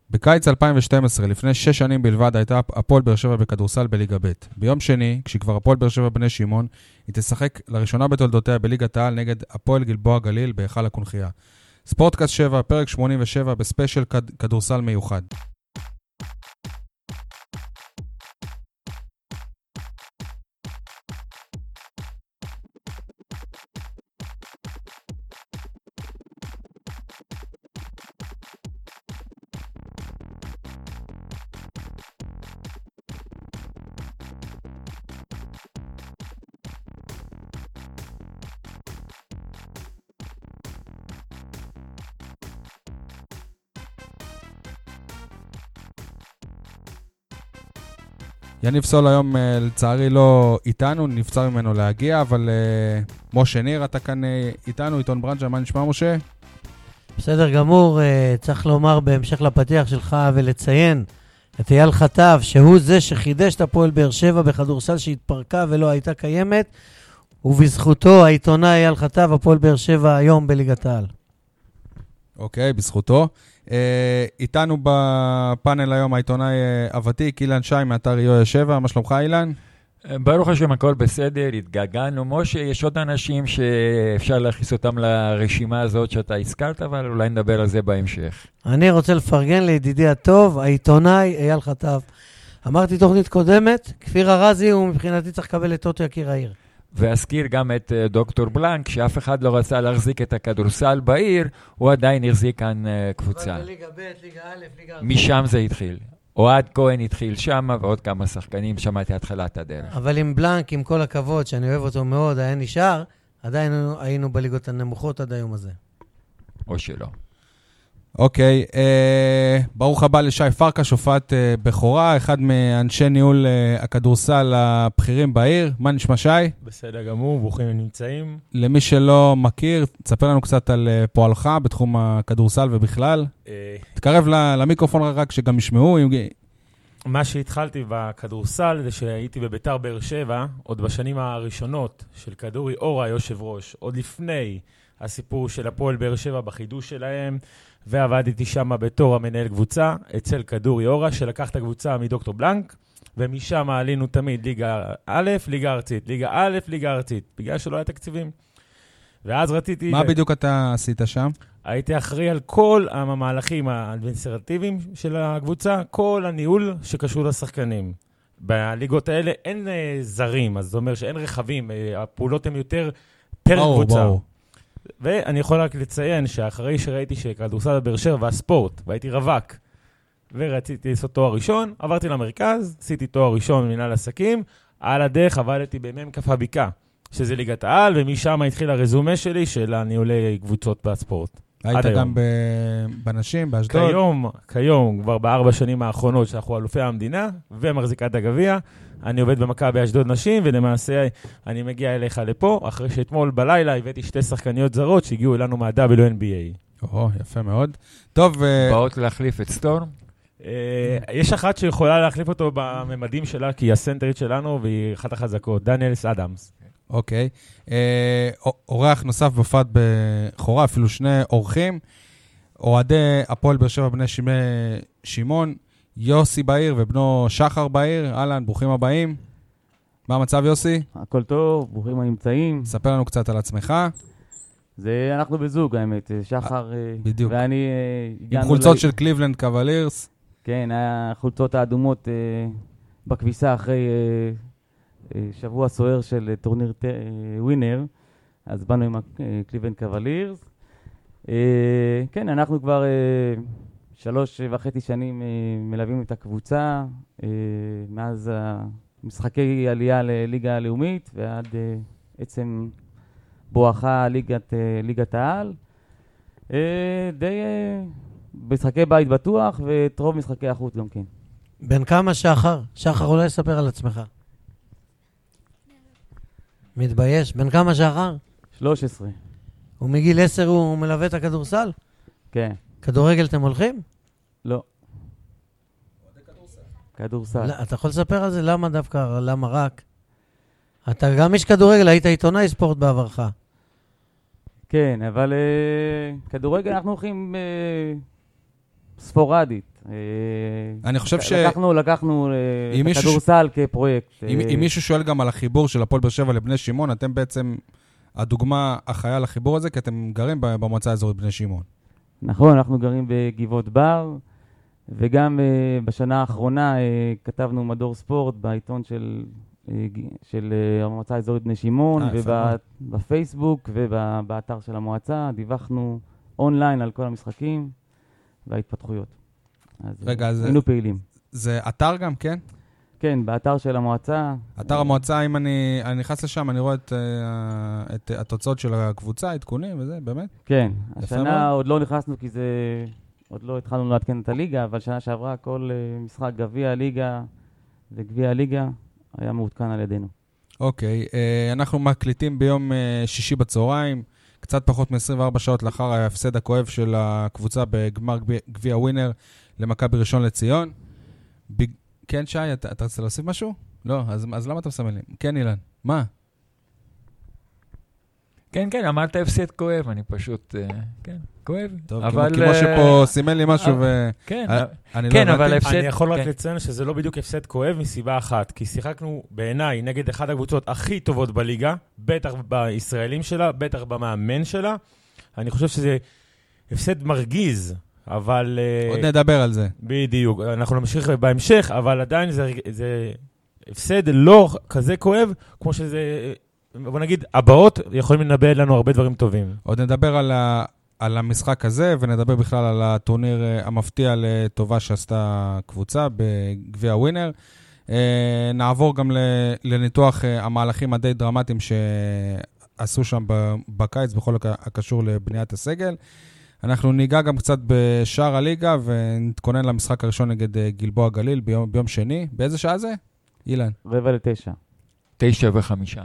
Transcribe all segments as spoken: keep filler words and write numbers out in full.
בקיץ אלפיים ושתים עשרה, לפני שש שנים בלבד, הייתה הפועל באר שבע בכדורסל בליגה ב'. ביום שני, כשכבר הפועל באר שבע בני שמעון, היא תשחק לראשונה בתולדותיה בליגת העל נגד הפועל גלבוע גליל בהיכל הקונחייה. ספורטקאסט שבע, פרק שמונים ושבע, בספיישל כד... כדורסל מיוחד. יניב סול היום לצערי לא איתנו, נבצר ממנו להגיע, אבל uh, משה ניר, אתה כאן uh, איתנו, עיתון ברנז'ה, מה נשמע משה? בסדר גמור, uh, צריך לומר בהמשך לפתיח שלך ולציין את אייל חטב, שהוא זה שחידש את הפועל באר שבע בכדורסל שהתפרקה ולא הייתה קיימת, ובזכותו העיתונאי אייל חטב, הפועל באר שבע היום בליגת העל. אוקיי, בזכותו. איתנו בפאנל היום העיתונאי הוותיק, אילן שי מאתר יויה שבע, מה שלומך אילן? ברוך השם, הכל בסדר, התגעגענו. משה, יש עוד אנשים שאפשר להכניס אותם לרשימה הזאת שאתה הזכרת, אבל אולי נדבר על זה בהמשך. אני רוצה לפרגן לידידי הטוב, העיתונאי אייל חטב. אמרתי תוכנית קודמת, כפיר הרזי הוא מבחינתי צריך לקבל את אותו יקיר העיר. ואזכיר גם את דוקטור בלנק, שאף אחד לא רצה להחזיק את הכדורסל בעיר, הוא עדיין החזיק כאן קבוצה. ליגה ב', ליגה א', ליגה א'. משם זה התחיל. אוהד כהן התחיל שם, ועוד כמה שחקנים, שמעתי התחלת הדרך. אבל עם בלנק, עם כל הכבוד, שאני אוהב אותו מאוד, היה נשאר, עדיין היינו בליגות הנמוכות עד היום הזה. או שלא. אוקיי, אה, ברוך הבא לשי פרקה, שופט אה, בכורה, אחד מאנשי ניהול אה, הכדורסל הבכירים בעיר. מה נשמע שי? בסדר גמור, ברוכים נמצאים. למי שלא מכיר, תספר לנו קצת על אה, פועלך בתחום הכדורסל ובכלל. אה... תקרב למיקרופון רק שגם ישמעו. מה שהתחלתי בכדורסל זה שהייתי בביתר באר שבע, עוד בשנים הראשונות של כדורי אורה יושב ראש, עוד לפני הסיפור של הפועל באר שבע בחידוש שלהם, ועבדתי שם בתור המנהל קבוצה, אצל כדורי אורה, שלקח את הקבוצה מדוקטור בלנק, ומשם עלינו תמיד ליגה א', ליגה ארצית, ליגה א', ליגה ארצית, בגלל שלא היה תקציבים. ואז רציתי... מה בדיוק אתה עשית שם? הייתי אחראי על כל המהלכים האדמיניסטרטיביים של הקבוצה, כל הניהול שקשור לשחקנים. בליגות האלה אין זרים, אז זה אומר שאין רכבים, הפעולות הן יותר פר קבוצה. ברור. ואני יכול רק לציין שאחרי שראיתי שכדורסל בבאר שבע והספורט, והייתי רווק, ורציתי לעשות תואר ראשון, עברתי למרכז, עשיתי תואר ראשון במנהל עסקים, על הדרך עבדתי במ"ם כף הבקעה, שזה ליגת העל, ומשם התחיל הרזומה שלי של הניהולי קבוצות בספורט. היית גם בנשים, באשדוד? כיום, כיום, כבר בארבע שנים האחרונות שאנחנו אלופי המדינה, ומחזיקת הגביע, אני עובד במכבי אשדוד נשים, ולמעשה אני מגיע אליך לפה, אחרי שאתמול בלילה הבאתי שתי שחקניות זרות שהגיעו אלינו מה-דאבליו אן בי איי. או, יפה מאוד. טוב, באות להחליף את סטורם? יש אחת שיכולה להחליף אותו בממדים שלה, כי היא הסנטרית שלנו, והיא אחת החזקות, דניאלס אדמס. אוקיי. אורח נוסף בפת בכורה, אפילו שני אורחים, אוהדי הפועל באר שבע בני שמעון, יוסי בעיר ובנו שחר בעיר. אהלן, ברוכים הבאים. מה המצב יוסי? הכל טוב, ברוכים הנמצאים. ספר לנו קצת על עצמך. זה אנחנו בזוג האמת, שחר בדיוק. ואני עם חולצות של קליבלנד קוולירס. כן, החולצות האדומות בכביסה אחרי שבוע סוער של טורניר ווינר, אז באנו עם קליבלנד קוולירס. כן, אנחנו כבר שלוש וחצי שנים מלווים את הקבוצה, מאז משחקי עלייה לליגה הלאומית ועד עצם בואכה ליגת, ליגת העל. די משחקי בית בטוח ואת רוב משחקי החוץ גם כן. בן כמה שחר? שחר, אולי ספר על עצמך. מתבייש. בן כמה שחר? שלוש עשרה. ומגיל עשר הוא מלווה את הכדורסל? כן. כדורגל אתם הולכים? לא. כדורסל. לא, אתה יכול לספר על זה? למה דווקא? למה רק? אתה גם איש כדורגל, היית עיתונאי ספורט בעברך. כן, אבל uh, כדורגל אנחנו הולכים uh, ספורדית. אני חושב ש... לקחנו, לקחנו אם מישהו- כדורסל כפרויקט. אם אה, אם מישהו שואל גם על החיבור של הפועל באר שבע לבני שמעון, אתם בעצם הדוגמה החיה לחיבור הזה, כי אתם גרים ב- במועצה האזורית בני שמעון. נכון, אנחנו גרים בגבעות בר, וגם אה, בשנה האחרונה אה, כתבנו מדור ספורט בעיתון של, אה, ג- של אה, המועצה האזורית בני שמעון, אה, יפה מאוד. ובפייסבוק ובאתר של המועצה, דיווחנו אונליין על כל המשחקים וההתפתחויות. אז רגע, אה, אז- היינו פעילים. זה אתר גם, כן? כן, באתר של המועצה. אתר המועצה, אם אני אני נכנס לשם, אני רואה את אה, את התוצאות של הקבוצה, עדכונים וזה, באמת? כן, יפה השנה מאוד. עוד לא נכנסנו כי זה... עוד לא התחלנו לעדכן את הליגה, אבל שנה שעברה כל אה, משחק גביע הליגה וגביע הליגה היה מעודכן על ידינו. אוקיי, אה, אנחנו מקליטים ביום אה, שישי בצהריים, קצת פחות מ-עשרים וארבע שעות לאחר ההפסד הכואב של הקבוצה בגמר גביע- גביע ווינר למכבי ראשון לציון. ב... כן, שי, אתה, אתה רוצה להוסיף משהו? לא, אז, אז למה אתה מסמן לי? כן, אילן, מה? כן, כן, אמרת הפסד כואב, אני פשוט, אה, כן, כואב. טוב, אבל, כמו שפה אה, סימן לי משהו ו... כן, אה, אני לא כן, הבנתי. אבל הפסד... אני יכול רק כן. לציין שזה לא בדיוק הפסד כואב מסיבה אחת, כי שיחקנו בעיניי נגד אחת הקבוצות הכי טובות בליגה, בטח בישראלים שלה, בטח במאמן שלה. אני חושב שזה הפסד מרגיז, אבל... אה, עוד נדבר על זה. בדיוק, אנחנו נמשיך בהמשך, אבל עדיין זה, זה הפסד לא כזה כואב, כמו שזה, בוא נגיד, הבאות יכולים לנבא לנו הרבה דברים טובים. עוד נדבר על, ה... על המשחק הזה, ונדבר בכלל על הטורניר אה, המפתיע לטובה שעשתה הקבוצה בגביע ווינר. אה, נעבור גם ל... לניתוח אה, המהלכים הדי דרמטיים שעשו שם ב... בקיץ, בכל הק- הקשור לבניית הסגל. אנחנו ניגע גם קצת בשער הליגה, ונתכונן למשחק הראשון נגד אה, גלבוע גליל ביום, ביום שני. באיזה שעה זה? אילן. רבע לתשע. תשע וחמישה.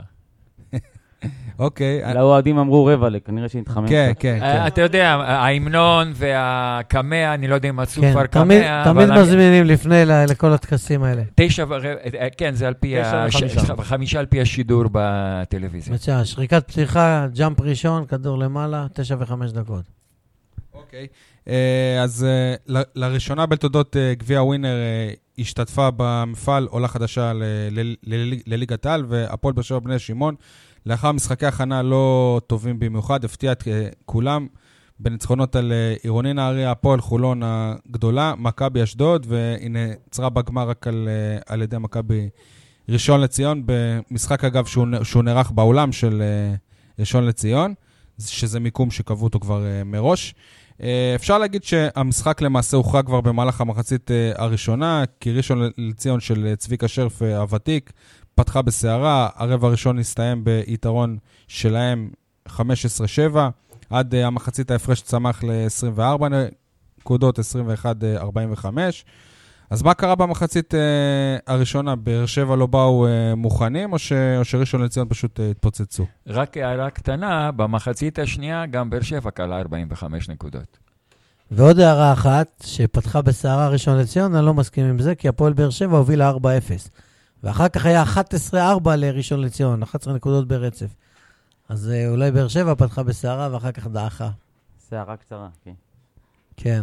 אוקיי. לאוהדים אמרו רבע, כנראה שהתחמם. כן, קצת. כן, כן. אה, אתה יודע, ההמנון והקמע, אני לא יודע אם עשו כן, כבר תמיד- קמע, תמיד אבל אני- מזמינים לפני ל- לכל הטקסים האלה. תשע ורבע, אה, כן, זה על פי, תשע הש- וחמישה. וחמישה על פי השידור בטלוויזיה. מצוין, שריקת פתיחה, ג'אמפ ראשון, כדור למעלה, תשע וחמש דקות. אוקיי. אה, אז אה, ל- לראשונה בתולדות אה, גביע ווינר אה, השתתפה במפעל עולה חדשה ל- ל- ל- לליגת העל, והפועל באר שבע בני שמעון, לאחר משחקי הכנה לא טובים במיוחד, הפתיע את אה, כולם בניצחונות על אה, עירוני נהריה, הפועל חולון הגדולה, מכבי אשדוד, והיא נעצרה בגמר רק על, אה, על ידי מכבי ראשון לציון, במשחק אגב שהוא, נ- שהוא נערך באולם של אה, ראשון לציון, שזה מיקום שקבעו אותו כבר אה, מראש. אה, אפשר להגיד שהמשחק למעשה הוכרע כבר במהלך המחצית אה, הראשונה, כי ראשון לציון של אה, צביקה שרף אה, הוותיק פתחה בסערה, הרבע הראשון הסתיים ביתרון שלהם חמש עשרה שבע, עד אה, המחצית ההפרש צמח ל-עשרים וארבע נקודות, עשרים ואחת ארבעים וחמש. אז מה קרה במחצית אה, הראשונה? באר שבע לא באו אה, מוכנים, או, ש, או שראשון לציון פשוט אה, התפוצצו? רק הערה קטנה, במחצית השנייה גם באר שבע קלה ארבעים וחמש נקודות. ועוד הערה אחת, שפתחה בסערה ראשון לציון, אני לא מסכים עם זה, כי הפועל באר שבע הובילה ארבע אפס. ואחר כך היה אחת עשרה ארבע לראשון לציון, אחת עשרה נקודות ברצף. אז אה, אולי באר שבע פתחה בסערה ואחר כך דעכה. שערה קצרה, כן. כן.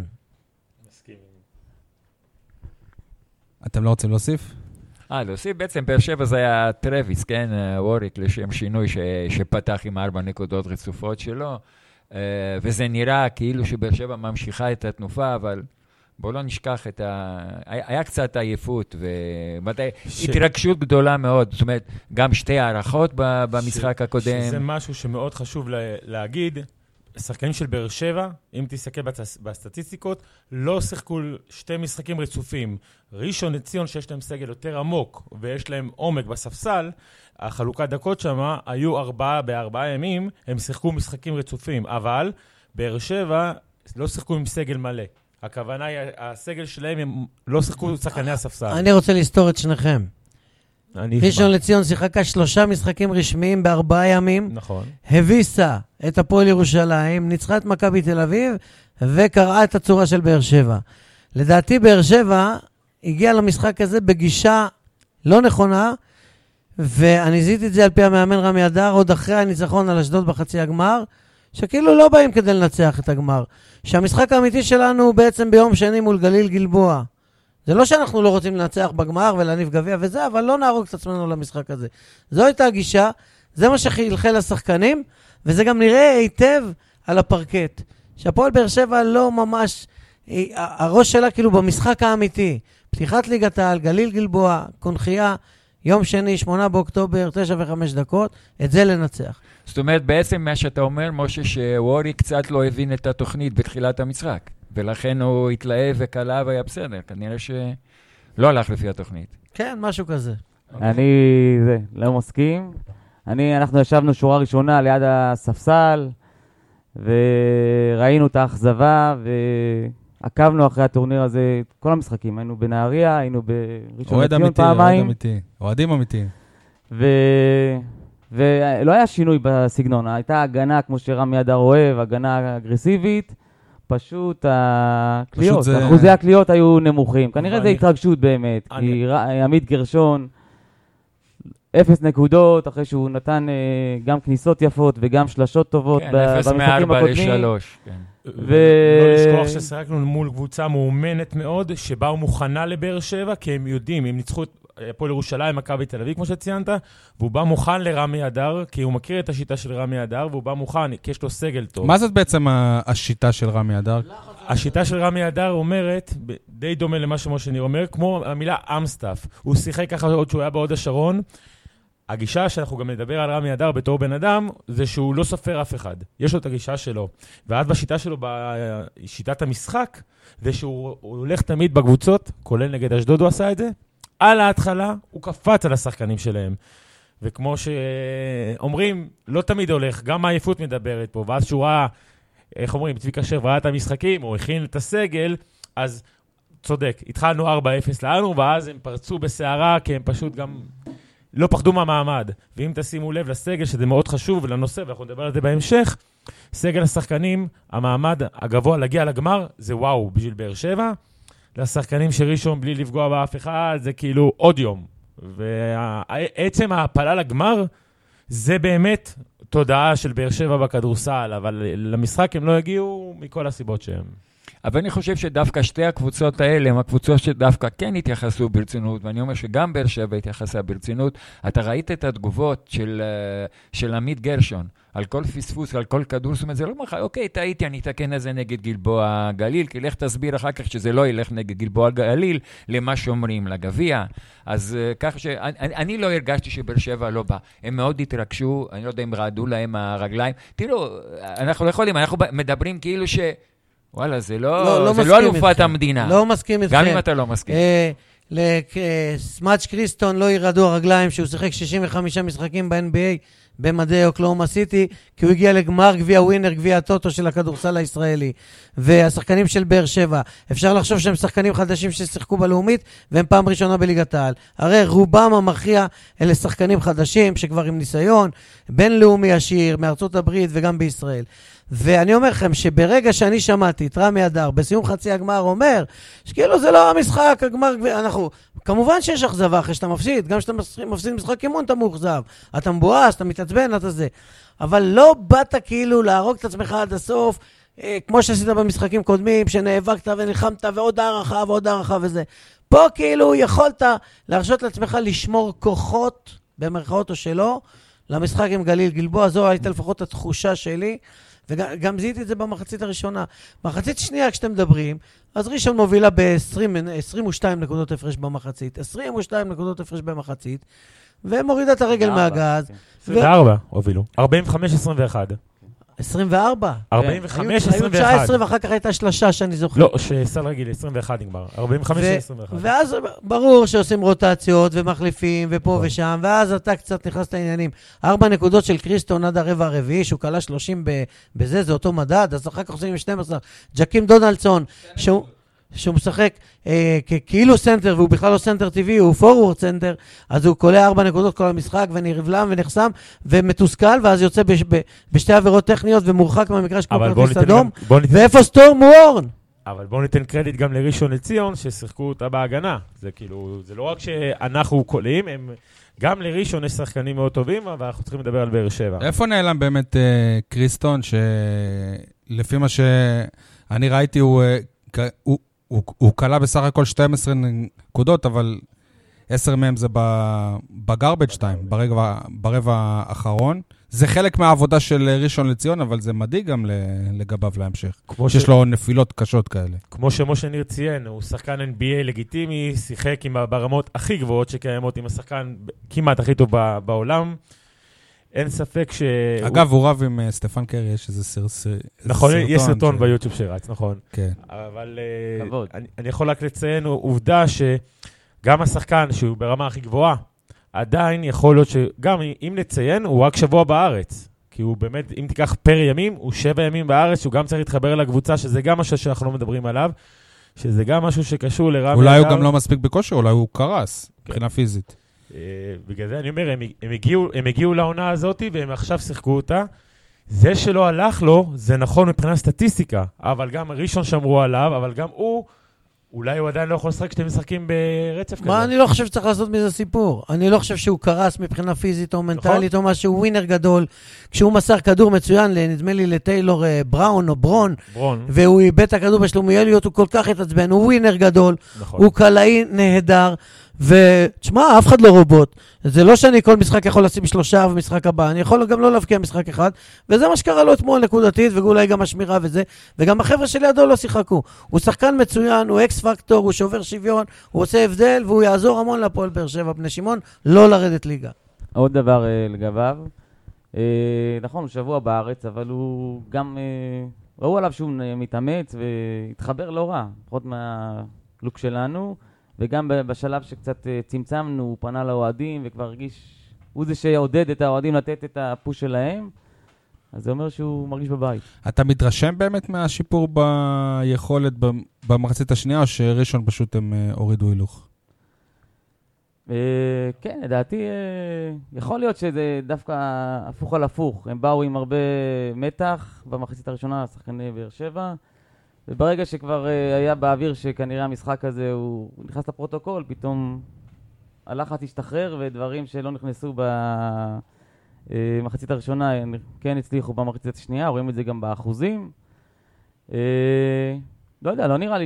אתם לא רוצים להוסיף? אה, להוסיף בעצם, באר שבע זה היה טרוויס, כן? ווריק לשם שינוי ש, שפתח עם ארבע נקודות רצופות שלו, אה, וזה נראה כאילו שבאר שבע ממשיכה את התנופה, אבל בואו לא נשכח את ה... היה, היה קצת עייפות, והתרגשות ש... גדולה מאוד, זאת אומרת, גם שתי הערכות ב, במשחק ש... הקודם. שזה משהו שמאוד חשוב לה, להגיד, שחקנים של באר שבע, אם תסתכל בצ... בסטטיסטיקות, לא שיחקו שתי משחקים רצופים. ראשון לציון שיש להם סגל יותר עמוק, ויש להם עומק בספסל, החלוקת דקות שם היו ארבעה בארבעה ימים, הם שיחקו משחקים רצופים, אבל באר שבע לא שיחקו עם סגל מלא. הכוונה היא, הסגל שלהם הם לא שיחקו שחקני הספסל. אני רוצה לסתור את שניכם. ראשון לציון שיחקה שלושה משחקים רשמיים בארבעה ימים, נכון. הביסה את הפועל ירושלים, ניצחה את מכבי תל אביב, וקראה את הצורה של באר שבע. לדעתי באר שבע הגיעה למשחק הזה בגישה לא נכונה, ואני זיהיתי את זה על פי המאמן רמי אדר, עוד אחרי הניצחון על אשדוד בחצי הגמר, שכאילו לא באים כדי לנצח את הגמר. שהמשחק האמיתי שלנו הוא בעצם ביום שני מול גליל גלבוע. זה לא שאנחנו לא רוצים לנצח בגמר ולהניף גביע וזה, אבל לא נהרוג את עצמנו למשחק הזה. זו הייתה הגישה, זה מה שחילחל לשחקנים, וזה גם נראה היטב על הפרקט. שהפועל באר שבע לא ממש, הראש שלה כאילו במשחק האמיתי. פתיחת ליגת העל, גליל גלבוע, קונחייה, יום שני, שמונה באוקטובר, תשע וחמש דקות, את זה לנצח. זאת אומרת, בעצם מה שאתה אומר, משה, שוורי קצת לא הבין את התוכנית בתחילת המשחק, ולכן הוא התלהב וקלה והיה בסדר. כנראה שלא הלך לפי התוכנית. כן, משהו כזה. אני זה, לא מסכים. אני, אנחנו ישבנו שורה ראשונה ליד הספסל, וראינו את האכזבה, ועקבנו אחרי הטורניר הזה, כל המשחקים. היינו בנהריה, היינו בראשון לציון פעמיים. אוהד אמיתי, אוהדים אמיתיים. ו... ולא היה שינוי בסגנון, הייתה הגנה כמו שרמי אדר אוהב, הגנה אגרסיבית, פשוט הקליות, זה... אחוזי הקליות היו נמוכים. כנראה זה התרגשות באמת, אני... כי ר... עמית גרשון, אפס נקודות, אחרי שהוא נתן uh, גם כניסות יפות וגם שלשות טובות כן, במשחקים הקודמים. אפס מארבע לשלוש, כן. ו... לא לשכוח ששחקנו מול קבוצה מאומנת מאוד, שבה הוא מוכנה לבאר שבע, כי הם יודעים, הם ניצחו את הפועל ירושלים, מכבי תל אביב, כמו שציינת, והוא בא מוכן לרמי אדר, כי הוא מכיר את השיטה של רמי אדר, והוא בא מוכן, כי יש לו סגל טוב. מה זאת בעצם השיטה של רמי אדר? השיטה של רמי אדר אומרת, די דומה למה שמשה אומר, כמו המילה אמסטאפ. הוא שיחק ככה עוד שהוא היה בהוד השרון. הגישה שאנחנו גם נדבר על רמי אדר בתור בן אדם, זה שהוא לא סופר אף אחד. יש לו את הגישה שלו. ואז בשיטה שלו, בשיטת המשחק, זה שהוא הולך תמיד בקבוצות, כולל נגד אשדוד הוא עשה את זה, על ההתחלה הוא קפץ על השחקנים שלהם. וכמו שאומרים, לא תמיד הולך, גם העייפות מדברת פה, ואז שהוא ראה, איך אומרים, צביקה שרף ראה את המשחקים, הוא הכין את הסגל, אז צודק, התחלנו ארבע אפס לנו, ואז הם פרצו בסערה, כי הם פשוט גם לא פחדו מהמעמד. ואם תשימו לב לסגל, שזה מאוד חשוב לנושא, ואנחנו נדבר על זה בהמשך, סגל השחקנים, המעמד הגבוה להגיע לגמר, זה וואו, בשביל באר שבע. לשחקנים שראשון בלי לפגוע באף אחד, זה כאילו עוד יום. ועצם ההפלה לגמר, זה באמת תודעה של באר שבע בכדורסל, אבל למשחק הם לא הגיעו מכל הסיבות שהם. אבל אני חושב שדווקא שתי הקבוצות האלה, הם הקבוצות שדווקא כן התייחסו ברצינות, ואני אומר שגם באר שבע התייחסה ברצינות. אתה ראית את התגובות של, של עמית גרשון, על כל פספוס, על כל כדור, זאת אומרת, זה לא אומר, אוקיי, טעיתי, אני אתקן את זה נגד גלבוע גליל, כי לך תסביר אחר כך שזה לא ילך נגד גלבוע גליל, למה שאומרים לגביע. אז כך שאני אני לא הרגשתי שבאר שבע לא בא. הם מאוד התרגשו, אני לא יודע אם רעדו להם הרגליים. תראו, אנחנו לא יכולים, אנחנו מדברים כאילו ש... וואלה, זה לא, לא, לא, זה לא אלופת המדינה. לא מסכים איתכם. גם אם אתה לא מסכים. לסמאץ' קריסטון לא ירדו הרגליים שהוא שיחק שישים וחמישה משחקים ב-אן בי איי במדי אוקלהומה סיטי, כי הוא הגיע לגמר גביע ווינר, גביע הטוטו של הכדורסל הישראלי. והשחקנים של באר שבע, אפשר לחשוב שהם שחקנים חדשים ששיחקו בלאומית, והם פעם ראשונה בליגת העל. הרי רובם המכריע אלה שחקנים חדשים שכבר עם ניסיון, בינלאומי עשיר, מארצות הברית וגם בישראל. ואני אומר לכם שברגע שאני שמעתי את רמי אדר בסיום חצי הגמר אומר שכאילו זה לא המשחק, הגמר, אנחנו, כמובן שיש אכזבה אחרי שאתה מפסיד, גם כשאתה מפסיד משחק אימון אתה מאוכזב, אתה מבואס, אתה מתעצבן, אתה זה, אבל לא באת כאילו להרוג את עצמך עד הסוף, אה, כמו שעשית במשחקים קודמים, שנאבקת ונלחמת ועוד הערכה ועוד הערכה וזה. פה כאילו יכולת להרשות לעצמך לשמור כוחות, במרכאות או שלא, למשחק עם גליל גלבוע, זו הייתה לפחות התחושה שלי, וגם זיהיתי את זה במחצית הראשונה. מחצית שנייה כשאתם מדברים, אז ראשון מובילה ב-עשרים ושתיים נקודות הפרש במחצית, עשרים ושתיים נקודות הפרש במחצית, ומורידה את הרגל מהגז. עשרים וארבע הובילו, ארבעים וחמש עשרים ואחת. עשרים וארבע? ארבעים וחמש עשרים ואחת. היו תשע עשרה ואחר כך הייתה שלושה שאני זוכר. לא, שסל רגיל, עשרים ואחת נגמר. ארבעים וחמש עשרים ואחת. ואז ברור שעושים רוטציות ומחליפים ופה ושם, ואז אתה קצת נכנס לעניינים. ארבע נקודות של קריסטון עד הרבע הרביעי, שהוא קלה שלושים בזה, זה אותו מדד, אז אחר כך עושים עם שתים עשרה. ג'קים דונלדסון, שהוא... שהוא משחק אה, כאילו סנטר, והוא בכלל לא סנטר טבעי, הוא פורוורד סנטר, אז הוא קולע ארבע נקודות כל המשחק, ונרבלם ונחסם, ומתוסכל, ואז יוצא בש, ב, בשתי עבירות טכניות, ומורחק מהמגרש כמו כרטיס אדום. ואיפה סטורם וורן? אבל בואו ניתן קרדיט גם לראשון לציון, ששיחקו אותה בהגנה. זה כאילו, זה לא רק שאנחנו קולים, הם, גם לראשון יש שחקנים מאוד טובים, אבל אנחנו צריכים לדבר על באר שבע. איפה נעלם באמת אה, קריסטון, שלפי מה שאני ראיתי, הוא, הוא, הוא, הוא, הוא קלה בסך הכל שתים עשרה נקודות, אבל עשר מהם זה בגרבג' שתיים, ברבע, ברבע האחרון. זה חלק מהעבודה של ראשון לציון, אבל זה מדאיג גם לגביו להמשך. שיש ש... לו נפילות קשות כאלה. כמו שמשה ניר ציין, הוא שחקן אן בי איי לגיטימי, שיחק עם ברמות הכי גבוהות שקיימות, עם השחקן כמעט הכי טוב בעולם. אין ספק ש... אגב, הוא רב עם סטפן קרי, יש איזה סר... נכון, יש סרטון ביוטיוב שרץ, נכון. כן. אבל אני, אני יכול רק לציין עובדה שגם השחקן שהוא ברמה הכי גבוהה, עדיין יכול להיות שגם אם נציין, הוא רק שבוע בארץ. כי הוא באמת, אם תיקח פר ימים, הוא שבע ימים בארץ, שהוא גם צריך להתחבר לקבוצה, שזה גם משהו שאנחנו לא מדברים עליו, שזה גם משהו שקשור לרב... אולי הוא גם לא מספיק בכושר, אולי הוא קרס, מבחינה פיזית. בגלל זה אני אומר, הם, הם, הגיעו, הם הגיעו לעונה הזאת, והם עכשיו שיחקו אותה. זה שלא הלך לו, זה נכון מבחינת סטטיסטיקה, אבל גם ראשון שמרו עליו, אבל גם הוא... אולי הוא עדיין לא יכול לשחק כשאתם משחקים ברצף כזה. מה, אני לא חושב שצריך לעשות מזה סיפור. אני לא חושב שהוא קרס מבחינה פיזית או מנטלית או משהו, ווינר גדול. כשהוא מסר כדור מצוין, נדמה לי לטיילור בראון או ברון, והוא איבד את הכדור בשלומיאליות, הוא כל כך התעצבן, הוא ווינר גדול, הוא קלעי נהדר, ותשמע, אף אחד לא רובוט. זה לא שאני כל משחק יכול לשים שלושה במשחק הבא, אני יכול גם לא להבקיע משחק אחד, וזה מה שקרה לו אתמול נקודתית, ואולי גם השמירה וזה, וגם החבר'ה שלידו לא שיחקו. הוא שחקן מצוין, הוא אקס פקטור, הוא שובר שוויון, הוא עושה הבדל, והוא יעזור המון לפועל באר שבע בני שמעון, לא לרדת ליגה. עוד דבר לגביו, נכון, הוא שבוע בארץ, אבל הוא גם, ראו עליו שהוא מתאמץ, והתחבר לא רע, פחות מהלוק שלנו, וגם בשלב שקצת צמצמנו, הוא פנה לאוהדים וכבר הרגיש, הוא זה שיעודד את האוהדים לתת את הפוש שלהם, אז זה אומר שהוא מרגיש בבית. אתה מתרשם באמת מהשיפור ביכולת במחצית השנייה, או שראשון פשוט הם הורידו הילוך? כן, לדעתי יכול להיות שזה דווקא הפוך על הפוך. הם באו עם הרבה מתח במחצית הראשונה, שחקני באר שבע, וברגע שכבר היה באוויר שכנראה המשחק הזה הוא נכנס לפרוטוקול, פתאום הלחץ השתחרר ודברים שלא נכנסו במחצית הראשונה כן הצליחו במחצית השנייה, רואים את זה גם באחוזים. לא יודע, לא נראה לי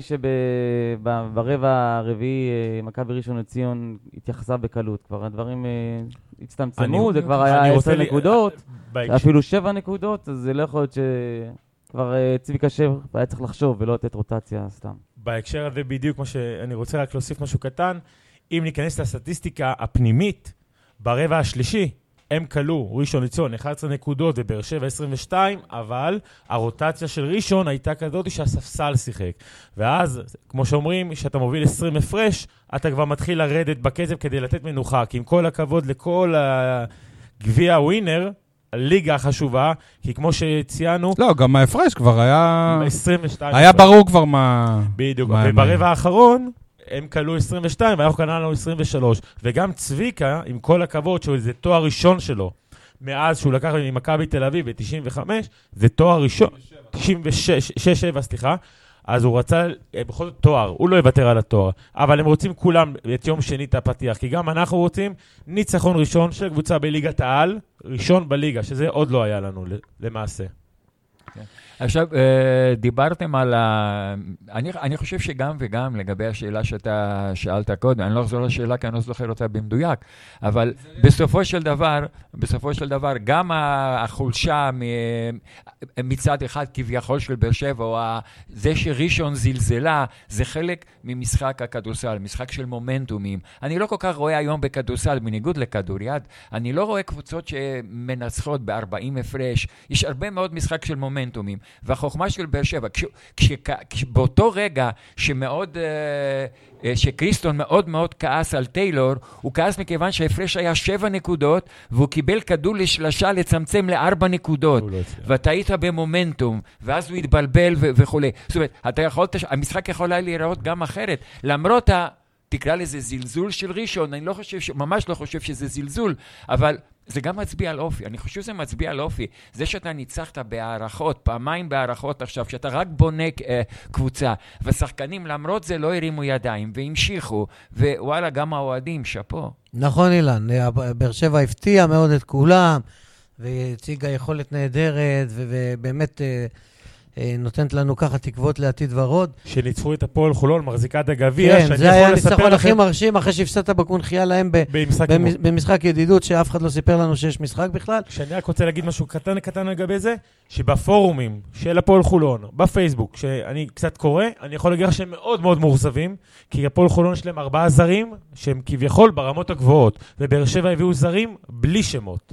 שברבע הרביעי מכבי ראשון לציון התייחסה בקלות, כבר הדברים הצטמצמו, זה כבר היה עשר נקודות, אפילו שבע נקודות, אז זה לא יכול להיות ש... כבר צביקה שב היה צריך לחשוב ולא לתת רוטציה סתם. בהקשר הזה בדיוק כמו שאני רוצה רק להוסיף משהו קטן, אם ניכנס לסטטיסטיקה הפנימית, ברבע השלישי הם קלו ראשון לציון אחת עשרה נקודות ובאר שבע עשרים ושתיים, אבל הרוטציה של ראשון הייתה כזאת שהספסל שיחק. ואז, כמו שאומרים, שאתה מוביל עשרים הפרש, אתה כבר מתחיל לרדת בקצב כדי לתת מנוחה, כי עם כל הכבוד לכל הגביע הווינר, הליגה החשובה, כי כמו שציינו... לא, גם ההפרש כבר היה... עשרים ושתיים. היה ברור כבר מה... בדיוק, וברבע האחרון הם קלו עשרים ושתיים, ואנחנו קלענו עשרים ושלוש. וגם צביקה, עם כל הכבוד, שהוא איזה תואר ראשון שלו, מאז שהוא לקח עם מכבי תל אביב ב-תשעים וחמש, זה תואר ראשון... תשעים ושש, שבע, סליחה. אז הוא רצה, בכל זאת תואר, הוא לא יוותר על התואר, אבל הם רוצים כולם את יום שני את הפתיח, כי גם אנחנו רוצים ניצחון ראשון של קבוצה בליגת העל, ראשון בליגה, שזה עוד לא היה לנו למעשה. עכשיו, דיברתם על ה... אני, אני חושב שגם וגם לגבי השאלה שאתה שאלת קודם, אני לא אחזור לשאלה כי אני לא זוכר אותה במדויק, אבל בסופו של דבר, בסופו של דבר, גם החולשה מצד אחד כביכול של באר שבע, או זה שראשון זלזלה, זה חלק ממשחק הכדורסל, משחק של מומנטומים. אני לא כל כך רואה היום בכדורסל, בניגוד לכדוריד, אני לא רואה קבוצות שמנצחות ב-ארבעים הפרש, יש הרבה מאוד משחק של מומנטומים. והחוכמה של באר שבע, כש, כש, כש, באותו רגע שמאוד, uh, שקריסטון מאוד מאוד כעס על טיילור, הוא כעס מכיוון שההפרש היה שבע נקודות, והוא קיבל כדור לשלשה לצמצם לארבע נקודות, ואתה היית במומנטום, ואז הוא התבלבל ו- וכו'. זאת אומרת, אתה יכול, המשחק יכול היה להיראות גם אחרת, למרות ה... תקרא לזה זלזול של ראשון, אני לא חושב, ממש לא חושב שזה זלזול, אבל זה גם מצביע על אופי, אני חושב שזה מצביע על אופי. זה שאתה ניצחת בהערכות, פעמיים בהערכות עכשיו, שאתה רק בונה אה, קבוצה, ושחקנים למרות זה לא הרימו ידיים, והמשיכו, ווואלה, גם האוהדים, שפו. נכון, אילן, באר שבע הפתיע מאוד את כולם, והציגה יכולת נהדרת, ובאמת נותנת לנו ככה תקוות לעתיד ורוד. שניצחו את הפועל חולון, מחזיקה את הגביע. כן, זה היה ניצחון הכי מרשים, אחרי שהפסדת בקונחייה להם במשחק ידידות, שאף אחד לא סיפר לנו שיש משחק בכלל. שאני רק רוצה להגיד משהו קטן קטן לגבי זה, שבפורומים של הפועל חולון, בפייסבוק, שאני קצת קורא, אני יכול להגיד שהם מאוד מאוד מורסבים, כי הפועל חולון שלהם ארבעה זרים, שהם כביכול ברמות הגבוהות, ובאר שבע הביאו זרים בלי שמות.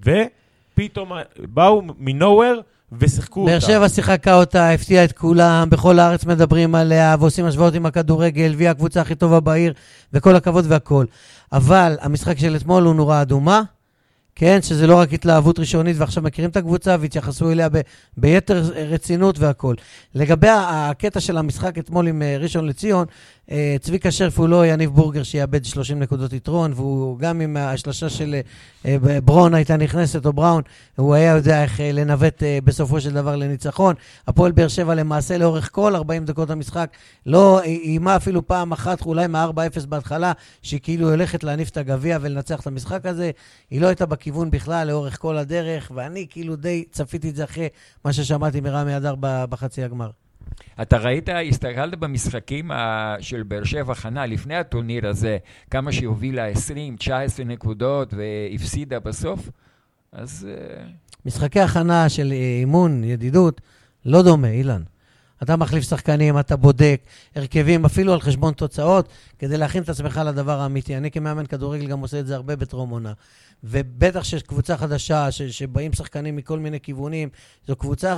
ופתאום באו מנוהוור, ושיחקו אותה. באר שבע שיחקה אותה, הפתיעה את כולם, בכל הארץ מדברים עליה, ועושים השוואות עם הכדורגל, והיא הקבוצה הכי טובה בעיר, וכל הכבוד והכל. אבל המשחק של אתמול הוא נורא אדומה, כן, שזה לא רק התלהבות ראשונית, ועכשיו מכירים את הקבוצה, והתייחסו אליה ב- ביתר רצינות והכל. לגבי הקטע של המשחק אתמול עם ראשון לציון, צביקה שרף הוא לא יניב בורגר שיאבד שלושים נקודות יתרון, והוא גם עם השלשה של ברון הייתה נכנסת או בראון, הוא היה יודע איך לנווט בסופו של דבר לניצחון. הפועל באר שבע למעשה לאורך כל ארבעים דקות המשחק, לא אימה אפילו פעם אחת, אולי מה-ארבע אפס בהתחלה, שהיא כאילו הולכת להניף את הגביע ולנצח את המשחק הזה, היא לא הייתה בכיוון בכלל לאורך כל הדרך, ואני כאילו די צפיתי את זה אחרי מה ששמעתי מרמי אדר בחצי הגמר. אתה ראית, הסתכלת במשחקים של באר שבע חנה לפני הטורניר הזה, כמה שהובילה עשרים, תשע עשרה נקודות והפסידה בסוף? אז... משחקי הכנה של אימון, ידידות, לא דומה, אילן. אתה מחליף שחקנים, אתה בודק, הרכבים, אפילו על חשבון תוצאות, כדי להכין את עצמך לדבר האמיתי. אני כמאמן כדורגל גם עושה את זה הרבה בטרום עונה. ובטח שיש קבוצה חדשה, ש- שבאים שחקנים מכל מיני כיוונים, זו קבוצה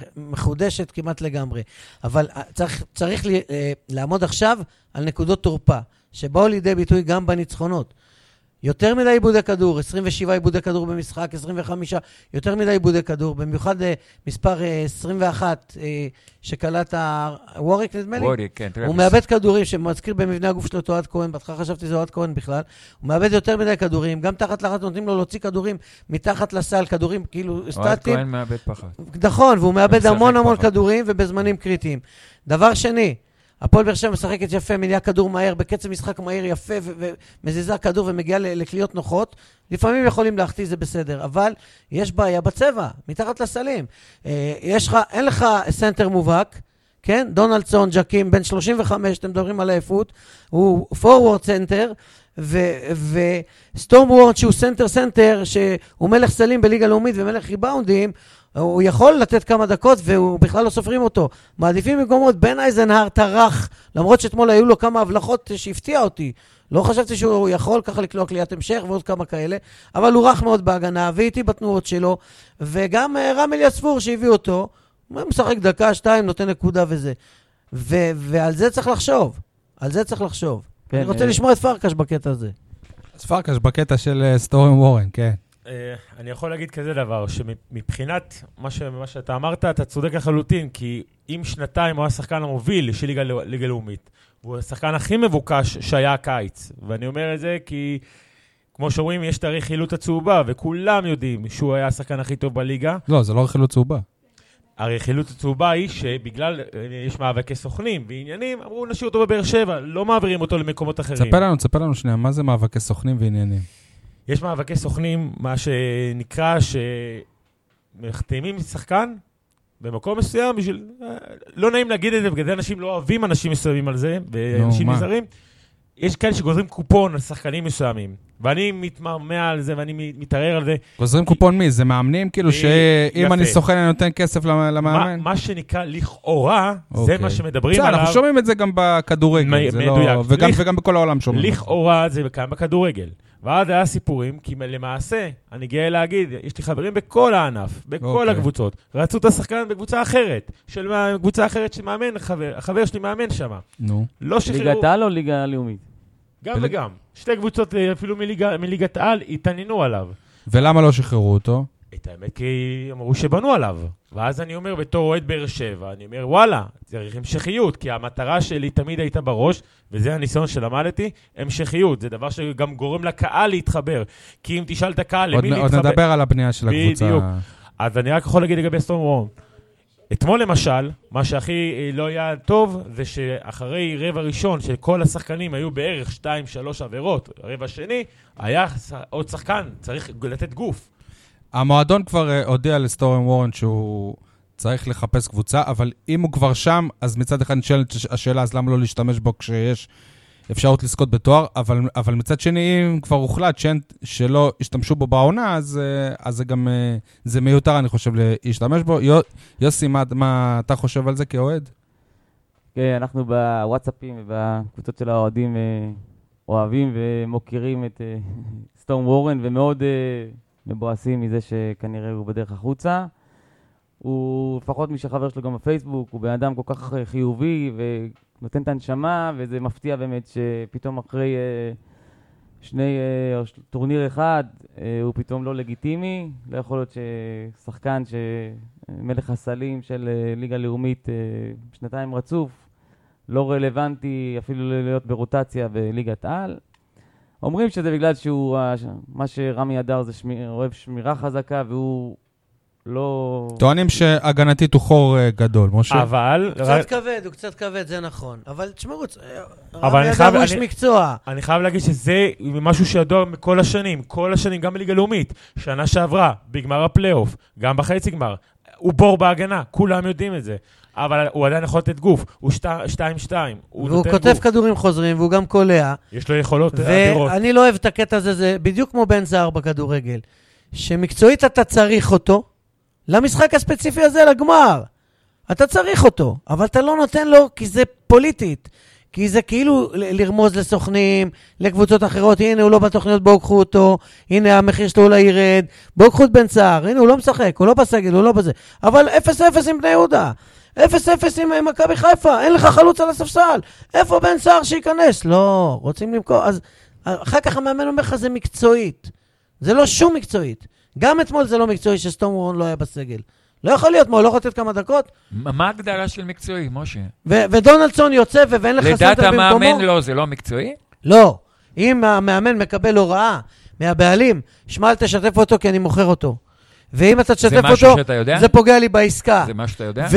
מחודשת כמעט לגמרי. אבל צריך, צריך לי, לעמוד עכשיו על נקודות תורפה, שבאו לידי ביטוי גם בניצחונות. יותר מדי עיבודי כדור, עשרים ושבעה עיבודי כדור במשחק, עשרים וחמישה, יותר מדי עיבודי כדור, במיוחד מספר עשרים ואחת שקלט הווריק, נדמה לי. ווריק, כן. הוא מאבד כדורים שמזכיר במבנה הגוף שלו את אוהד כהן, בהתחלה חשבתי זה אוהד כהן בכלל, הוא מאבד יותר מדי כדורים, גם תחת לחץ נותנים לו להוציא כדורים מתחת לסל, כדורים כאילו סטטיים. אוהד כהן מאבד פחד. נכון, והוא מאבד המון המון כדורים ובזמנים קריטיים. דבר שני, הפועל באר שבע משחקת יפה, מניעה כדור מהר, בקצב משחק מהר יפה ומזיזה כדור ומגיעה לקליות נוחות. לפעמים יכולים להחטיא, זה בסדר, אבל יש בעיה בצבע, מתחת לסלים. יש לך, אין לך סנטר מובהק, כן? דונלדסון, ג'קים, בן שלושים וחמש, אתם מדברים על העיפות, הוא פורוורד סנטר, וסטורם וורד שהוא סנטר סנטר, שהוא מלך סלים בליגה לאומית ומלך ריבאונדים, הוא יכול לתת כמה דקות והוא בכלל לא סופרים אותו. מעדיפים מקומות, בן אייזנהר תרח, למרות שאתמול היו לו כמה הבלחות שהפתיע אותי. לא חשבתי שהוא יכול ככה לקלוע קליעת המשך ועוד כמה כאלה, אבל הוא רך מאוד בהגנה, ואיתי בתנועות שלו, וגם רמי אליספור שהביא אותו, הוא משחק דקה, שתיים, נותן נקודה וזה. ו- ועל זה צריך לחשוב. על זה צריך לחשוב. כן, אני רוצה אה... לשמוע את פרקש בקטע הזה. אז פרקש בקטע של סטורם וורן, כן. אני יכול להגיד כזה דבר, שמבחינת מה, ש... מה שאתה אמרת, אתה צודק לחלוטין, כי אם שנתיים הוא השחקן המוביל של ליגה, ליגה לאומית, הוא השחקן הכי מבוקש שהיה הקיץ, ואני אומר את זה כי, כמו שאומרים, יש את הרכילות הצהובה, וכולם יודעים שהוא היה השחקן הכי טוב בליגה. לא, זה לא רכילות צהובה. הרכילות הצהובה היא שבגלל, יש מאבקי סוכנים ועניינים, אמרו נשאיר אותו בבאר שבע, לא מעבירים אותו למקומות אחרים. תספר לנו, תספר לנו שנייה, מה זה מאבקי סוכנים ועניינים? יש מאבקי סוכנים, מה שנקרא שמחתימים שחקן במקום מסוים, בשביל, לא נעים להגיד את זה, בגלל זה אנשים לא אוהבים אנשים מסוימים על זה, ואנשים נזרים. יש כאלה שגוזרים קופון על שחקנים מסוימים, ואני מתמרמע על זה, ואני מתערער על זה. גוזרים קופון מי? זה מאמנים? כאילו שאם אני סוכן אני נותן כסף למאמן? מה שנקרא לכאורה, זה מה שמדברים עליו. אנחנו שומעים את זה גם בכדורגל, וגם בכל העולם שומעים. לכאורה זה קיים בכדורגל. ואז היה סיפורים, כי למעשה, אני גאה להגיד, יש לי חברים בכל הענף, בכל הקבוצות, רצו את השחקן בקבוצה אחרת, של קבוצה אחרת שמאמן, החבר שלי מאמן שם. נו. ליגת העל או ליגה לאומית? גם וגם. שתי קבוצות אפילו מליגת העל התעניינו עליו. ולמה לא שחררו אותו? את האמת, כי אמרו שבנו עליו. ואז אני אומר, בתור אוהד באר שבע, אני אומר, וואלה, צריך המשכיות, כי המטרה שלי תמיד הייתה בראש, וזה הניסיון שלמדתי, המשכיות. זה דבר שגם גורם לקהל להתחבר. כי אם תשאל את הקהל, למי להתחבר... עוד נדבר על הבנייה של הקבוצה. בדיוק. אז אני רק יכול להגיד לגבי סטורם וורן. אתמול למשל, מה שהכי לא היה טוב, זה שאחרי רבע ראשון, שכל השחקנים היו בערך שתיים, שלוש עבירות, רבע שני, היה עוד שחקן, צריך לתת גוף. המועדון כבר הודיע לסטורם וורן שהוא צריך לחפש קבוצה, אבל אם הוא כבר שם, אז מצד אחד נשאלת השאלה, אז למה לא להשתמש בו כשיש אפשרות לזכות בתואר, אבל, אבל מצד שני, אם כבר הוחלט שאין, שלא ישתמשו בו בעונה, אז, אז זה גם, זה מיותר, אני חושב, להשתמש בו. יוסי, מה, מה אתה חושב על זה כאוהד? כן, אנחנו בוואטסאפים ובקבוצות של האוהדים אוהבים ומוכירים את סטורם וורן, ומאוד מבואסים מזה שכנראה הוא בדרך החוצה. הוא, לפחות מי שחבר שלו גם בפייסבוק, הוא בן אדם כל כך חיובי ונותן את הנשמה, וזה מפתיע באמת שפתאום אחרי אה, שני אה, טורניר אחד, אה, הוא פתאום לא לגיטימי. לא יכול להיות ששחקן שמלך הסלים של אה, ליגה לאומית אה, שנתיים רצוף, לא רלוונטי אפילו להיות ברוטציה בליגת העל. אומרים שזה בגלל שהוא, מה שרמי אדר זה שמיר, אוהב שמירה חזקה, והוא לא... טוענים שהגנתית הוא חור גדול, משה. אבל... הוא קצת כבד, הוא קצת כבד, זה נכון. אבל תשמעו, רמי אדר הוא איש מקצוע. אני חייב להגיד שזה משהו שידוע מכל השנים, כל השנים, גם בליגה לאומית, שנה שעברה, בגמר הפלייאוף, גם בחצי גמר, הוא בור בהגנה, כולם יודעים את זה. אבל הוא עדיין יכול לתת גוף, הוא שתיים שתיים. והוא כותב כדורים חוזרים, והוא גם קולע. יש לו יכולות אדירות. ואני לא אוהב את הקטע הזה, זה בדיוק כמו בן זהר בכדורגל, שמקצועית אתה צריך אותו, למשחק הספציפי הזה, לגמר. אתה צריך אותו, אבל אתה לא נותן לו, כי זה פוליטית. כי זה כאילו לרמוז לסוכנים, לקבוצות אחרות, הנה הוא לא בתוכניות, בואו קחו אותו, הנה המחיר שלו לא ירד, בואו קחו את בן סער, הנה הוא לא משחק, הוא לא בסגל, הוא לא בזה. אבל אפס אפס עם בני יהודה, אפס אפס עם מכבי חיפה, אין לך חלוץ על הספסל, איפה בן סער שייכנס? לא, רוצים למכור, אז אחר כך המאמן אומר לך זה מקצועית, זה לא שום מקצועית. גם אתמול זה לא מקצועי שסטורם וורן לא היה בסגל. לא יכול להיות, מה, הוא לא יכול לתת כמה דקות? מה ההגדרה של מקצועי, משה? ודונלדסון יוצא ואין לך סנטר במקומו? לדעת המאמן לא, זה לא מקצועי? לא. אם המאמן מקבל הוראה מהבעלים, שמע, אל תשתף אותו כי אני מוכר אותו. ואם אתה תשתף אותו, זה פוגע לי בעסקה. זה מה שאתה יודע?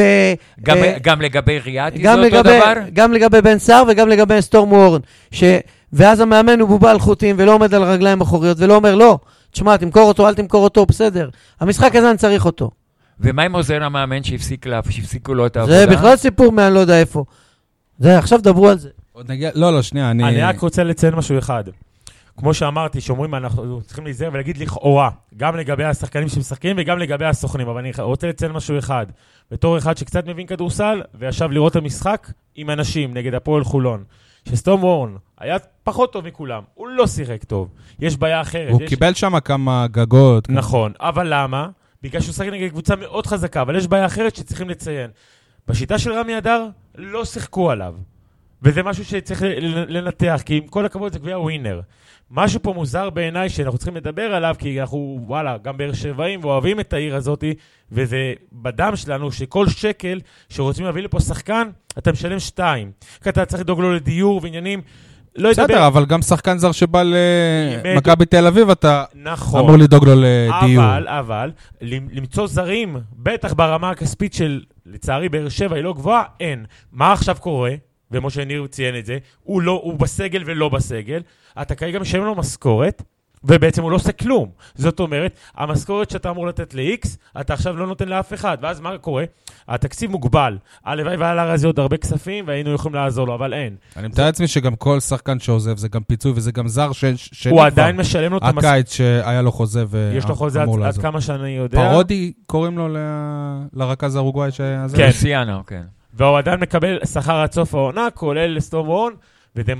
גם לגבי ריאטי זה אותו דבר? גם לגבי בן סער וגם לגבי סטורם וורן. ואז המאמן הוא בובה על חוטים ולא עומד על רגליים אחוריות ולא אומר לא, תשמע, תמכור אותו, אל תמכור אותו, בסדר. המשחק הזה אני צריך אותו. ומה עם עוזר המאמן שהפסיק לה, שהפסיקו לו את העבודה? זה בכלל סיפור מאני לא יודע איפה. זה, עכשיו דברו על זה. עוד נגיע, לא, לא, שנייה, אני... אני רק רוצה לציין משהו אחד. כמו שאמרתי, שאומרים, אנחנו צריכים להיזהר ולהגיד לכאורה, גם לגבי השחקנים שמשחקים וגם לגבי הסוכנים, אבל אני רוצה לציין משהו אחד. בתור אחד שקצת מבין כדורסל, וישב לראות את המשחק עם אנשים נגד הפועל חולון. שסטורם וורן היה פחות טוב מכולם, הוא לא שיחק טוב. יש בעיה אחרת. הוא יש... קיבל שם כמה גגות. נכון, כמה... אבל למה? בגלל שהוא שחק נגד קבוצה מאוד חזקה, אבל יש בעיה אחרת שצריכים לציין. בשיטה של רמי אדר לא שיחקו עליו. וזה משהו שצריך לנתח, כי עם כל הכבוד זה קביעה ווינר. משהו פה מוזר בעיניי שאנחנו צריכים לדבר עליו, כי אנחנו, וואלה, גם באר שבעים ואוהבים את העיר הזאת, וזה בדם שלנו שכל שקל שרוצים להביא לפה שחקן, אתה משלם שתיים. כי אתה צריך לדאוג לו לדיור ועניינים. לא בסדר, ידבר... אבל גם שחקן זר שבא למכבי תל אביב, אתה נכון. אמור לדאוג לו לדיור. אבל, אבל, למצוא זרים, בטח ברמה הכספית של, לצערי, באר שבע היא לא גבוהה, אין. מה עכשיו קורה? ומשה ניר ציין את זה, הוא, לא, הוא בסגל ולא בסגל, אתה כרגע משלם לו משכורת, ובעצם הוא לא עושה כלום. זאת אומרת, המשכורת שאתה אמור לתת ל-X, אתה עכשיו לא נותן לאף אחד, ואז מה קורה? התקציב מוגבל. הלוואי ועל הרזי עוד הרבה כספים, והיינו יכולים לעזור לו, אבל אין. אני מתאר לעצמי שגם כל שחקן שעוזב, זה גם פיצוי וזה גם זר ש... הוא עדיין משלם לו את המשכורת. הקיץ שהיה לו חוזה ואמור לעזור. יש לו חוזה עד, עד כמה שאני יודע. פרודי קוראים לו ל... לרכז האורוגוואי שהיה... כן. סיאנו, כן. והוא עדיין מקבל שכר עד סוף העונה, כולל לסטורם וורן, וזה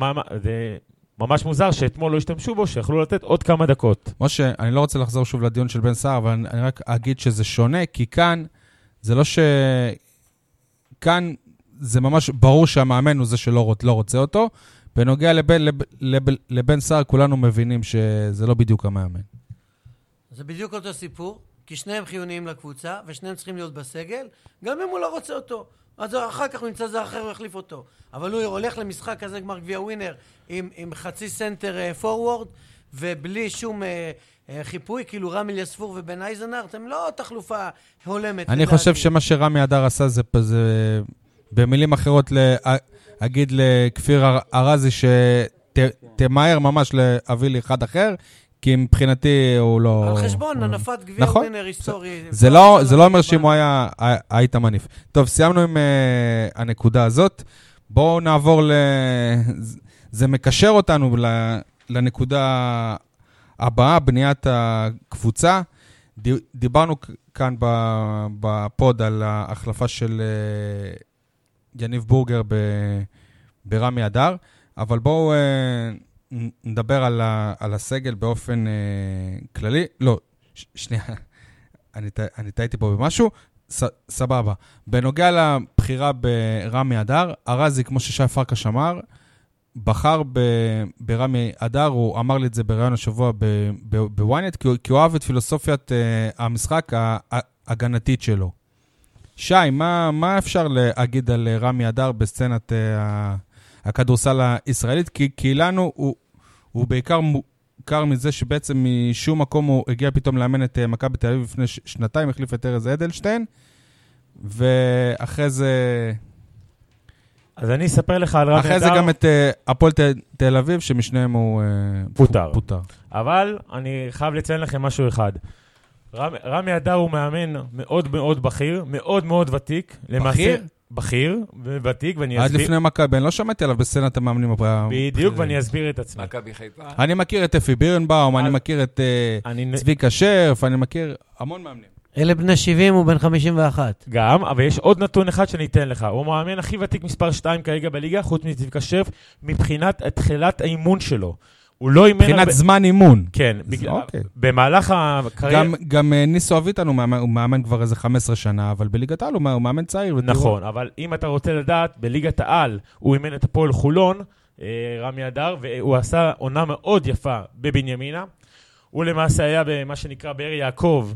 ממש מוזר שאתמול לא השתמשו בו, שיכולו לתת עוד כמה דקות. משה, אני לא רוצה לחזור שוב לדיון של בן סער, אבל אני רק אגיד שזה שונה, כי כאן, זה לא ש... כאן זה ממש ברור שהמאמן הוא זה שלא לא רוצה אותו, בנוגע לבן, לב, לב, לבן סער, כולנו מבינים שזה לא בדיוק המאמן. זה בדיוק אותו סיפור, כי שניהם חיוניים לקבוצה, ושניהם צריכים להיות בסגל, גם אם הוא לא רוצה אותו. אז אחר כך הוא ימצא זה אחר ויחליף אותו. אבל הוא הולך למשחק כזה גמר גביע ווינר, עם, עם חצי סנטר פורוורד, ובלי שום אה, אה, חיפוי, כאילו רמי אליספור ובן אייזנארט, הם לא תחלופה הולמת. אני חושב שמה שרמי אדר עשה זה, זה במילים אחרות להגיד לכפיר ארזי שתמהר ממש להביא לי אחד אחר, כי מבחינתי הוא לא... על חשבון, הנפת גביע נכון. ווינר היסטורי. זה לא, זה לא אומר שאם הוא היה, היית מניף. טוב, סיימנו עם uh, הנקודה הזאת. בואו נעבור ל... זה מקשר אותנו לנקודה הבאה, בניית הקבוצה. דיברנו כאן בפוד על ההחלפה של יניב בורגר ברמי אדר, אבל בואו נדבר על, על הסגל באופן כללי. לא, שנייה, אני, אני טעיתי פה במשהו. ס, סבבה. בנוגע לבחירה ברמי אדר, ארזי, כמו ששי פרקש אמר, בחר ב, ברמי אדר, הוא אמר לי את זה בראיון השבוע בוויינט, כי, כי הוא אוהב את פילוסופיית uh, המשחק ההגנתית שלו. שי, מה, מה אפשר להגיד על רמי אדר בסצנת uh, הכדורסל הישראלית? כי, כי לנו הוא, הוא בעיקר מוכר מזה שבעצם משום מקום הוא הגיע פתאום לאמן את uh, מכבי תל אביב לפני ש- שנתיים, החליף את ארז אדלשטיין, ואחרי זה... אז אני אספר לך על רמי אדר. אחרי זה גם את הפועל תל אביב, שמשניהם הוא פוטר. פוטר. אבל אני חייב לציין לכם משהו אחד. רמי, רמי אדר הוא מאמן מאוד מאוד בכיר, מאוד מאוד ותיק. בכיר? בכיר וותיק, ואני עד אסביר... עד לפני מכבי, אני לא שמעתי עליו בסצנת המאמנים. בדיוק, ואני אסביר את עצמי. מכבי חיפה. אני מכיר את אפי בירנבאום, אני מכיר את צביקה שרף, אני מכיר המון מאמנים. אלה בני שבעים ובן חמישים ואחת. גם, אבל יש עוד נתון אחד שאני אתן לך. הוא המאמן הכי ותיק מספר שתיים כרגע בליגה, חוץ מצביקה שרף, מבחינת תחילת האימון שלו. הוא לא אימן... מבחינת זמן אימון. כן, במהלך הקריירה... גם ניסו אביטן הוא מאמן כבר איזה חמש עשרה שנה, אבל בליגת העל הוא מאמן צעיר. נכון, אבל אם אתה רוצה לדעת, בליגת העל הוא אימן את הפועל חולון, רמי אדר, והוא עשה עונה מאוד יפה בבנימינה. הוא למעשה היה במה שנקרא באר יעקב,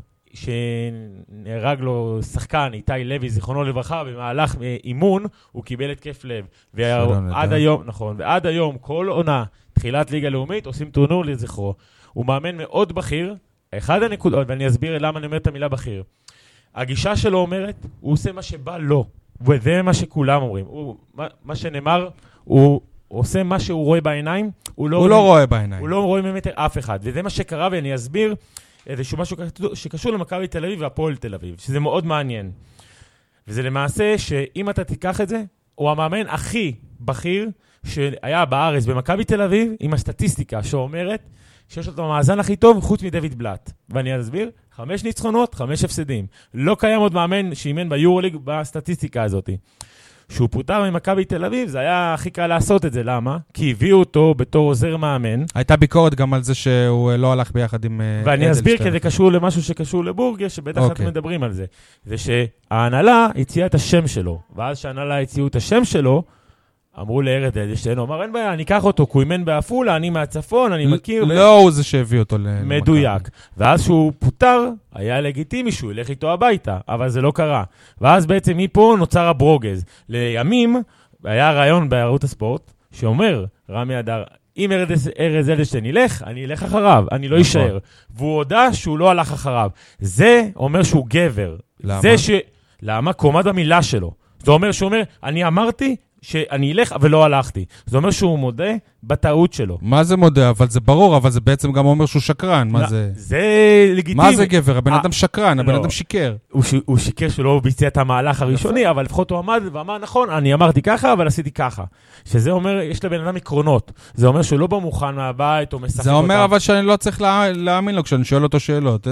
שנהרג לו שחקן, איתי לוי, זיכרונו לברכה, במהלך אימון, הוא קיבל התקף לב. ועד היום, נכון, ועד היום, כל עונה, תחילת ליגה לאומית, עושים טורניר לזכרו. הוא מאמן מאוד בכיר, אחד הנקודות, ואני אסביר למה אני אומר את המילה בכיר. הגישה שלו אומרת, הוא עושה מה שבא לו, וזה מה שכולם אומרים. הוא, מה, מה שנאמר, הוא עושה מה שהוא רואה בעיניים, הוא לא, הוא לא רואה בעיניים. הוא לא רואה באמת אף אחד. וזה מה שקרה, ואני אסביר, איזשהו משהו שקשור למכבי תל אביב והפועל תל אביב, שזה מאוד מעניין. וזה למעשה שאם אתה תיקח את זה, הוא המאמן הכי בכיר שהיה בארץ במכבי תל אביב, עם הסטטיסטיקה שאומרת שיש לו את המאזן הכי טוב חוץ מדויד בלאט. ואני אסביר, חמש ניצחונות, חמש הפסדים. לא קיים עוד מאמן שאימן ביורוליג בסטטיסטיקה הזאת. שהוא פוטר ממכבי תל אביב, זה היה הכי קל לעשות את זה. למה? כי הביאו אותו בתור עוזר מאמן. הייתה ביקורת גם על זה שהוא לא הלך ביחד עם אדלשטיין. ואני אסביר כי זה קשור למשהו שקשור לבורגר, שבטח אתם מדברים על זה. זה שההנהלה הציעה את השם שלו, ואז שההנהלה הציעו את השם שלו, אמרו לארז אדלשטיין, הוא אמר, אין בעיה, אני אקח אותו, כי הוא אימן באפולה, אני מהצפון, אני מכיר. לא הוא זה שהביא אותו למכבי. מדויק. ואז שהוא פוטר, היה לגיטימי שהוא ילך איתו הביתה, אבל זה לא קרה. ואז בעצם מפה נוצר הברוגז. לימים, היה רעיון בערוץ הספורט, שאומר, רמי אדר, אם ארז אדלשטיין ילך, אני אלך אחריו, אני לא אשאר. והוא הודע שהוא לא הלך אחריו. זה אומר שהוא גבר. למה? זה ש... למה? קומד במילה שלו. זה אומר שהוא אומר, אני אמרתי, שאני אלך, אבל לא הלכתי. זה אומר שהוא מודה בטעות שלו. מה זה מודה? אבל זה ברור, אבל זה בעצם גם אומר שהוא שקרן. מה זה? זה לגיטימי. מה זה גבר? הבן אדם שקרן, הבן אדם שיקר. הוא שיקר שלא ביצע את המהלך הראשוני, אבל לפחות הוא עמד ואמר, נכון, אני אמרתי ככה, אבל עשיתי ככה. שזה אומר, יש לבן אדם עקרונות. זה אומר שהוא לא במוכן מהבית, או משחק אותם. זה אומר אבל שאני לא צריך להאמין לו כשאני שואל אותו שאלות.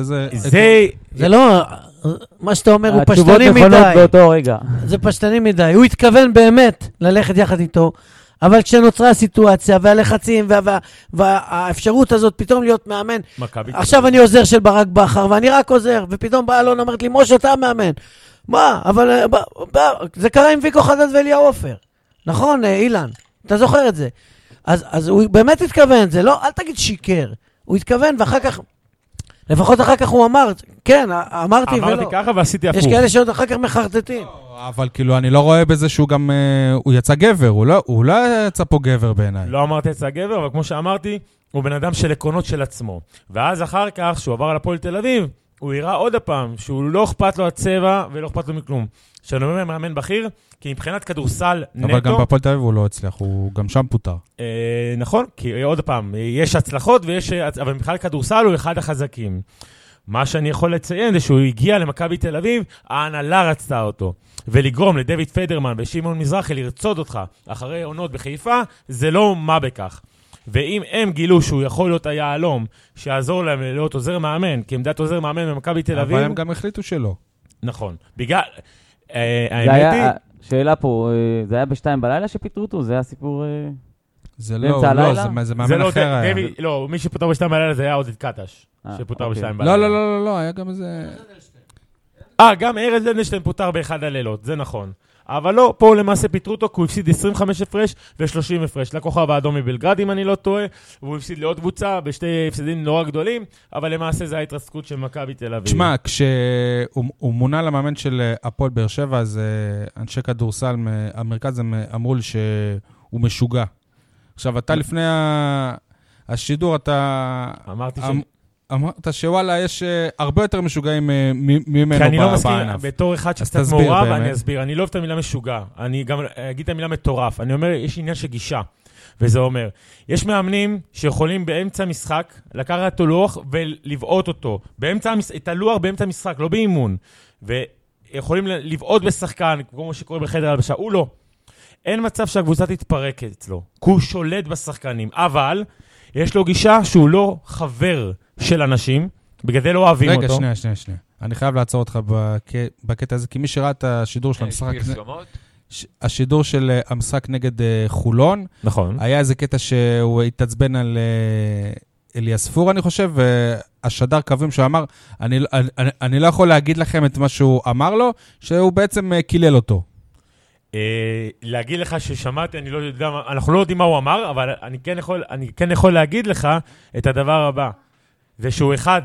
זה לא... מה שאתה אומר הוא פשטני מדי. התשובות נכונות באותו רגע. זה פשטני מדי. הוא התכוון באמת ללכת יחד איתו, אבל כשנוצרה הסיטואציה והלחצים וה, והאפשרות הזאת פתאום להיות מאמן, עכשיו אני עוזר של ברק בכר ואני רק עוזר, ופתאום בא אלון אמרת לי, משה אתה מאמן. מה? אבל בא, בא, זה קרה עם ויקו חדד ואליהו עופר. נכון, אילן? אתה זוכר את זה. אז, אז הוא באמת התכוון, זה לא, אל תגיד שיקר. הוא התכוון ואחר כך לפחות אחר כך הוא אמר, כן, אמרתי ולא. אמרתי ככה ועשיתי הפוך. יש כאלה שעוד אחר כך מחרטטים. אבל כאילו, אני לא רואה בזה שהוא גם, הוא יצא גבר, הוא לא יצא פה גבר בעיניי. לא אמרתי יצא גבר, אבל כמו שאמרתי, הוא בן אדם של עקרונות של עצמו. ואז אחר כך, שהוא עבר על הפועל תל אביב, הוא הראה עוד הפעם שהוא לא אכפת לו הצבע ולא אכפת לו מכלום. שאני אומר מאמן בכיר, כי מבחינת כדורסל נטו... אבל גם בפועל תל אביב הוא לא הצליח, הוא גם שם פוטר. אה, נכון, כי עוד פעם, יש הצלחות, ויש, אבל מבחינת כדורסל הוא אחד החזקים. מה שאני יכול לציין זה שהוא הגיע למכבי תל אביב, ההנהלה רצתה אותו. ולגרום לדויד פדרמן ושמעון מזרחי לרצות אותך אחרי עונות בחיפה, זה לא מה בכך. ואם הם גילו שהוא יכול להיות היעלום, שיעזור להם להיות עוזר מאמן, כי עמדת עוזר מאמן במכבי תל אביב... אבל הם גם החליטו שלא. נכון. בגלל... האמת היא... שאלה פה, זה היה בשתיים בלילה שפיטרו אותו? זה היה סיפור... זה לא, לא, זה מאמן אחר היה. לא, מי שפוטר בשתיים בלילה זה היה עודד קטש, שפוטר בשתיים בלילה. לא, לא, לא, לא, היה גם איזה... אה, גם ארז לנדלשטיין פוטר באחד הלילות, זה נכון. אבל לא, פה למעשה פיטרו אותו, כי הוא הפסיד עשרים וחמש הפרש ו-שלושים הפרש. לכוכב האדום מבלגרד, אם אני לא טועה, והוא הפסיד לעוד קבוצה בשתי הפסדים נורא גדולים, אבל למעשה זה ההתרסקות של מכבי תל אביב. תשמע, כשהוא מונה למאמן של הפועל באר שבע, אז אנשי כדורסל, המרכז, הם אמרו לי שהוא משוגע. עכשיו, אתה לפני השידור, אתה... אמרתי ש... אמרת שוואלה, יש הרבה יותר משוגעים ממנו בענף. כי אני לא מסכים, בתור אחד שקצת מעורב, אני אסביר. אני לא אוהב את המילה משוגע. אני גם אגיד את המילה מטורף. אני אומר, יש עניין של גישה. וזה אומר, יש מאמנים שיכולים באמצע משחק לקחת את הלוח ולבעוט אותו. את הלוח באמצע משחק, לא באימון. ויכולים לבעוט בשחקן, כמו שקורה בחדר הלבשה. הוא לא. אין מצב שהקבוצה תתפרק אצלו. כי הוא שולט בשחקנים. אבל יש לו גישה שהוא לא חבר של אנשים, בגלל זה לא אוהבים אותו. רגע, שנייה, שנייה, שנייה. אני חייב לעצור אותך בקטע הזה, כי מי שראה את השידור של המשחק... השידור של המשחק נגד חולון, נכון. היה איזה קטע שהוא התעצבן על אליספור, אני חושב, והשדר קווים שהוא אמר, אני, אני, אני לא יכול להגיד לכם את מה שהוא אמר לו, שהוא בעצם קילל אותו. להגיד לך ששמעתי, אני לא יודע, אנחנו לא יודעים מה הוא אמר, אבל אני כן יכול, אני כן יכול להגיד לך את הדבר הבא. זה שהוא אחד.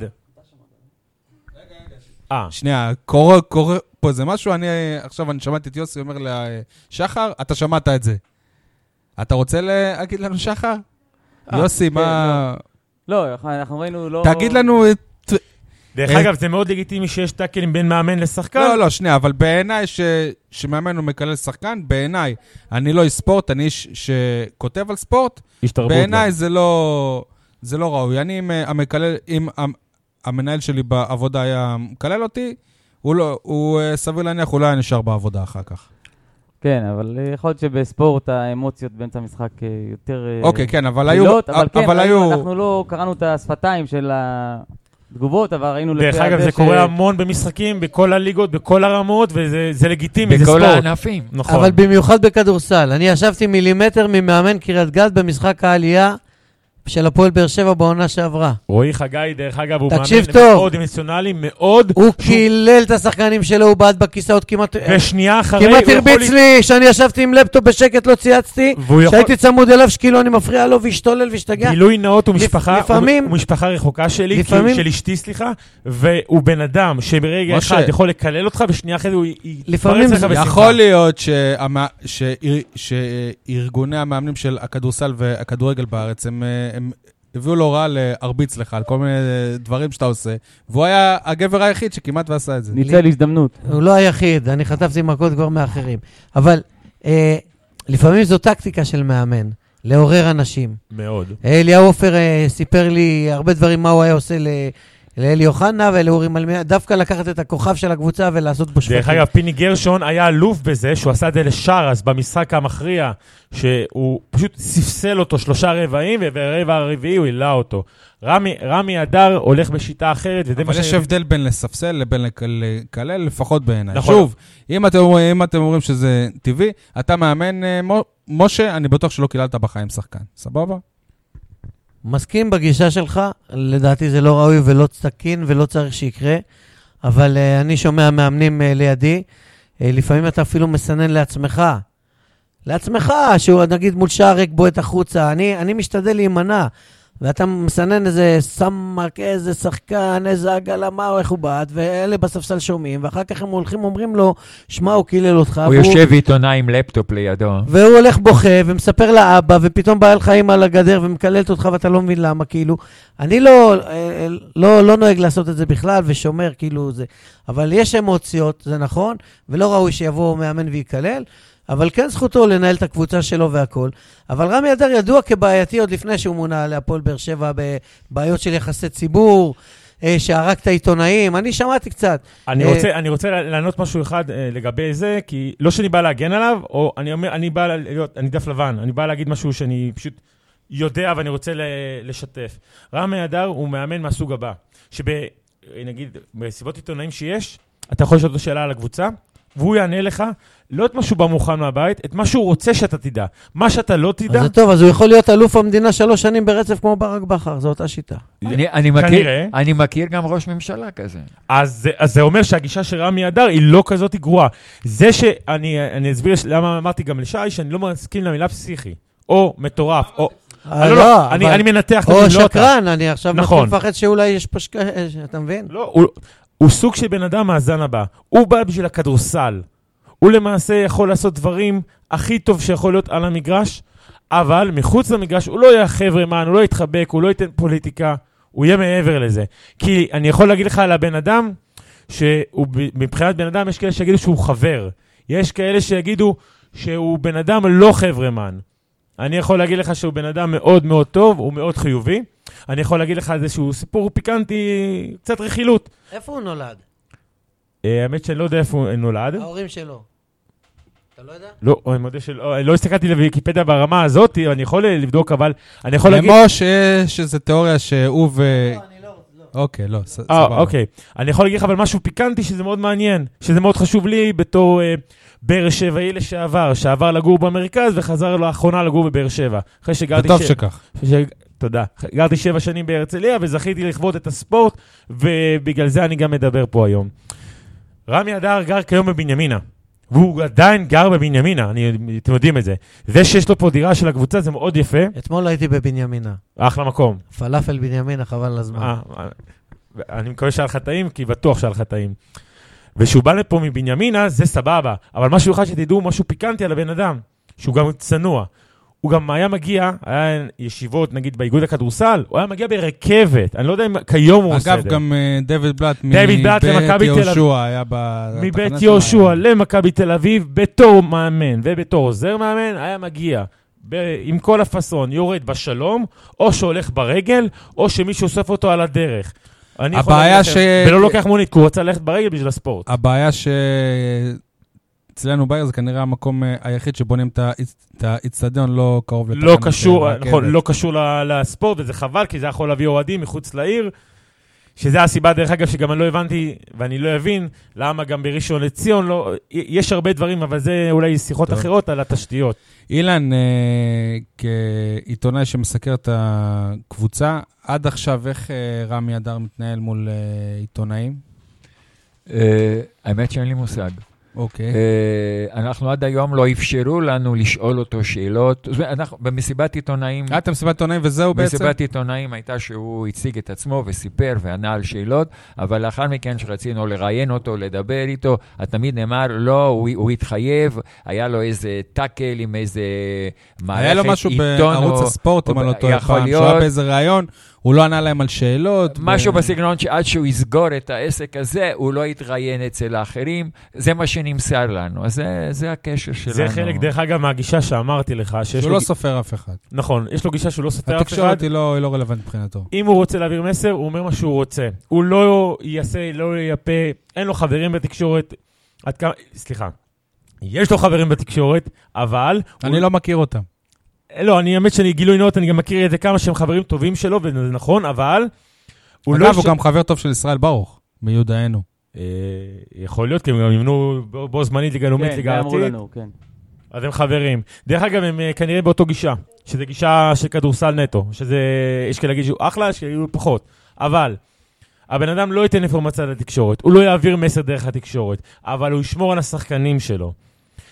אה. שנייה, קורא, קורא פה זה משהו, אני, עכשיו אני שמעתי את יוסי אומר לשחר, אתה שמעת את זה. אתה רוצה להגיד לנו שחר? יוסי, מה... לא, אנחנו ראינו לא... תגיד לנו... דרך אגב, זה מאוד לגיטימי שיש טאקלים בין מאמן לשחקן. לא, לא, שנייה, אבל בעיניי שמאמן הוא מקלל שחקן, בעיניי, אני לא ספורט, אני איש שכותב על ספורט, בעיניי זה לא... זה לא ראוי. אני אם המקלל, אם המנהל שלי בעבודה היה מקלל אותי, הוא, לא, הוא סביר להניח, הוא לא היה נשאר בעבודה אחר כך. כן, אבל יכול להיות שבספורט האמוציות באמצע המשחק יותר... אוקיי, כן, אבל היו... אבל כן, אנחנו לא קראנו את השפתיים של התגובות, אבל ראינו... דרך אגב, זה קורה המון במשחקים, בכל הליגות, בכל הרמות, וזה לגיטימי, זה ספורט. בכל הענפים. נכון. אבל במיוחד בכדורסל. אני ישבתי מילימטר ממאמן קריית גת במשחק העלייה, של הפועל באר שבע בעונה שעברה. רועי חגי, דרך אגב, הוא מאמן מאוד אמוציונלי, מאוד... הוא קילל את השחקנים שלו, הוא בעט בכיסאות כמעט... ושנייה אחרי... כמעט הרביץ לי, שאני ישבתי עם לפטופ בשקט, לא צייצתי, שהייתי צמוד אליו שכאילו אני מפריע לו והשתולל והשתגע. גילוי נאות הוא משפחה רחוקה שלי, של אשתי, סליחה, והוא בן אדם שברגע אחד יכול לקלל אותך, ושנייה אחרי זה הוא יפרץ לך בשמחה. יכול להיות שארגוני המאמנים של הכדורסל והכדורגל בארץ הם הם הביאו לו רע להרביץ לך על כל מיני דברים שאתה עושה, והוא היה הגבר היחיד שכמעט ועשה את זה. ניצל הזדמנות. הוא לא היחיד, אני חטפתי מכות כבר מאחרים. אבל אה, לפעמים זו טקטיקה של מאמן, לעורר אנשים. מאוד. אליהו עופר אה, סיפר לי הרבה דברים מה הוא היה עושה ל... לאלי אוחנה ולאורים אלמיה, דווקא לקחת את הכוכב של הקבוצה ולעשות בו שפטים. דרך אגב, פיני גרשון היה אלוף בזה, שהוא עשה את זה לשרס במשחק המכריע, שהוא פשוט ספסל אותו שלושה רבעים, וברבע הרביעי הוא העלה אותו. רמי, רמי הדר הולך בשיטה אחרת, וזה מה ש... אבל יש הבדל בין לספסל לבין לקלל, לפחות בעיניי. נכון. שוב, אם אתם, אם אתם אומרים שזה טבעי, אתה מאמן, משה, אני בטוח שלא קיללת בחיים שחקן. סבבה? מסכים בגישה שלך, לדעתי זה לא ראוי ולא תקין ולא צריך שיקרה, אבל uh, אני שומע מאמנים uh, לידי, uh, לפעמים אתה אפילו מסנן לעצמך, לעצמך, שהוא נגיד מול שער ריק בועט החוצה, אני, אני משתדל להימנע, ואתה מסנן איזה סמק, איזה שחקן, איזה עגלה, מה או איך הוא בעט, ואלה בספסל שומעים, ואחר כך הם הולכים, אומרים לו, שמע, הוא קילל אותך. הוא יושב עיתונאי עם לפטופ לידו. והוא הולך בוכה, ומספר לאבא, ופתאום בא לך אימא על הגדר, ומקללת אותך, ואתה לא מבין למה, כאילו. אני לא, לא, לא נוהג לעשות את זה בכלל, ושומר, כאילו זה. אבל יש אמוציות, זה נכון, ולא ראוי שיבוא מאמן ויקלל, אבל כן זכותו לנהל את הקבוצה שלו והכל. אבל רמי אדר ידוע כבעייתי עוד לפני שהוא מונה להפועל באר שבע בבעיות של יחסי ציבור, שהרג את העיתונאים. אני שמעתי קצת. אני רוצה, אני רוצה לענות משהו אחד לגבי זה, כי לא שאני בא להגן עליו, או אני אומר, אני בא להיות, אני דף לבן, אני בא להגיד משהו שאני פשוט יודע ואני רוצה לשתף. רמי אדר הוא מאמן מהסוג הבא, שנגיד, בסיבות עיתונאים שיש, אתה יכול לשאול אותו שאלה על הקבוצה, והוא יענה לך, לא את משהו במוכן מהבית, את מה שהוא רוצה שאתה תדע. מה שאתה לא תדע... אז זה טוב, אז הוא יכול להיות אלוף המדינה שלוש שנים ברצף כמו ברק בכר, זו אותה שיטה. אני, אני, מכיר, אני מכיר גם ראש ממשלה כזה. אז, אז זה אומר שהגישה של רמי אדר היא לא כזאת גרועה. זה שאני אני אסביר למה אמרתי גם לשי, שאני לא מסכים למילה פסיכי, או מטורף, או... לא, לא, אני, אני מנתח... או שקרן, אני עכשיו מתחיל לפחד שאולי יש פה שקרן, אתה מבין? לא, הוא... הוא סוג של בן אדם מהזן הבא. הוא בא בשביל הכדורסל. הוא למעשה יכול לעשות דברים הכי טוב שיכול להיות על המגרש, אבל מחוץ למגרש הוא לא יהיה חברמן, הוא לא יתחבק, הוא לא ייתן פוליטיקה, הוא יהיה מעבר לזה. כי אני יכול להגיד לך על הבן אדם, שמבחינת בן אדם יש כאלה שיגידו שהוא חבר. יש כאלה שיגידו שהוא בן אדם לא חברמן. אני יכול להגיד לך שהוא בן אדם מאוד מאוד טוב, הוא מאוד חיובי. אני יכול להגיד לך איזשהו סיפור פיקנטי, קצת רכילות. איפה הוא נולד? האמת שאני לא יודע איפה הוא נולד. ההורים שלו. אתה לא יודע? לא, אני מודה שלא, לא הסתכלתי לוויקיפדיה ברמה הזאת, אני יכול לבדוק, אבל אני יכול להגיד... למוש, שזה תיאוריה שהוא ו... לא, אני לא, לא. אוקיי, לא, סבבה. אוקיי. אני יכול להגיד לך אבל משהו פיקנטי שזה מאוד מעניין, שזה מאוד חשוב לי בתור באר שבעי לשעבר, שעבר לגור במרכז וחזר לאחרונה לגור בבאר שבע. אחרי שגרתי... וטוב שכך. תודה. גרתי שבע שנים בהרצליה וזכיתי לכבוד את הספורט, ובגלל זה אני גם מדבר פה היום. רמי אדר גר כיום בבנימינה, והוא עדיין גר בבנימינה, אני, אתם יודעים את זה. זה שיש לו פה דירה של הקבוצה זה מאוד יפה. אתמול הייתי בבנימינה. אחלה מקום. פלאפל בנימינה, חבל לזמן. אה, אני מקווה שהיה לך טעים, כי בטוח שהיה לך טעים. ושהוא בא לפה מבנימינה, זה סבבה. אבל משהו אחד שתדעו, משהו פיקנטי על הבן אדם, שהוא גם צנוע. הוא גם היה מגיע, היה ישיבות, נגיד, באיגוד הכדורסל, הוא היה מגיע ברכבת. אני לא יודע אם כיום הוא עושה את זה. אגב, גם דיוויד בלאט מבית יהושע היה בתחנת... מבית יהושע למכבי תל אביב, בתור מאמן ובתור עוזר מאמן, היה מגיע עם כל הפסון, יורד בשלום, או שהולך ברגל, או שמישהו אוסף אותו על הדרך. הבעיה ש... ולא לוקח מונית, כי הוא רוצה ללכת ברגל בשביל הספורט. הבעיה ש... אצלנו בעיר זה כנראה המקום היחיד שבונים את האצטדיון לא קרוב לתחנת לא קשור, נכון, לא קשור לספורט, וזה חבל, כי זה יכול להביא אוהדים מחוץ לעיר, שזה הסיבה, דרך אגב, שגם אני לא הבנתי, ואני לא אבין, למה גם בראשון לציון, לא, יש הרבה דברים, אבל זה אולי שיחות טוב. אחרות על התשתיות. אילן, אה, כעיתונאי שמסקר את הקבוצה, עד עכשיו איך אה, רמי אדר מתנהל מול אה, עיתונאים? אה, האמת שאין לי מושג. אוקיי. אנחנו עד היום לא אפשרו לנו לשאול אותו שאלות. אנחנו במסיבת עיתונאים... אה, אתם מסיבת עיתונאים וזהו בעצם? מסיבת עיתונאים הייתה שהוא הציג את עצמו וסיפר וענה על שאלות, אבל לאחר מכן שרצינו לראיין אותו, לדבר איתו, תמיד נאמר, לא, הוא, הוא התחייב, היה לו איזה טאקל עם איזה מערכת עיתון. היה לו משהו בערוץ הספורט, אם אני לא טועה פעם, שהוא היה באיזה ראיון, הוא לא ענה להם על שאלות. משהו ו... בסגנון שעד שהוא יסגור את העסק הזה, הוא לא יתראיין אצל האחרים. זה מה שנמסר לנו. אז זה, זה הקשר שלנו. זה חלק, דרך אגב, מהגישה שאמרתי לך. שהוא לא לו... סופר אף אחד. נכון, יש לו גישה שהוא לא סופר אף אחד. התקשורת היא לא, היא לא רלוונט מבחינתו. אם הוא רוצה להעביר מסר, הוא אומר מה שהוא רוצה. הוא לא יעשה, לא ייפה, אין לו חברים בתקשורת. עד כמה... סליחה. יש לו חברים בתקשורת, אבל... אני הוא... לא מכיר אותם. לא, אני האמת שאני גילוי נאות, אני גם מכיר את זה כמה שהם חברים טובים שלו, וזה נכון, אבל... אגב, לא הוא ש... גם חבר טוב של ישראל ברוך, מיודענו. אה, יכול להיות, כי הם גם ימנו בו זמנית ליגה לאומית, כן, ליגה ארצית. לנו, כן. אז הם חברים. דרך אגב, הם כנראה באותו גישה, שזה גישה של כדורסל נטו, שזה, יש כאלה להגיד שהוא אחלה, יש כאלה פחות. אבל, הבן אדם לא ייתן אינפורמציה לתקשורת, הוא לא יעביר מסר דרך התקשורת, אבל הוא ישמור על השחקנים שלו.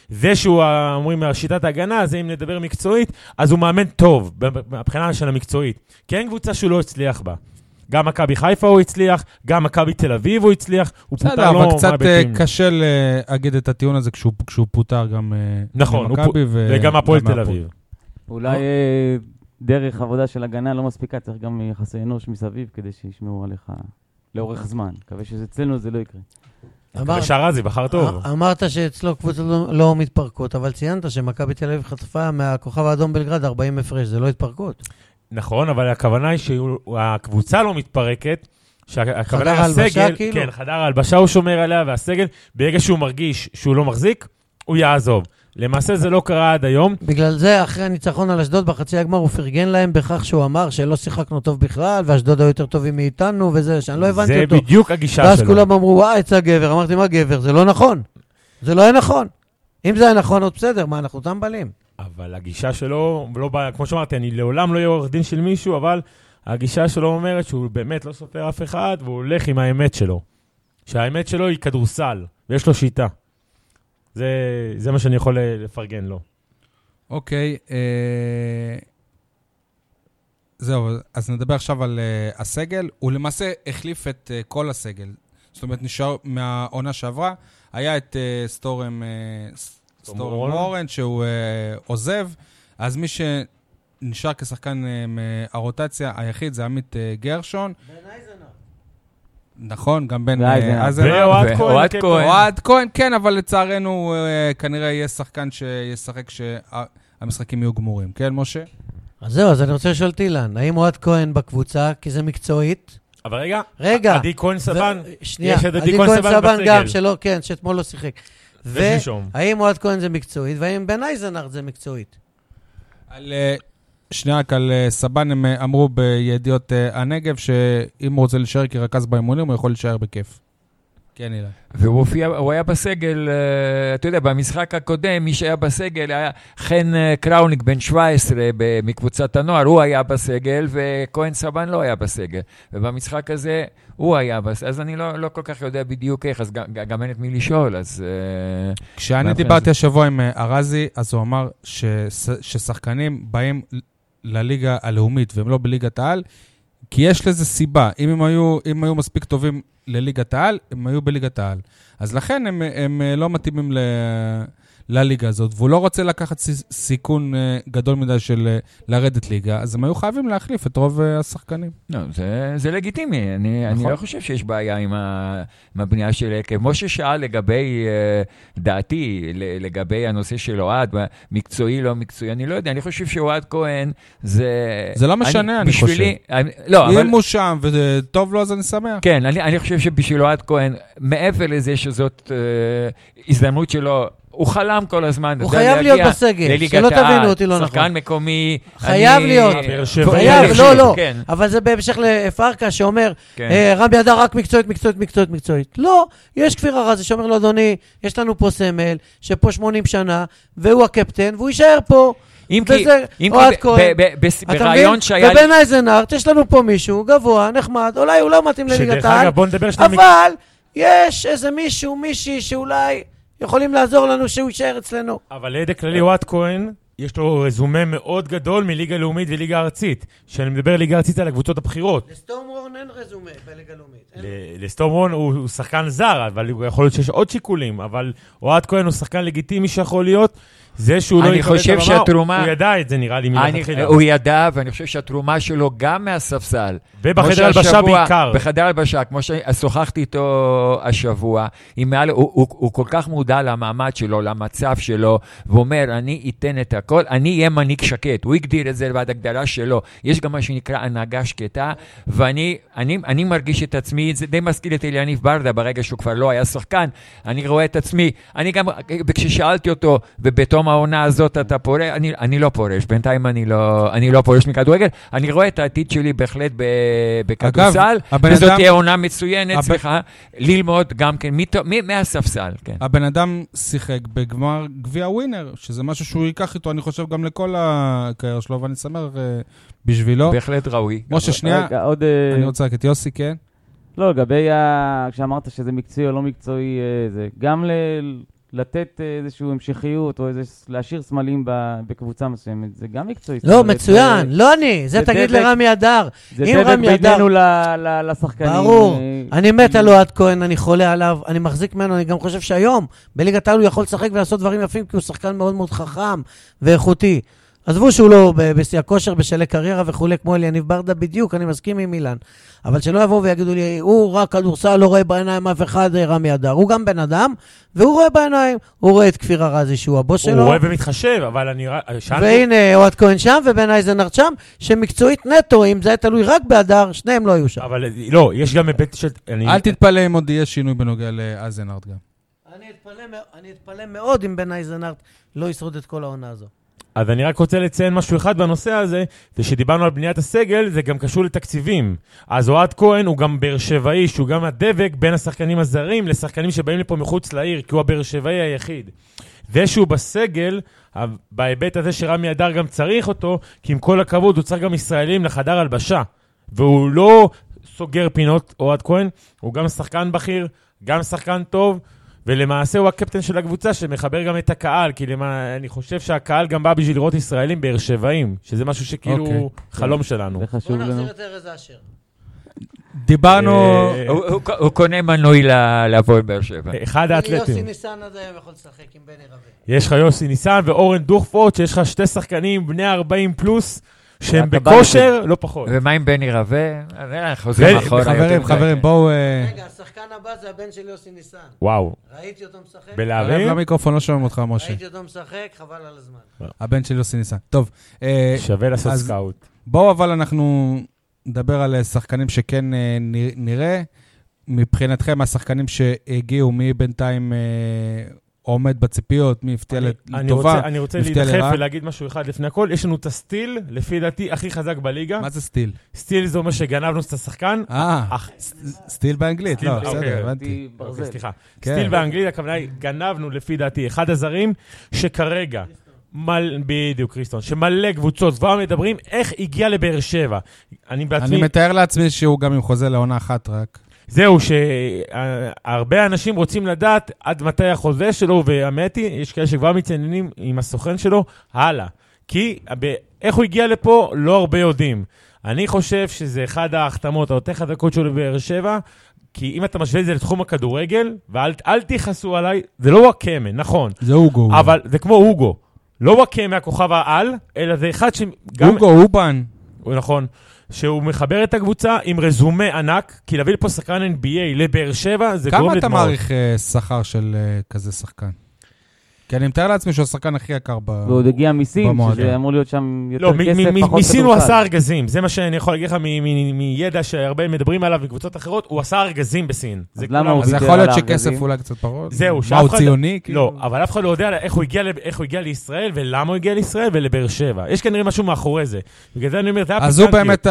זה שהוא, אומרים, מהשיטת ההגנה, זה אם נדבר מקצועית, אז הוא מאמן טוב, מבחינה של המקצועית. כי אין קבוצה שהוא לא הצליח בה. גם מכבי חיפה הוא הצליח, גם מכבי תל אביב הוא הצליח, הוא פוטר לו... אבל קצת קשה להגיד את הטיעון הזה כשהוא, כשהוא פוטר גם נכון, מכבי ו... וגם הפועל תל אביב. אולי דרך עבודה של הגנה לא מספיקה, צריך גם יחסי אנוש מסביב כדי שישמעו עליך לאורך זמן. מקווה שאצלנו זה לא יקרה. ושרזי, בחר טוב. אמרת שאצלו קבוצות לא מתפרקות, אבל ציינת שמכבי תל אביב חטפה מהכוכב האדום בלגרד ארבעים הפרש, זה לא התפרקות. נכון, אבל הכוונה היא שהקבוצה לא מתפרקת, שהכוונה הסגל, כן, חדר ההלבשה הוא שומר עליה, והסגל, ברגע שהוא מרגיש שהוא לא מחזיק, הוא יעזוב. למעשה זה לא קרה עד היום. בגלל זה, אחרי הניצחון על אשדוד בחצי הגמר, הוא פרגן להם בכך שהוא אמר שלא שיחקנו טוב בכלל, ואשדוד היו יותר טובים מאיתנו, וזה, שאני לא הבנתי אותו. זה בדיוק הגישה שלו. ואז כולם אמרו, וואי, יצא גבר. אמרתי, מה גבר? זה לא נכון. זה לא היה נכון. אם זה היה נכון, עוד בסדר, מה, אנחנו טמבלים. אבל הגישה שלו, לא בא, כמו שאמרתי, אני לעולם לא אהיה עורך דין של מישהו, אבל הגישה שלו אומרת שהוא באמת לא סופר אף אחד, והוא הולך עם האמת שלו. שהאמת שלו היא כדורסל, ויש לו שיטה. זה, זה מה שאני יכול לפרגן לו. אוקיי, אה... זהו, אז נדבר עכשיו על uh, הסגל. הוא למעשה החליף את uh, כל הסגל. זאת אומרת, נשאר מהעונה שעברה, היה את uh, סטורם... Uh, סטורם מורן, שהוא uh, עוזב, אז מי שנשאר כשחקן uh, מהרוטציה היחיד זה עמית uh, גרשון. בן אייזנר. נכון, גם בן אייזנר. ואוהד כהן. אוהד כהן, כן, אבל לצערנו uh, כנראה יהיה שחקן שישחק שהמשחקים יהיו גמורים. כן, משה? אז זהו, אז אני רוצה לשאול תילן, האם אוהד כהן בקבוצה, כי זה מקצועית? אבל רגע, רגע. עדי כהן סבן. שנייה, עדי כהן סבן גם, שלא, כן, שאתמול לא שיחק. והאם אוהד כהן זה מקצועית, והאם בן אייזנר זה מקצועית? על, שנייה, על סבן הם אמרו בידיעות הנגב, שאם הוא רוצה להישאר כרכז באימונים, הוא יכול להישאר בכיף. כן, אילה. והוא הופיע, הוא היה בסגל, אתה יודע, במשחק הקודם, מי שהיה בסגל היה חן קראוניק, בן שבע עשרה, מקבוצת הנוער, הוא היה בסגל, וכהן סבן לא היה בסגל. ובמשחק הזה, הוא היה בסגל. אז אני לא, לא כל כך יודע בדיוק איך, אז גם, גם אין את מי לשאול, אז... כשאני דיברתי השבוע עם ארזי, אז הוא אמר ש, ששחקנים באים לליגה הלאומית, והם לא בליגת העל, כי יש לזה סיבה. אם הם היו, אם היו מספיק טובים לליגת העל, הם היו בליגת העל. אז לכן הם, הם לא מתאימים ל, לליגה הזאת, והוא לא רוצה לקחת סיכון גדול מדי של לרדת ליגה, אז הם היו חייבים להחליף את רוב השחקנים. לא, זה, זה לגיטימי. אני, נכון. אני לא חושב שיש בעיה עם, ה, עם הבנייה של הרכב. משה שאל לגבי uh, דעתי, לגבי הנושא של אוהד, מקצועי, לא מקצועי, אני לא יודע, אני חושב שאוהד כהן זה... זה לא משנה, אני, אני בשבילי, חושב. אני, לא, אם אבל... הוא שם וטוב לו, אז אני שמח. כן, אני, אני חושב שבשביל אוהד כהן, מעבר לזה שזאת uh, הזדמנות שלו, הוא חלם כל הזמן. הוא חייב להיות בסגל, שלא תבינו אותי לא נכון. שחקן מקומי. חייב להיות. חייב, לא, לא. אבל זה בהמשך לפרקה שאומר, רמי אדר רק מקצועית, מקצועית, מקצועית, מקצועית. לא, יש כפיר ארזי שאומר לו, אדוני, יש לנו פה סמל, שפה שמונים שנה, והוא הקפטן, והוא יישאר פה. אם כי, אוהד כהן, ברעיון שהיה... ובן אייזנארט, יש לנו פה מישהו גבוה, נחמד, אולי הוא לא מתאים לליגת העל, אבל יש איזה מישהו, מישהי שאולי יכולים לעזור לנו שהוא יישאר אצלנו. אבל לידי כללי אוהד כהן, יש לו רזומה מאוד גדול מליגה לאומית וליגה ארצית. שאני מדבר ליגה ארצית על הקבוצות הבחירות. לסטורמורן אין רזומה בליגה לאומית. לסטורמורן הוא שחקן זר, אבל יכול להיות שיש עוד שיקולים, אבל אוהד כהן הוא שחקן לגיטימי שיכול להיות. זה שהוא לא יקבל את הבמה, הוא ידע את זה נראה לי מלכתחילה. הוא ידע, ואני חושב שהתרומה שלו גם מהספסל. ובחדר הלבשה בעיקר. בחדר הלבשה, כמו ששוחחתי איתו השבוע, הוא כל כך מודע למעמד שלו, למצב שלו, ואומר, אני אתן את הכל, אני אהיה מנהיג שקט. הוא הגדיר את זה לבד הגדרה שלו. יש גם מה שנקרא הנהגה שקטה, ואני מרגיש את עצמי, זה די מזכיר את אליניב ברדה, ברגע שהוא כבר לא היה שחקן, אני רואה את עצמי, אני גם, כששאלתי אותו, ובתום העונה הזאת אתה פורש, אני, אני לא פורש, בינתיים אני לא, אני לא פורש מכדורגל, אני רואה את העתיד שלי בהחלט בכדורסל, וזאת תהיה עונה מצוינת, סליחה, ללמוד גם כן, מהספסל, כן. הבן אדם שיחק בגמר גביע ווינר, שזה משהו שהוא ייקח איתו, אני חושב גם לכל הקרייר שלו, ואני שמח בשבילו. בהחלט ראוי. משה, שנייה, אני רוצה רק את יוסי, כן? לא, לגבי, כשאמרת שזה מקצועי או לא מקצועי, זה גם ל... לתת איזושהי המשכיות, או להשאיר סמלים בקבוצה מסוימת, זה גם מקצועית. לא, מצוין, לא אני, זה תגיד לרמי אדר. זה דבק בינינו לשחקנים. ברור, אני מת על אוהד כהן, אני חולה עליו, אני מחזיק ממנו, אני גם חושב שהיום, בליגת העל הוא יכול לשחק ולעשות דברים יפים, כי הוא שחקן מאוד מאוד חכם ואיכותי. עזבו שהוא לא בשיא הכושר, בשלי קריירה וכו', כמו אליניב ברדה בדיוק, אני מסכים עם אילן. אבל שלא יבואו ויגידו לי, הוא רק כדורסל, לא רואה בעיניים אף אחד, רמי אדר. הוא גם בן אדם, והוא רואה בעיניים, הוא רואה את כפיר ארזי שהוא הבוס שלו. הוא רואה ומתחשב, אבל אני... והנה, אוהד כהן שם, ובן אייזנארט שם, שמקצועית נטו, אם זה היה תלוי רק באדר, שניהם לא היו שם. אבל לא, יש גם היבט של... אל תתפלא אם עוד יהיה שינוי בנוגע לאייזנארט גם. אני אתפלא מאוד אם בן אייזנארט לא ישרוד את כל העונה הזו. אז אני רק רוצה לציין משהו אחד בנושא הזה, זה שדיברנו על בניית הסגל, זה גם קשור לתקציבים. אז אוהד כהן הוא גם באר שבעי, שהוא גם הדבק בין השחקנים הזרים לשחקנים שבאים לפה מחוץ לעיר, כי הוא הבאר שבעי היחיד. זה שהוא בסגל, בהיבט הזה שרמי אדר גם צריך אותו, כי עם כל הכבוד הוא צריך גם ישראלים לחדר הלבשה. והוא לא סוגר פינות, אוהד כהן, הוא גם שחקן בכיר, גם שחקן טוב, ולמעשה הוא הקפטן של הקבוצה שמחבר גם את הקהל, כי למה, אני חושב שהקהל גם בא בשביל לראות ישראלים באר שבעים, שזה משהו שכאילו okay. חלום okay. שלנו. בוא נחזיר את ארז אשר. דיברנו... הוא קונה מנוי להפועל באר שבע. אחד האתלטים. יוסי ניסן עד היום יכול לשחק עם בני רווה. יש לך יוסי ניסן ואורן דוכפורט, שיש לך שתי שחקנים בני ארבעים פלוס, שהם בכושר, לא פחות. ומה עם בני רווה? חוזרים אחורה. חברים, חברים, בואו... רגע, השחקן הבא זה הבן של יוסי ניסן. וואו. ראיתי אותו משחק. בלהבים? למיקרופון, לא שומעים אותך, משה. ראיתי אותו משחק, חבל על הזמן. הבן של יוסי ניסן. טוב. שווה לעשות סקאוט. בואו אבל אנחנו נדבר על שחקנים שכן נראה. מבחינתכם, השחקנים שהגיעו, מי בינתיים... עומד בציפיות, מי הפתיע לטובה, אני רוצה להידחף ולהגיד משהו אחד לפני הכל. יש לנו את הסטיל, לפי דעתי, הכי חזק בליגה. מה זה סטיל? סטיל זה אומר שגנבנו את השחקן. אה, סטיל באנגלית, לא, בסדר, הבנתי. סליחה. סטיל באנגלית, הכוונה היא, גנבנו לפי דעתי, אחד הזרים שכרגע, בדיוק, קריסטון, שמלא קבוצות כבר מדברים איך הגיע לבאר שבע. אני בעצמי... אני מתאר לעצמי שהוא גם עם חוזה לעונה אחת רק. זהו, שהרבה אנשים רוצים לדעת עד מתי החוזה שלו, והאמת היא, יש כאלה שכבר מציינים עם הסוכן שלו, הלאה. כי איך הוא הגיע לפה, לא הרבה יודעים. אני חושב שזה אחד ההחתמות, היותר חזקות שלו בבאר שבע, כי אם אתה משווה את זה לתחום הכדורגל, ואל תיחסו עליי, זה לא וואקמה, נכון. זה אוגו. אבל זה כמו אוגו. לא וואקמה הכוכב העל, אלא זה אחד שגם... אוגו, אובן. נכון. שהוא מחבר את הקבוצה עם רזומה ענק, כי להביא לפה שחקן אן בי איי לבאר שבע, זה גורם לדמעות. כמה אתה מעריך שכר של כזה שחקן? כי אני מתאר לעצמי שהוא השחקן הכי יקר במועדון. והוא הגיע מיסים, שזה אמור להיות שם יותר כסף, פחות כדורסל. לא, מיסינו עשה ארגזים, זה מה שאני יכול להגיד לך מידע שהרבה מדברים עליו בקבוצות אחרות, הוא עשה ארגזים בסין. אז למה הוא ויתר על הארגזים? אז יכול להיות שכסף אולי קצת פחות. זהו, מה הוא ציוני? לא, אבל אף אחד לא יודע איך הוא הגיע לישראל, ולמה הוא הגיע לישראל ולבאר שבע. יש כנראה משהו מאחורי זה. בגלל זה אני אומר, זה היה אז הוא באמת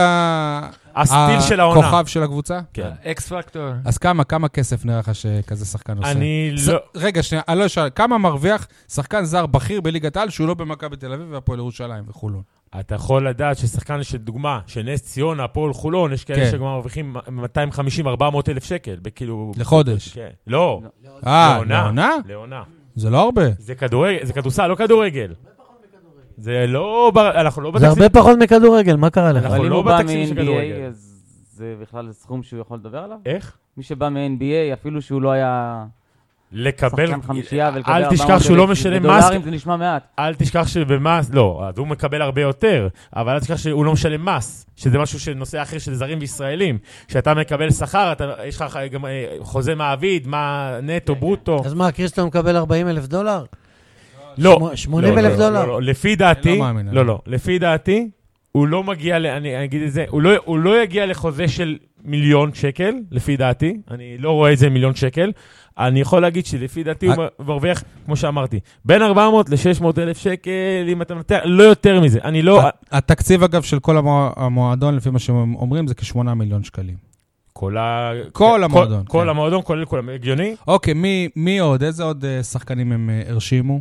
הסטיל של העונה. הכוכב של הקבוצה? כן. אקס פקטור. אז כמה, כמה כסף נראה לך שכזה שחקן עושה? אני לא... רגע, שנייה, אני לא אשאל, כמה מרוויח שחקן זר בכיר בליגת העל שהוא לא במכבי תל אביב והפועל ירושלים וחולון? אתה יכול לדעת ששחקן של דוגמה, שנס ציונה, הפועל חולון, יש כאלה שגם מרוויחים מאתיים וחמישים עד ארבע מאות אלף שקל, בכאילו... לחודש? כן. לא. אה, לעונה? לעונה. זה לא הרבה. זה כדורגל, זה כדורסל, לא כדורגל. זה לא... אנחנו לא... זה הרבה פחות מכדורגל, מה קרה לך? אנחנו לא בתקציב של כדורגל. זה בכלל סכום שהוא יכול לדבר עליו? איך? מי שבא מ-אן בי איי, אפילו שהוא לא היה... לקבל... שחקן חמישייה ולקבל אל תשכח שהוא לא משלם מס... בדולרים זה נשמע מעט. אל תשכח שבמס... לא, אז הוא מקבל הרבה יותר, אבל אל תשכח שהוא לא משלם מס, שזה משהו שנושא אחר של זרים וישראלים. כשאתה מקבל שכר, יש לך גם חוזה מעביד, מה נטו, ברוטו. אז מה, קריסטון מקבל ארבעים אלף דולר? לא. שמונים אלף דולר? לפי דעתי... לא, לא. לפי דעתי... הוא לא מגיע, אני אגיד את זה, הוא לא, הוא לא יגיע לחוזה של מיליון שקל, לפי דעתי, אני לא רואה את זה מיליון שקל, אני יכול להגיד שלפי דעתי הוא מרוויח, כמו שאמרתי, בין ארבע מאות ל-שש מאות אלף שקל, אם אתה מנתח, לא יותר מזה, אני לא... התקציב אגב של כל המועדון, לפי מה שהם אומרים, זה כשמונה מיליון שקלים. כל ה... כל המועדון. כל המועדון, כולל כל הגיוני. אוקיי, מי עוד? איזה עוד שחקנים הם הרשימו?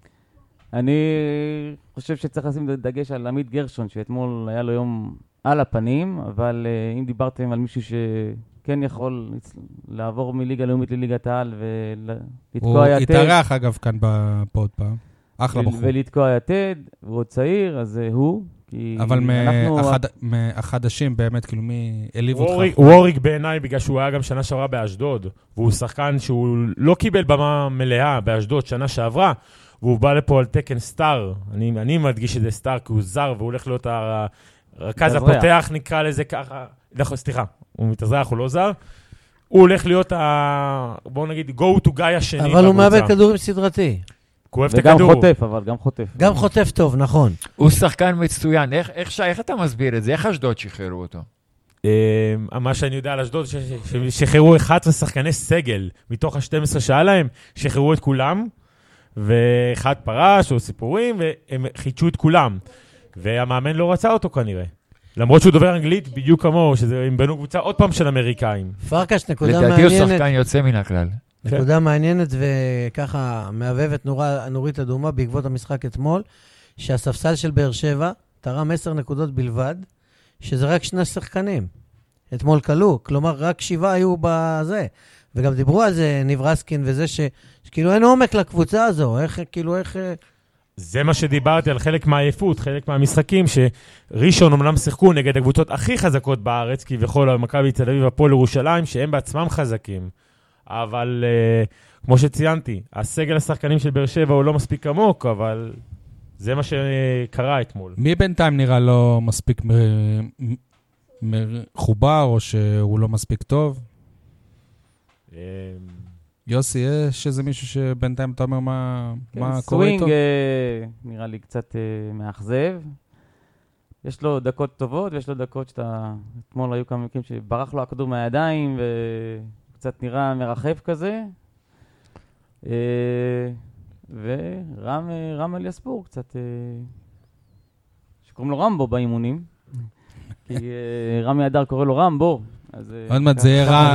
אני חושב שצריך לשים דגש על עמית גרשון, שאתמול היה לו יום על הפנים, אבל uh, אם דיברתם על מישהו כן יכול לעבור מליגה לאומית לליגת העל ולתקוע יתד. הוא התארח אגב כאן בפוד פעם. אחלה בחור. ולתקוע יתד, והוא עוד צעיר, אז הוא. אבל מהחדשים באמת, כאילו מי העליב אותך? ווריק בעיניי, בגלל שהוא היה גם שנה שעברה באשדוד, והוא שחקן שהוא לא קיבל במה מלאה באשדוד שנה שעברה, והוא בא לפה על תקן סטאר. אני מדגיש את זה סטאר, כי הוא זר, והוא הולך להיות הרכז הפותח, נקרא לזה ככה. סליחה, הוא מתאזרח, הוא לא זר. הוא הולך להיות, בואו נגיד, go to guy השני. אבל הוא מאבד כדורים סדרתי. וגם חוטף, אבל גם חוטף. גם חוטף טוב, נכון. הוא שחקן מצוין. איך אתה מסביר את זה? איך אשדוד שחררו אותו? מה שאני יודע על אשדוד, שחררו אחד עשר שחקני סגל, מתוך ה-שתים עשרה שעה להם, שחררו את כולם, ואחד פרש או סיפורים, והם חידשו את כולם. והמאמן לא רצה אותו כנראה. למרות שהוא דובר אנגלית בדיוק כמוהו, שזה הם בנו קבוצה עוד פעם של אמריקאים. פרקש, נקודה מעניינת. לדעתי הוא שחקן יוצא מן הכלל. נקודה מעניינת וככה מעבבת נורית אדומה בעקבות המשחק אתמול, שהספסל של באר שבע תרם עשר נקודות בלבד, שזה רק שני שחקנים. אתמול קלו, כלומר רק שבעה היו בזה. וגם דיברו על זה ניב רסקין וזה ש, שכאילו אין עומק לקבוצה הזו, איך כאילו איך... זה מה שדיברתי על חלק מהעייפות, חלק מהמשחקים, שראשון אומנם שיחקו נגד הקבוצות הכי חזקות בארץ, כי בכל מכבי תל אביב והפועל ירושלים, שהם בעצמם חזקים. אבל uh, כמו שציינתי, הסגל השחקנים של באר שבע הוא לא מספיק עמוק, אבל זה מה שקרה אתמול. מי בינתיים נראה לא מספיק מחובר, או שהוא לא מספיק טוב? יוסי, יש איזה מישהו שבינתיים אתה אומר מה, כן, מה קורה איתו? סווינג נראה לי קצת uh, מאכזב. יש לו דקות טובות, ויש לו דקות שאתה... אתמול היו כמה מקרים שברח לו הכדור מהידיים, וקצת נראה מרחב כזה. Uh, ורם רם אליספור, קצת... Uh, שקוראים לו רמבו באימונים. כי uh, רמי אדר קורא לו רמבו. עוד מעט זה יהיה רע...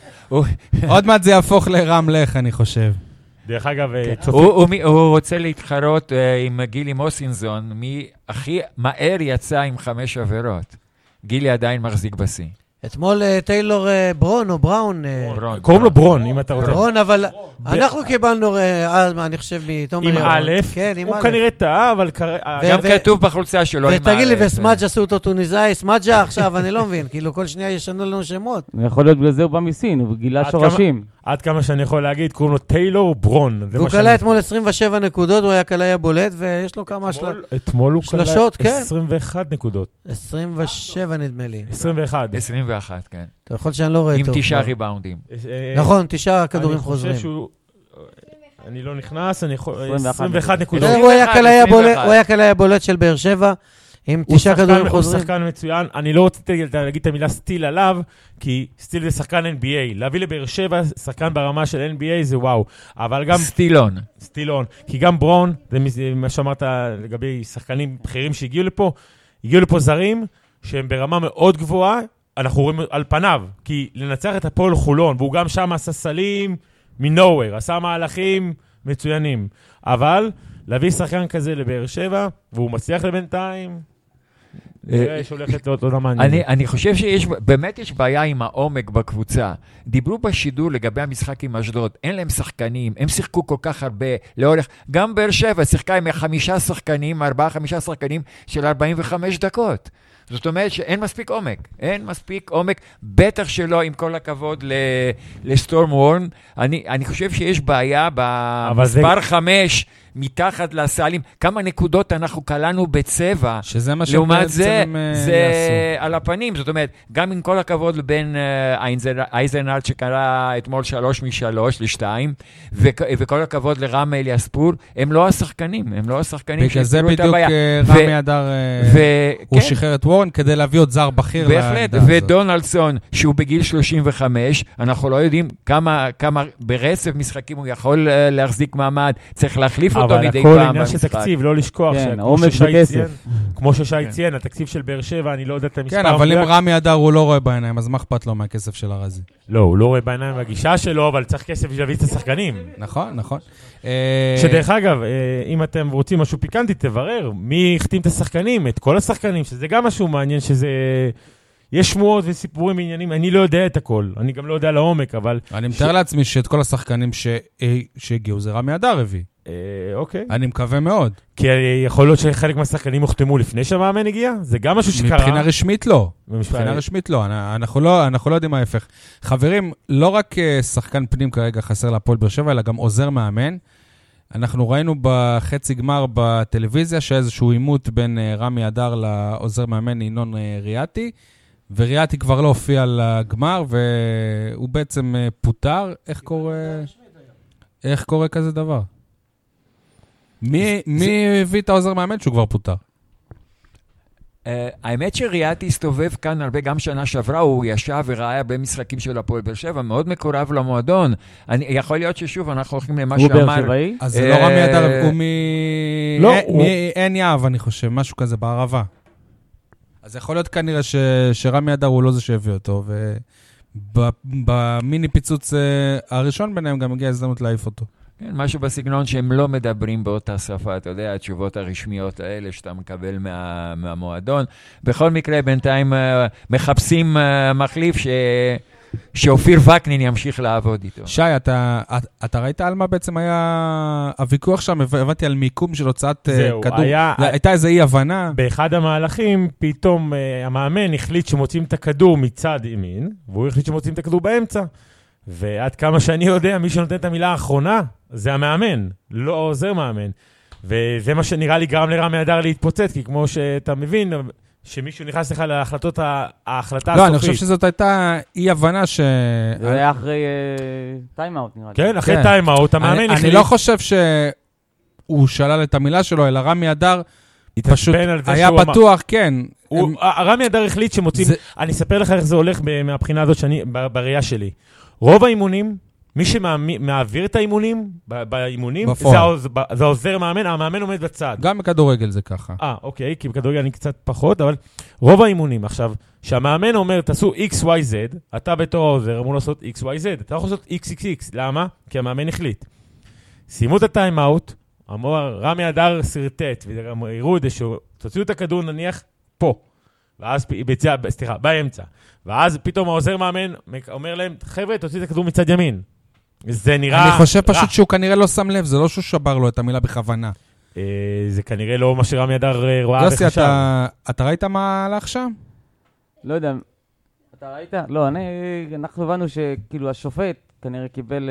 עוד מעט זה יהפוך לרם לך, אני חושב. דרך אגב, הוא רוצה להתחרות עם גילי מוסינזון, מי הכי מהר יצא עם חמש עבירות. גילי עדיין מחזיק בסי. אתמול טיילור ברון או בראון. קוראים לו ברון, אם אתה רוצה. ברון, אבל אנחנו קיבלנו, אני חושב, מתומר עם א', הוא כנראה טעה, אבל... גם כתוב בחולצה שלו עם א'. ותגיד לי, וסמאג' עשו אותו טוניסאי, סמאג'ה עכשיו, אני לא מבין, כאילו כל שנייה ישנו לנו שמות. יכול להיות בגלל זה הוא בא מסין, הוא גילה שורשים. עד כמה שאני יכול להגיד, קוראים לו טיילור ברון. הוא קלה אתמול עשרים ושבע נקודות, הוא היה קלה הבולט, ויש לו כמה שלשות. אתמול הוא קלה עשרים ואחת נקודות. עשרים ושבע נדמה לי. עשרים ואחת. עשרים ואחת, כן. אתה יכול שאני לא רואה טוב. עם תשעה ריבאונדים. נכון, תשעה כדורים חוזרים. אני חושב שהוא... אני לא נכנס, אני יכול... עשרים ואחת נקודות. הוא היה קלה הבולט של באר שבע. עם תשעה כדורים חוזרים. הוא שחקן מצוין. אני לא רציתי להגיד את המילה סטיל עליו, כי סטיל זה שחקן אן בי איי. להביא לבאר שבע שחקן ברמה של אן בי איי זה וואו. אבל גם... סטילון. סטילון. כי גם ברון, זה מה שאמרת לגבי שחקנים בכירים שהגיעו לפה, הגיעו לפה זרים שהם ברמה מאוד גבוהה, אנחנו רואים על פניו. כי לנצח את הפועל חולון, והוא גם שם עשה סלים מנוהוור, עשה מהלכים מצוינים. אבל להביא שחקן כזה לבאר שבע, והוא מצליח לבינתיים... נראה שהולכת להיות עוד המעניין. אני חושב שבאמת יש בעיה עם העומק בקבוצה. דיברו בשידור לגבי המשחק עם אשדוד, אין להם שחקנים, הם שיחקו כל כך הרבה לאורך, גם באר שבע שיחקה עם חמישה שחקנים, ארבעה, חמישה שחקנים של ארבעים וחמש דקות. זאת אומרת שאין מספיק עומק, אין מספיק עומק, בטח שלא עם כל הכבוד לסטורם וורן. אני, אני חושב שיש בעיה במספר חמש, מתחת לסלים, כמה נקודות אנחנו קלענו בצבע, שזה מה לעומת זה, זה על הפנים, זאת אומרת, גם עם כל הכבוד לבין אייזנארט שקרא אתמול שלוש משלוש לשתיים, וכל הכבוד לרם אליספור, הם לא השחקנים, הם לא השחקנים שיצרו את הבעיה. בגלל זה בדיוק רמי אדר, הוא שחרר את וורן כדי להביא עוד זר בכיר. בהחלט, ודונלדסון, שהוא בגיל שלושים וחמש, אנחנו לא יודעים כמה ברצף משחקים הוא יכול להחזיק מעמד, צריך להחליף אותו. אבל הכל עניין של תקציב, לא לשכוח, כמו ששי ציין, התקציב של באר שבע, אני לא יודע את המספר. כן, אבל אם רמי אדר הוא לא רואה בעיניים, אז מה אכפת לו מהכסף של הרזי? לא, הוא לא רואה בעיניים מהגישה שלו, אבל צריך כסף להביא את השחקנים. נכון, נכון. שדרך אגב, אם אתם רוצים משהו פיקנטי, תברר, מי החתים את השחקנים, את כל השחקנים, שזה גם משהו מעניין, שזה... יש שמועות וסיפורים ועניינים, אני לא יודע את הכל, אני גם לא יודע לעומק, אבל... אני מתאר לעצמי שאת כל השחקנים שהגיעו זה רמי אדר הביא. אוקיי. אני מקווה מאוד. כי יכול להיות שחלק מהשחקנים הוחתמו לפני שהמאמן הגיע? זה גם משהו שקרה. מבחינה רשמית לא. מבחינה רשמית לא. אנחנו לא, אנחנו לא יודעים מה ההפך. חברים, לא רק שחקן פנים כרגע חסר להפועל באר שבע, אלא גם עוזר מאמן. אנחנו ראינו בחצי גמר בטלוויזיה שאיזשהו עימות בין רמי אדר לעוזר מאמן ינון ריאטי, וריאטי כבר לא הופיע לגמר, והוא בעצם פוטר. איך קורה, איך קורה כזה דבר? מי, מי הביא את העוזר מאמן שהוא כבר פוטר? Uh, האמת שריאטי הסתובב כאן הרבה, גם שנה שעברה, הוא ישב וראה הרבה משחקים של הפועל באר שבע, מאוד מקורב למועדון. אני, יכול להיות ששוב, אנחנו הולכים למה שאמר... הוא באר שבעי? אז זה לא רמי אדר, הוא מעין יהב, אני חושב, משהו כזה בערבה. אז יכול להיות כנראה ש, שרמי אדר הוא לא זה שהביא אותו, ובמיני פיצוץ הראשון ביניהם גם הגיע הזדמנות להעיף אותו. כן, משהו בסגנון שהם לא מדברים באותה שפה, אתה יודע, התשובות הרשמיות האלה שאתה מקבל מה, מהמועדון. בכל מקרה, בינתיים uh, מחפשים uh, מחליף ש... שאופיר וקנין ימשיך לעבוד איתו. שי, אתה, אתה, אתה ראית על מה בעצם היה הוויכוח שם? הבנתי על מיקום של הוצאת זהו, כדור. היה, הייתה איזו אי הבנה. באחד המהלכים, פתאום uh, המאמן החליט שמוצאים את הכדור מצד ימין, והוא החליט שמוצאים את הכדור באמצע. ועד כמה שאני יודע, מי שנותן את המילה האחרונה, זה המאמן, לא עוזר מאמן. וזה מה שנראה לי גרם לרמי אדר להתפוצץ, כי כמו שאתה מבין, שמישהו נכנס לך להחלטות, ההחלטה הסופית. לא, אני חושב שזאת הייתה אי הבנה ש... זה היה אחרי טיימאוט, נראה לי. כן, אחרי טיימאוט, המאמן החליט. אני לא חושב שהוא שלל את המילה שלו, אלא רמי אדר פשוט היה בטוח, כן. רמי אדר החליט שמוצאים... אני אספר לך איך זה הולך מהבחינה הזאת בראייה שלי. רוב האימונים, מי שמעביר את האימונים, באימונים, זה עוזר מאמן, המאמן עומד בצד. גם בכדורגל זה ככה. אה, אוקיי, כי בכדורגל אני קצת פחות, אבל רוב האימונים, עכשיו, שהמאמן אומר, תעשו אקס וואי זד, אתה בתור העוזר אמור לעשות אקס וואי זד, אתה יכול לעשות אקס אקס אקס, למה? כי המאמן החליט. שימו את הטיימאוט, אמר, רמי אדר סרטט, וגם הראו את זה, תוציאו את הכדור נניח פה, ואז, סליחה, באמצע. ואז פתאום העוזר מאמן אומר להם, חבר'ה, תוציא את הכדור מצד ימין. זה נראה אני חושב פשוט שהוא כנראה לא שם לב, זה לא שהוא שבר לו את המילה בכוונה. זה כנראה לא מה שרמי אדר רואה וחשב. יוסי, אתה ראית מה הלך שם? לא יודע. אתה ראית? לא, אנחנו הבנו שכאילו השופט כנראה קיבל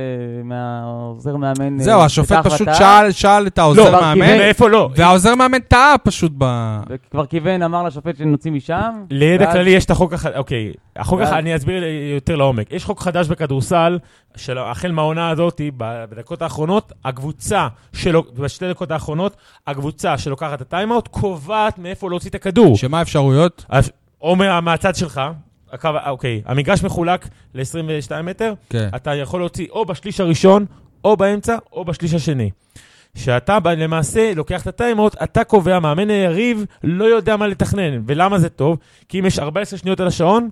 מהעוזר מאמן... זהו, השופט פשוט שאל את העוזר מאמן. מאיפה לא? והעוזר מאמן טעה פשוט ב... וכבר כיוון אמר לשופט שנוציא משם. לידע כללי יש את החוק החדש, אוקיי, החוק החדש, אני אסביר יותר לעומק. יש חוק חדש בכדורסל, החל מהעונה הזאת, בדקות האחרונות, הקבוצה, בשתי דקות האחרונות, הקבוצה שלוקחת את הטיימאוט, קובעת מאיפה להוציא את הכדור. שמה האפשרויות? או מהצד שלך, אוקיי, המגרש מחולק ל-עשרים ושתיים מטר, אתה יכול להוציא או בשליש הראשון, או באמצע, או בשליש השני. שאתה למעשה לוקח את הטיימאוט, אתה קובע, מאמן היריב לא יודע מה לתכנן. ולמה זה טוב? כי אם יש ארבע עשרה שניות על השעון,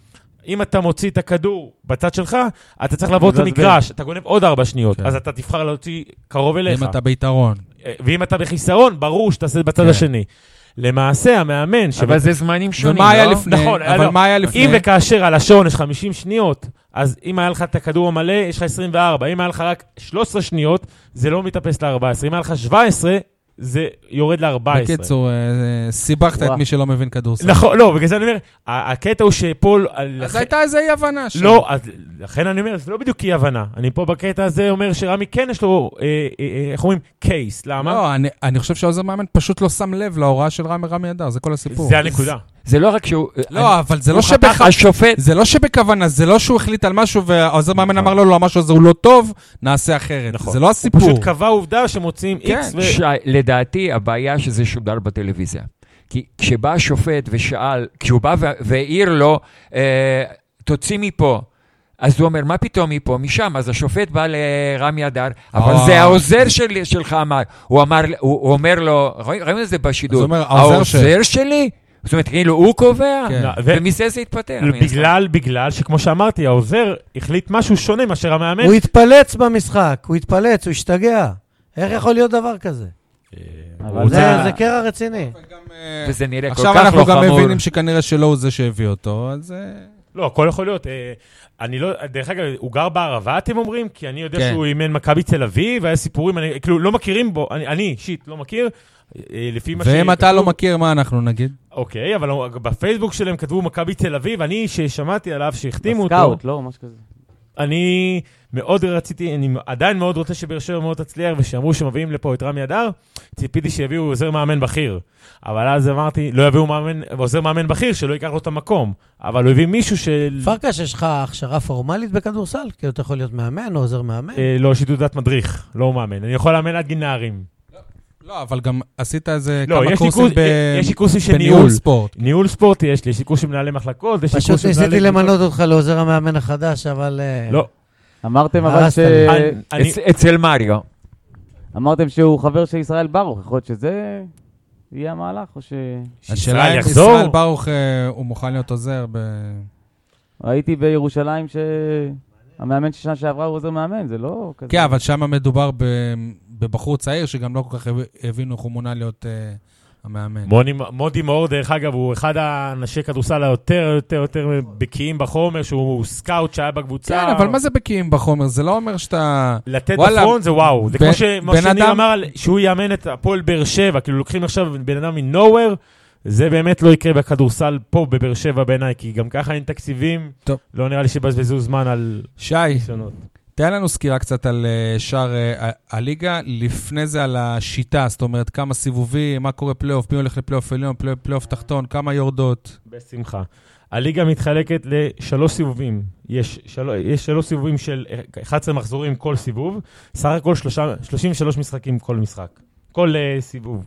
אם אתה מוציא את הכדור בצד שלך, אתה צריך לעבור את המגרש, אתה גונב עוד ארבע שניות, אז אתה תבחר להוציא קרוב אליך. אם אתה ביתרון. ואם אתה בחיסרון, ברור שתעשה בצד השני. למעשה, המאמן... אבל זה זמנים שונים, לא? נכון, אבל מה היה לפני? אם וכאשר על השעון יש חמישים שניות, אז אם היה לך את הכדור המלא, יש לך עשרים וארבע. אם היה לך רק שלוש עשרה שניות, זה לא מתאפס ל-ארבע עשרה. אם היה לך שבע עשרה, זה יורד ל-ארבע עשרה. בקיצור, סיבכת את מי שלא מבין כדורסל. נכון, לא, בגלל זה אני אומר, הקטע הוא שפול... אז הייתה איזה אי הבנה שם. לא, אז לכן אני אומר, זה לא בדיוק אי הבנה. אני פה בקטע הזה אומר שרמי כן יש לו, איך אומרים, קייס, למה? לא, אני חושב שהעוזר מאמן פשוט לא שם לב להוראה של רמי אדר, זה כל הסיפור. זה הנקודה. זה לא רק שהוא... לא, אבל זה לא זה לא שבכוונה, זה לא שהוא החליט על משהו והעוזר מאמן אמר לו, לא, המשהו הזה הוא לא טוב, נעשה אחרת. זה לא הסיפור. הוא פשוט קבע עובדה שמוצאים איקס ו... לדעתי, הבעיה שזה שודר בטלוויזיה. כי כשבא השופט ושאל, כשהוא בא והעיר לו, תוציא מפה, אז הוא אומר, מה פתאום מפה? משם. אז השופט בא לרמי אדר, אבל זה העוזר שלך אמר. הוא אומר לו, ראינו את זה בשידור, העוזר שלי? זאת אומרת, כאילו, הוא קובע, ומזה זה התפטר. בגלל, בגלל שכמו שאמרתי, העוזר החליט משהו שונה מאשר המאמן. הוא התפלץ במשחק, הוא התפלץ, הוא השתגע. איך יכול להיות דבר כזה? אבל זה קרע רציני. וזה נראה כל כך עכשיו לא אנחנו חמור. גם מבינים שכנראה שלא הוא זה שהביא אותו, אז... לא, הכל יכול להיות. אני לא, דרך אגב, הוא גר בערבה, אתם אומרים? כי אני יודע כן. שהוא אימן מכבי תל אביב, והיה סיפורים, אני, כאילו, לא מכירים בו, אני, אני אישית לא מכיר, לפי מה ואם אתה לא מכיר, מה אנחנו נגיד? אוקיי, אבל בפייסבוק שלהם כתבו מכבי תל אביב, אני ששמעתי עליו שהחתימו אותו. בסקאוט, לא, משהו כזה. אני מאוד רציתי, אני עדיין מאוד רוצה שבאר שבע מאוד תצליח, ושאמרו שמביאים לפה את רמי אדר, ציפיתי שיביאו עוזר מאמן בכיר. אבל אז אמרתי, לא יביאו מאמן, עוזר מאמן בכיר, שלא ייקח לו את המקום. אבל הוא הביא מישהו של... פרקש, יש לך הכשרה פורמלית בכדורסל? כי אתה יכול להיות מאמן או עוזר מאמן? אה, לא, יש לי תעודת מדריך, לא מאמן. אני יכול לאמן עד גיל נערים. לא, אבל גם עשית איזה לא, כמה יש קורסים לי קורס, ב- יש לי קורסים של בניהול ניהול. ספורט. ניהול ספורט יש לי, יש לי קורס של מנהלי מחלקות, יש לי פשוט קורס של ניסיתי מנהלי... למנות אותך לעוזר המאמן החדש, אבל... אה, לא. אמרתם אבל הרסת ש... לי. אני- אני- אצ- אצל מריו. אמרתם שהוא חבר של ישראל ברוך, יכול להיות שזה יהיה המהלך, או ש... השאלה אם יחזור? ישראל ברוך אה, הוא מוכן להיות עוזר ב... ראיתי בירושלים שהמאמן ששנה שעברה הוא עוזר מאמן, זה לא כזה... כן, אבל שם מדובר ב- בבחור צעיר שגם לא כל כך הבינו איך הוא מונה להיות אה, המאמן. מודי, מודי מאור, דרך אגב, הוא אחד האנשי כדורסל היותר יותר יותר בקיאים בחומר, שהוא סקאוט שהיה בקבוצה. כן, אבל מה זה בקיאים בחומר? זה לא אומר שאתה... לתת וואלה, בפרונט זה וואו. זה בן- כמו שמה בן שניר אדם- אמר, על- שהוא יאמן את הפועל באר שבע, כאילו לוקחים עכשיו בן אדם מנוהוור, זה באמת לא יקרה בכדורסל פה בבאר שבע בעיניי, כי גם ככה אין תקציבים, טוב. לא נראה לי שבזבזו זמן על שי, ניסיונות. תן לנו סקירה קצת על אה, שאר אה, הליגה, לפני זה על השיטה, זאת אומרת, כמה סיבובים, מה קורה פלייאוף, מי הולך לפלייאוף עליון, פלי- פלייאוף תחתון, כמה יורדות. בשמחה. הליגה מתחלקת לשלוש סיבובים. יש, של... יש שלוש סיבובים של אחד עשר מחזורים כל סיבוב, סך הכל שלושה... שלושים ושלושה משחקים כל משחק. כל uh, סיבוב.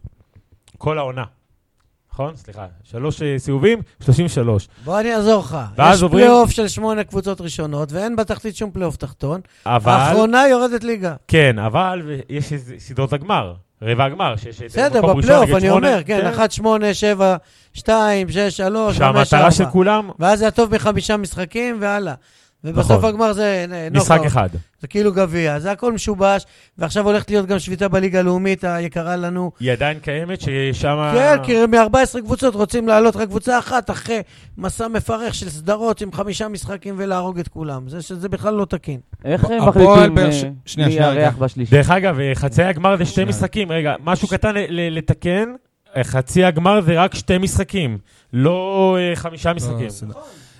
כל העונה. נכון? סליחה. שלוש uh, סיבובים, שלושים ושלוש. בוא אני אעזור לך. ואז יש עוברים- פלייאוף של שמונה קבוצות ראשונות, ואין בתחתית שום פלייאוף תחתון. אבל... האחרונה יורדת ליגה. כן, אבל יש איזה סדרות הגמר. רבע הגמר. שיש את בסדר, מקום ראשון בפלייאוף נגד אני שמונה. אומר, כן, אחת, שמונה, שבע, שתיים, שש, שלוש, חמש, שהמטרה של ארבע. כולם, ואז זה הטוב מחמישה משחקים, והלאה. ובסוף נכון. הגמר זה משחק נוקאוט. אחד. זה כאילו גביע, זה הכל משובש, ועכשיו הולכת להיות גם שביתה בליגה הלאומית היקרה לנו. היא עדיין קיימת ששם... כן, כי מ-ארבע עשרה קבוצות רוצים לעלות רק קבוצה אחת, אחרי מסע מפרך של סדרות עם חמישה משחקים ולהרוג את כולם. זה שזה בכלל לא תקין. איך הם הפועל מחליטים באר ש- אה, שנייה, מי שנייה, יארח רגע. בשלישי? דרך אגב, חצי הגמר זה שתי שנייה. משחקים. רגע, משהו קטן ל- ל- לתקן, חצי הגמר זה רק שתי משחקים, לא אה, חמישה משחקים. לא, סדר.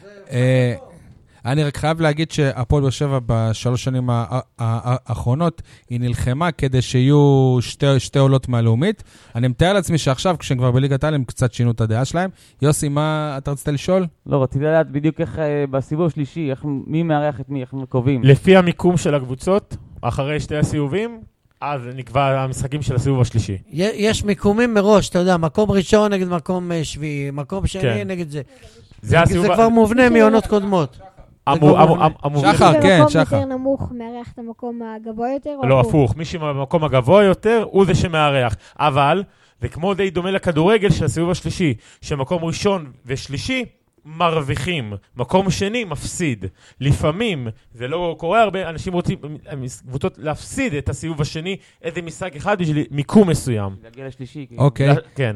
אה, אני רק חייב להגיד שהפועל באר שבע בשלוש שנים ה- ה- ה- האחרונות, היא נלחמה כדי שיהיו שתי, שתי עולות מהלאומית. אני מתאר לעצמי שעכשיו, כשהם כבר בליגת העל, הם קצת שינו את הדעה שלהם. יוסי, מה אתה רצית לשאול? לא, רציתי לדעת בדיוק איך אה, בסיבוב השלישי, איך- מי מארח את מי, איך הם קובעים. לפי המיקום של הקבוצות, אחרי שתי הסיבובים, אז נקבע המשחקים של הסיבוב השלישי. י- יש מיקומים מראש, אתה יודע, מקום ראשון נגד מקום אה, שביעי, מקום שני כן. נגד זה. זה זה הסיבוב... כבר מובנה מעונות קודמות. המו- זה כבר המו- מובנה. המו- שחר, כן, במקום שחר. יותר נמוך מארח את המקום הגבוה יותר? או לא, הפוך. מי שבמקום הגבוה יותר, הוא זה שמארח. אבל, זה כמו די דומה לכדורגל של הסיבוב השלישי, שמקום ראשון ושלישי מרוויחים. מקום שני מפסיד. לפעמים, זה לא קורה הרבה, אנשים רוצים, קבוצות להפסיד את הסיבוב השני, איזה משחק אחד בשביל מיקום מסוים. להגיע לשלישי. כאילו. אוקיי. כן.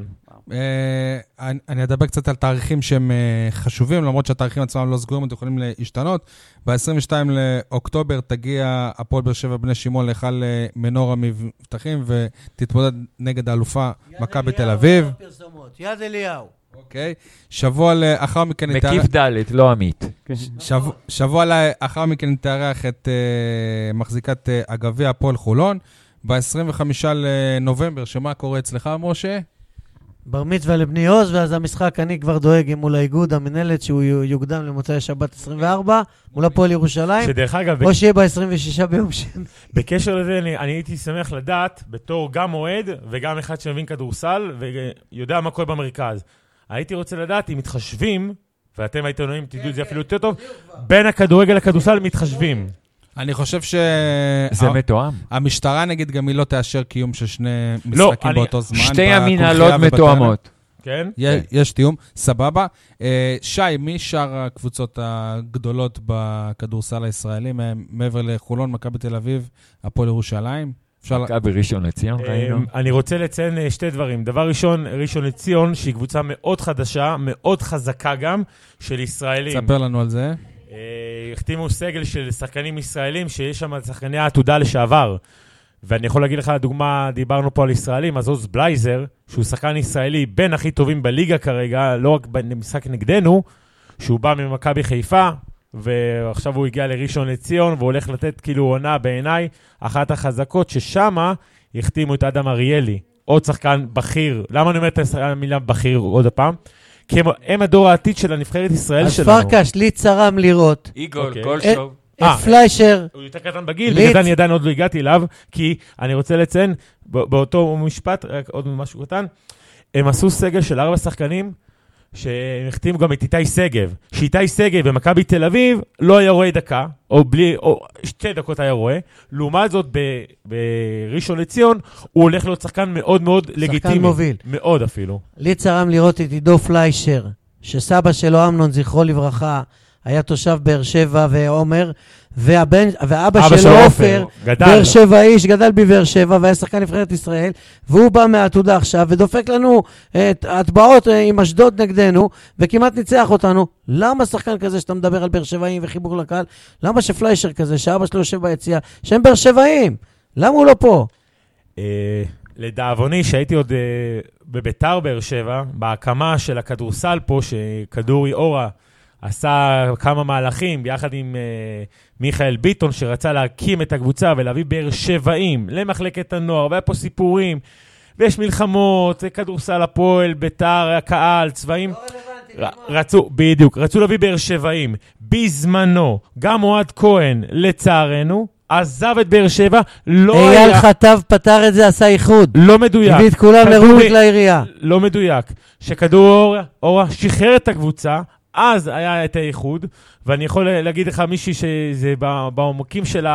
אה, אני אני אדבר קצת על תאריכים שהם אה, חשובים, למרות שהתאריכים עצמם לא סגורים, הם יכולים להשתנות. ב-עשרים ושניים לאוקטובר תגיע הפועל באר שבע בני שמעון להיכל אה, מנור המבטחים, ותתמודד נגד האלופה מכבי תל אביב. יד אליהו. אוקיי. שבוע לאחר מכן היא תארח- מקיף ד', לא עמית. שבוע- שבוע לאחר מכן היא תארח את אה, מחזיקת אה, הגביע הפועל חולון. ב-עשרים וחמישה לנובמבר, שמה קורה אצלך, משה? בר מצווה לבני עוז, ואז המשחק אני כבר דואג מול האיגוד, המנהלת, שהוא יוקדם למוצאי שבת עשרים וארבע, מול הפועל ירושלים, שדרך אגב, או שיהיה ב-עשרים ושישה ביום שני. בקשר לזה, אני, אני הייתי שמח לדעת, בתור גם אוהד וגם אחד שמבין כדורסל ויודע מה קורה במרכז. הייתי רוצה לדעת אם מתחשבים, ואתם העיתונאים תדעו את זה אפילו יותר טוב, בין הכדורגל לכדורסל מתחשבים. אני חושב ש... זה מתואם. המשטרה נגיד גם היא לא תאשר קיום של שני לא, משחקים אני- באותו זמן. שתי בקונחייה המנהלות ובטרנר. מתואמות. כן? י- יש תיאום, סבבה. אה, שי, מי שאר הקבוצות הגדולות בכדורסל הישראלי, מ- מעבר לחולון, מכבי תל אביב, הפועל ירושלים? מכבי ראשון לציון, ראינו. אני רוצה לציין שתי דברים. דבר ראשון, ראשון לציון, שהיא קבוצה מאוד חדשה, מאוד חזקה גם, של ישראלים. ספר לנו על זה. החתימו סגל של שחקנים ישראלים, שיש שם שחקני העתודה לשעבר. ואני יכול להגיד לך, לדוגמה, דיברנו פה על ישראלים, אז עוז בלייזר, שהוא שחקן ישראלי בין הכי טובים בליגה כרגע, לא רק במשחק נגדנו, שהוא בא ממכבי חיפה, ועכשיו הוא הגיע לראשון לציון, והוא הולך לתת כאילו עונה בעיניי, אחת החזקות ששמה החתימו את אדם אריאלי, עוד שחקן בכיר. למה אני אומר את המילה בכיר עוד הפעם? כי הם, הם הדור העתיד של הנבחרת ישראל שלנו. אז פרקש, לי צרם לראות. איגול, גולשוב. את פליישר. הוא יותר קטן בגיל, בגלל זה אני עדיין עוד לא הגעתי אליו, כי אני רוצה לציין, באותו משפט, רק עוד משהו קטן, הם עשו סגל של ארבע שחקנים, שהם החתימו גם את איתי סגב, שאיתי סגב במכבי תל אביב לא היה רואה דקה, או בלי, או שתי דקות היה רואה, לעומת זאת בראשון לציון, הוא הולך להיות שחקן מאוד מאוד לגיטימי. שחקן מוביל. מאוד אפילו. לי צרם לראות את עידו פליישר, שסבא שלו אמנון, זכרו לברכה, היה תושב באר שבע ועומר, והבן, ואבא שלו עופר, באר שבע איש, גדל בבאר שבע, והיה שחקן נבחרת ישראל, והוא בא מהעתודה עכשיו, ודופק לנו את הטבעות עם אשדוד נגדנו, וכמעט ניצח אותנו. למה שחקן כזה שאתה מדבר על באר שבעים וחיבור לקהל? למה שפליישר כזה, שאבא שלו יושב ביציאה, שהם באר שבעים? למה הוא לא פה? לדאבוני, שהייתי עוד בביתר באר שבע, בהקמה של הכדורסל פה, שכדורי אורה, עשה כמה מהלכים ביחד עם uh, מיכאל ביטון, שרצה להקים את הקבוצה ולהביא באר שבעים למחלקת הנוער, והיה פה סיפורים, ויש מלחמות, כדורסל הפועל, ביתר, הקהל, צבעים. לא רלוונטי. רצו, בדיוק, רצו להביא באר שבעים. בזמנו, גם אוהד כהן, לצערנו, עזב את באר שבע, לא היה... אייל חטב פתר את זה, עשה איחוד. לא מדויק. הביא את כולם לרוץ לעירייה. לא מדויק. שכדור אורה, אורה שחרר את הקבוצה, אז היה את האיחוד, ואני יכול להגיד לך מישהי שזה בעומקים של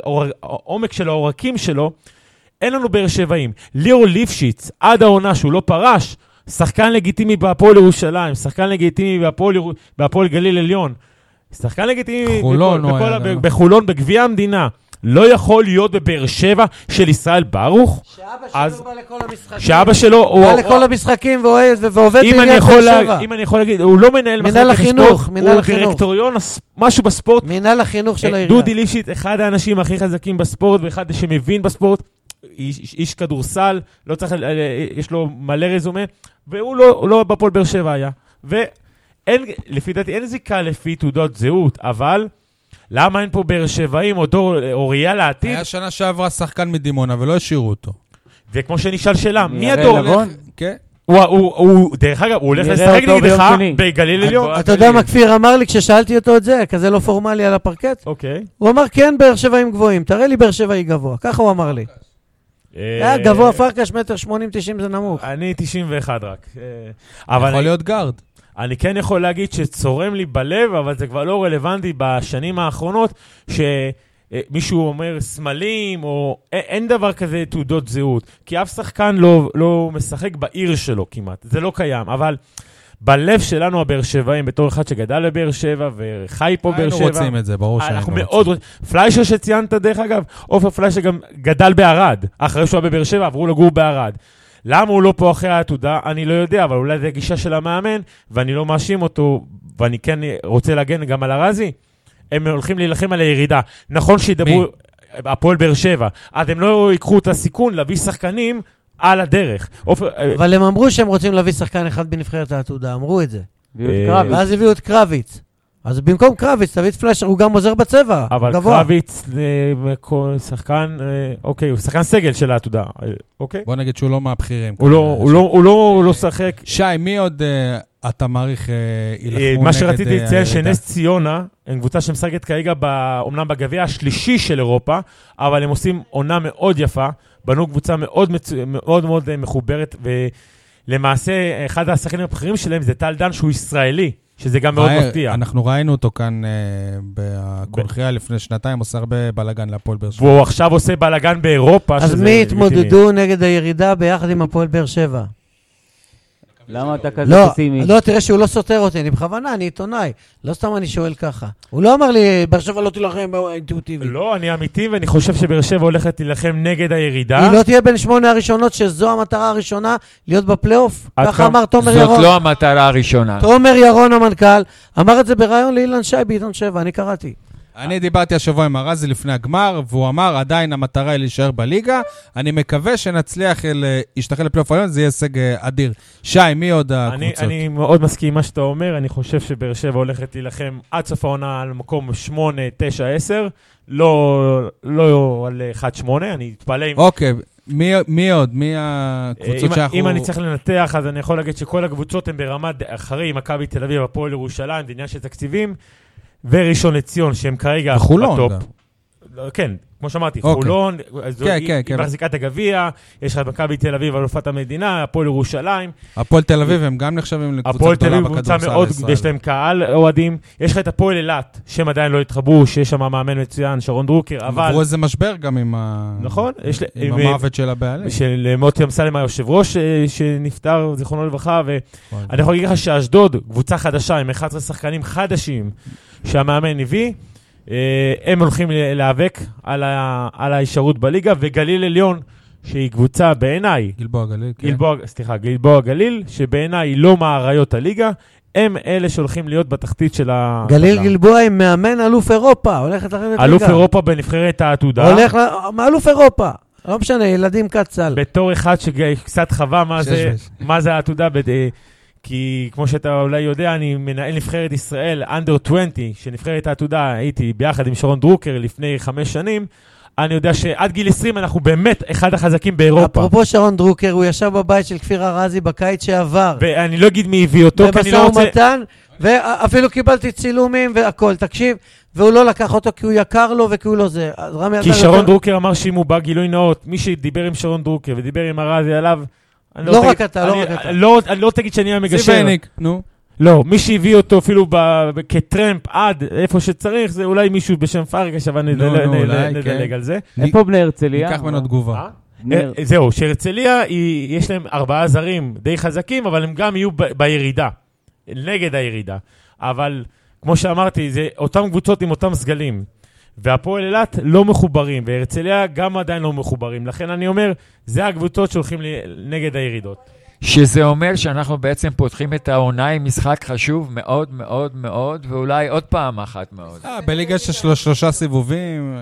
העומק של העורקים שלו, אין לנו באר שבעים. ליאור ליפשיץ, עד העונה שהוא לא פרש, שחקן לגיטימי בהפועל ירושלים, שחקן לגיטימי בהפועל, בהפועל גליל עליון, שחקן לגיטימי חולון, בכל, בכל, ב, בחולון, בגביע המדינה. לא יכול להיות בבאר שבע של ישראל ברוך. שאבא שלו בא לכל המשחקים. שאבא שלו... בא לכל המשחקים ועובד בעיריית באר שבע. אם אני יכול להגיד, הוא לא מנהל מנהל החינוך, מנהל החינוך. הוא דירקטוריון, משהו בספורט. מנהל החינוך של העירייה. דודי ליפשיץ, אחד האנשים הכי חזקים בספורט, ואחד שמבין בספורט, איש, איש כדורסל, לא צריך, יש לו מלא רזומה, והוא לא, לא בפועל באר שבע היה. ואין, לפי דעתי, אין זיקה לפי תעודות זהות, אבל... למה אין פה באר שבעים או דור אוריה לעתיד? היה שנה שעברה שחקן מדימונה ולא השאירו אותו. וכמו שנשאל שאלה, מי הדור? כן. הוא, דרך אגב, הוא הולך לשחק נגדך בגליל עליון. אתה יודע מה כפיר אמר לי כששאלתי אותו את זה, כזה לא פורמלי על הפרקט? אוקיי. הוא אמר כן באר שבעים גבוהים, תראה לי באר שבעי גבוה, ככה הוא אמר לי. היה גבוה פרקש מטר שמונים תשעים זה נמוך. אני תשעים ואחת רק. יכול להיות גארד. אני כן יכול להגיד שצורם לי בלב, אבל זה כבר לא רלוונטי בשנים האחרונות, שמישהו אומר סמלים, או אין דבר כזה תעודות זהות, כי אף שחקן לא, לא משחק בעיר שלו כמעט, זה לא קיים, אבל בלב שלנו הבאר שבעים, בתור אחד שגדל בבאר שבע, וחי פה באר שבע. היינו רוצים את זה, ברור שהיינו רוצים. אנחנו מאוד רוצים. פליישר שציינת דרך אגב, עופר פליישר גם גדל בערד, אחרי שהוא היה בבאר שבע, עברו לגור בערד. למה הוא לא פה אחרי העתודה? אני לא יודע, אבל אולי זה הגישה של המאמן, ואני לא מאשים אותו, ואני כן רוצה להגן גם על הרזי. הם הולכים להילחם על הירידה. נכון שידברו, הפועל באר שבע, אז הם לא ייקחו את הסיכון להביא שחקנים על הדרך. אבל הם אמרו שהם רוצים להביא שחקן אחד בנבחרת העתודה, אמרו את זה. ואז הביאו את קרביץ. אז במקום קרביץ, תביא את פליישר, הוא גם עוזר בצבע, אבל גבוה. קרביץ, שחקן, אוקיי, הוא שחקן סגל של העתודה, אוקיי? בוא נגיד שהוא לא מהבחירים. הוא לא, הוא לא, הוא לא, הוא לא שחק. שי, מי עוד אתה מעריך ילחמו נגד... מה שרציתי לציין, שנס ציונה, הם קבוצה שמשחקת כרגע, אומנם בגביע השלישי של אירופה, אבל הם עושים עונה מאוד יפה, בנו קבוצה מאוד מאוד מאוד מחוברת, ולמעשה, אחד השחקנים הבכירים שלהם זה טל דן, שהוא ישראלי. שזה גם מאוד מפתיע. אנחנו ראינו אותו כאן בקונחייה לפני שנתיים, עושה הרבה בלגן להפועל באר שבע. והוא עכשיו עושה בלגן באירופה. אז מי התמודדו נגד הירידה ביחד עם הפועל באר שבע? למה אתה כזה פסימי? לא, תראה שהוא לא סותר אותי, אני בכוונה, אני עיתונאי. לא סתם אני שואל ככה. הוא לא אמר לי, באר שבע לא תילחם אינטואיטיבי. לא, אני אמיתי, ואני חושב שבאר שבע הולכת להילחם נגד הירידה. היא לא תהיה בין שמונה הראשונות, שזו המטרה הראשונה, להיות בפלייאוף. ככה אמר תומר ירון. זאת לא המטרה הראשונה. תומר ירון המנכ"ל, אמר את זה ברעיון לאילן שי בעיתון שבע, אני קראתי. אני דיברתי השבוע עם ארזי לפני הגמר, והוא אמר, עדיין המטרה היא להישאר בליגה, אני מקווה שנצליח להשתחל לפלייאוף העליון, זה יהיה הישג אדיר. שי, מי עוד הקבוצות? אני מאוד מסכים מה שאתה אומר, אני חושב שבאר שבע הולכת להילחם עד סוף העונה על מקום שמונה, תשע, עשר, לא על אחת שמונה, אני אתפלא עם... אוקיי, מי עוד? מי הקבוצות שאנחנו... אם אני צריך לנתח, אז אני יכול להגיד שכל הקבוצות הן ברמת אחרי מכבי תל אביב, הפועל ירושלים, בעניין של תקציבים, וראשון לציון, שהם כרגע בטופ. כן, כמו שאמרתי, חולון, היא מחזיקה את הגביע, יש לך מכבי תל אביב, אלופת המדינה, הפועל ירושלים. הפועל תל אביב הם גם נחשבים לקבוצה גדולה בכדורסל הישראלי. הפועל תל אביב קבוצה מאוד, ויש להם קהל אוהדים. יש לך את הפועל אילת, שהם עדיין לא התחברו, שיש שם מאמן מצוין, שרון דרוקר, אבל... עברו איזה משבר גם עם המוות של הבעלים. של מוטי אמסלם היושב ראש שנפטר, זיכרונו לברכה, ואני יכול להגיד לך שאשדוד, קבוצה חדשה, עם אחד עשר שחקנים חדשים שהמאמן הביא, הם הולכים להיאבק על ההישארות בליגה, וגליל עליון, שהיא קבוצה בעיניי, גלבוע גליל, כן. גלבוע, סליחה, גלבוע גליל, שבעיניי היא לא מאריות הליגה, הם אלה שהולכים להיות בתחתית של ה... גליל גלבוע עם מאמן אלוף אירופה, הולכת לרדת ליגה. אלוף אירופה בנבחרת העתודה. הולך, אלוף אירופה, לא משנה, ילדים קצל. בתור אחד שקצת חווה מה זה, מה זה העתודה, כי כמו שאתה אולי יודע, אני מנהל נבחרת ישראל, אנדר עשרים, שנבחרת העתודה, הייתי ביחד עם שרון דרוקר לפני חמש שנים, אני יודע שעד גיל עשרים אנחנו באמת אחד החזקים באירופה. אפרופו שרון דרוקר, הוא ישב בבית של כפיר ארזי בקיץ שעבר. ואני לא אגיד מי הביא אותו, כי אני לא רוצה... ומתן, ואפילו קיבלתי צילומים והכל, תקשיב, והוא לא לקח אותו כי הוא יקר לו וכי הוא לא זה. כי שרון דרוקר אמר שאם הוא בא גילוי נאות, מי שדיבר עם שרון דרוקר ודיבר עם ארזי עליו, לא רק אתה, לא רק אתה. אני לא תגיד שאני המגשר. סיבניק, נו. לא, מי שהביא אותו אפילו כטרמפ עד איפה שצריך, זה אולי מישהו בשם פארקש, אבל נדלג על זה. איפה בני הרצליה? ניקח ממנו תגובה. זהו, שהרצליה, יש להם ארבעה זרים די חזקים, אבל הם גם יהיו בירידה, נגד הירידה. אבל כמו שאמרתי, זה אותם קבוצות עם אותם סגלים. והפועל אילת לא מחוברים, והרצליה גם עדיין לא מחוברים. לכן אני אומר, זה הקבוצות שהולכים נגד הירידות. שזה אומר שאנחנו בעצם פותחים את העונה עם משחק חשוב מאוד מאוד מאוד, ואולי עוד פעם אחת מאוד. אה, בליגה של שלושה סיבובים.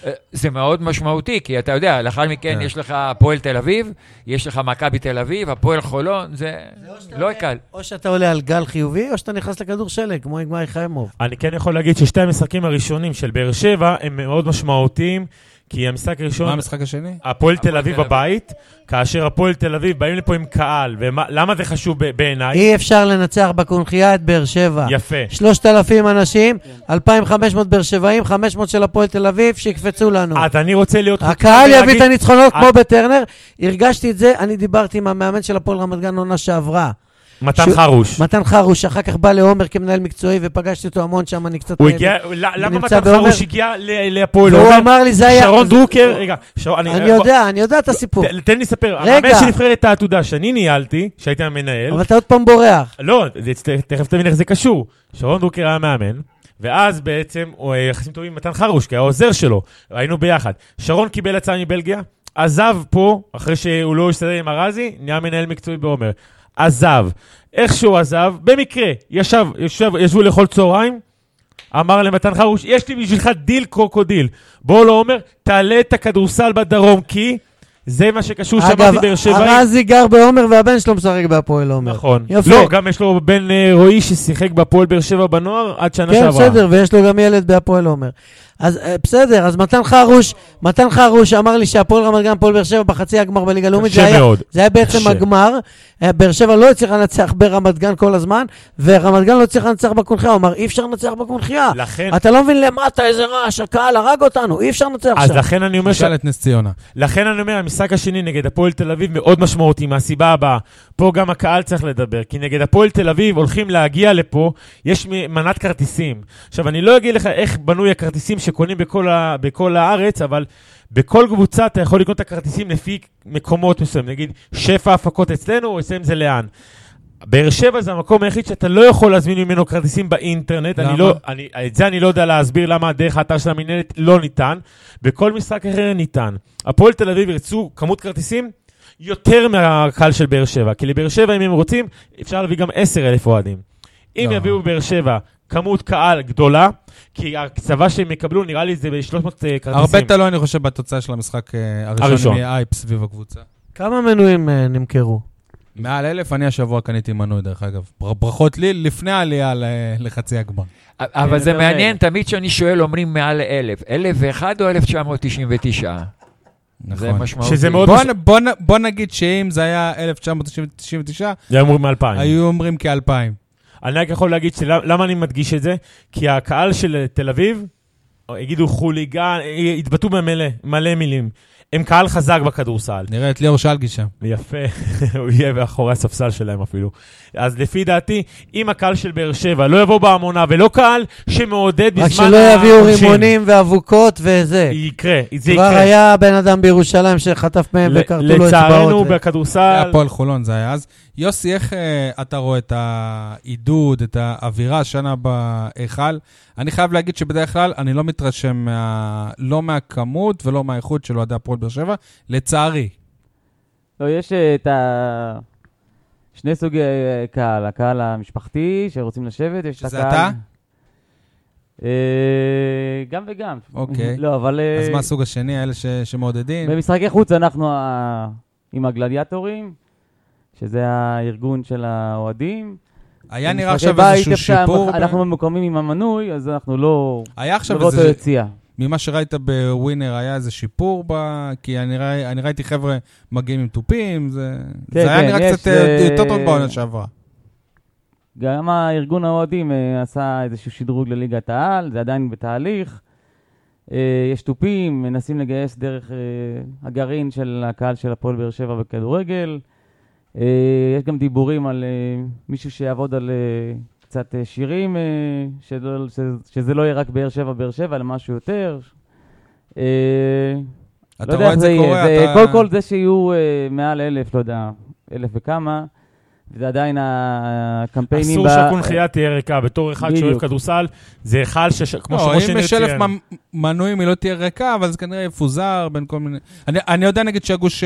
זה מאוד משמעותי, כי אתה יודע, לאחר מכן יש לך הפועל תל אביב, יש לך מכבי תל אביב, הפועל חולון, זה לא קל. או שאתה עולה על גל חיובי, או שאתה נכנס לכדור שלג, כמו עם גמרי חיימוב. אני כן יכול להגיד ששתי המשחקים הראשונים של באר שבע הם מאוד משמעותיים, כי המשחק הראשון... מה המשחק השני? הפועל תל אביב בבית, כאשר הפועל תל אביב באים לפה עם קהל, ולמה זה חשוב בעיניי? אי אפשר לנצח בקונחייה את באר שבע. יפה. שלושת אלפים אנשים, אלפיים וחמש מאות באר שבעים, חמש מאות של הפועל תל אביב, שיקפצו לנו. אז אני רוצה להיות... הקהל יביא את הניצחונות כמו בטרנר, הרגשתי את זה, אני דיברתי עם המאמן של הפועל רמת גן עונה שעברה. מתן חרוש. מתן חרוש, אחר כך בא לעומר כמנהל מקצועי, ופגשתי אותו המון שם, אני קצת... הוא הגיע, למה מתן חרוש הגיע להפועל? והוא אמר לי, זה היה... שרון דרוקר, רגע, אני יודע, אני יודע את הסיפור. תן לי לספר, המאמן שנבחרת העתודה שאני ניהלתי, שהייתי המנהל... אבל אתה עוד פעם בורח. לא, תכף תבין איך זה קשור. שרון דרוקר היה מאמן, ואז בעצם הוא יחסים טובים עם מתן חרוש, כי היה עוזר שלו, היינו ביחד. שרון קיבל הצעה מבלגיה, עזב פה, אחרי שהוא לא הסתדר עם ארזי, נהיה מנהל מקצועי בעומר. עזב. איך שהוא עזב, במקרה, ישב, ישב, ישבו לאכול צהריים, אמר למתן חרוש, יש לי בשבילך דיל קרוקודיל. בוא לא אומר, תעלה את הכדורסל בדרום, כי זה מה שקשור שמעתי באר שבעי. אגב, ארזי גר בעומר והבן שלו משחק בהפועל עומר. נכון. יפה. לא, גם יש לו בן רועי ששיחק בהפועל באר שבע בנוער עד שנה כן, שעברה. כן, בסדר, ויש לו גם ילד בהפועל עומר. אז בסדר, אז מתן חרוש, מתן חרוש אמר לי שהפועל רמת גן, הפועל באר שבע בחצי הגמר בליגה הלאומית, זה היה, זה היה בעצם קשה. הגמר, באר שבע לא הצליח לנצח ברמת גן כל הזמן, ורמת גן לא הצליח לנצח בקונחייה, הוא אמר אי אפשר לנצח בקונחייה, לכן... אתה לא מבין למטה איזה רעש, הקהל הרג אותנו, אי אפשר לנצח אז שם. לכן אני אומר, ש... את נס ציונה. לכן אני אומר, המשחק השני נגד הפועל תל אביב מאוד משמעותי, מהסיבה הבאה, פה גם הקהל צריך לדבר, כי נגד הפועל תל אביב הולכים להגיע לפה, יש מנת כרטיסים. עכשיו אני לא אגיד לך איך בנוי הכרטיסים שקונים בכל ה... בכל הארץ, אבל בכל קבוצה אתה יכול לקנות את הכרטיסים לפי מקומות מסוים, נגיד שפע הפקות אצלנו, או אצלם זה לאן. באר שבע זה המקום היחיד שאתה לא יכול להזמין ממנו כרטיסים באינטרנט. אני לא, אני, את זה אני לא יודע להסביר למה דרך האתר של המנהלת לא ניתן. בכל משחק אחר ניתן. הפועל תל אביב ירצו כמות כרטיסים יותר מהקהל של באר שבע. כי לבאר שבע, אם הם רוצים, אפשר להביא גם עשרת אלפים אוהדים. אם יביאו באר שבע כמות קהל גדולה, כי הקצבה שהם יקבלו, נראה לי זה ב-שלוש מאות כרטיסים. הרבה תלוי, אני חושב, בתוצאה של המשחק הראשון עם אייפ סביב הקבוצה. כמה מנויים נמכרו? מעל אלף, אני השבוע קניתי מנוי, דרך אגב. ברכות לי לפני העלייה לחצי הגמר. אבל זה מעניין, תמיד שאני שואל, אומרים מעל אלף. אלף ואחת או אלף תשע מאות תשעים ותשע? זה משמעותי. בוא נגיד שאם זה היה אלף תשע מאות תשעים ותשע, היו אומרים מאלפיים. היו אומרים כאלפיים. אני רק יכול להגיד למה אני מדגיש את זה? כי הקהל של תל אביב, יגידו חוליגן, התבטאו במלא, מלא מילים. הם קהל חזק בכדורסל. נראה את ליאור שלגי שם. יפה, הוא יהיה באחורי הספסל שלהם אפילו. אז לפי דעתי, אם הקהל של באר שבע לא יבוא בהמונה ולא קהל שמעודד בזמן... רק שלא יביאו רימונים ואבוקות וזה. יקרה, זה יקרה. כבר היה בן אדם בירושלים שחטף מהם וקרתו לו אצבעות. לצערנו בכדורסל... הפועל חולון זה היה אז. יוסי, איך אתה רואה את העידוד, את האווירה שנה בהיכל? אני חייב להגיד שבדרך כלל אני לא מתרשם מה, לא מהכמות ולא מהאיכות של אוהדי הפועל באר שבע, לצערי. לא, יש את ה... שני סוגי קהל, הקהל המשפחתי שרוצים לשבת, יש את הקהל... שזה אתה? גם וגם. אוקיי. לא, אבל... אז מה הסוג השני, אלה ש... שמעודדים? במשחקי חוץ אנחנו ה... עם הגלדיאטורים, שזה הארגון של האוהדים. היה נראה עכשיו איזשהו שיפור. אנחנו ממוקמים עם המנוי, אז אנחנו לא... היה עכשיו איזה... ממה שראית בווינר, היה איזה שיפור ב... כי אני, ראי, אני ראיתי חבר'ה מגיעים עם טופים, זה, כן, זה היה כן, נראה קצת יותר טוב בעונה שעברה. גם הארגון האוהדים עשה איזשהו שדרוג לליגת העל, זה עדיין בתהליך. יש טופים, מנסים לגייס דרך הגרעין של הקהל של הפועל באר שבע בכדורגל. יש גם דיבורים על מישהו שיעבוד על קצת שירים, שזה לא יהיה רק באר שבע, באר שבע, אלא משהו יותר. אתה רואה את זה קורה? קודם כל זה שיהיו מעל אלף, לא יודע, אלף וכמה, וזה עדיין הקמפיינים... אסור שהקונחייה תהיה ריקה, בתור אחד שאוהב כדורסל, זה אחד כמו שניר ציין. אם יש אלף מנויים היא לא תהיה ריקה, אבל זה כנראה יפוזר בין כל מיני... אני יודע נגיד שהגוש...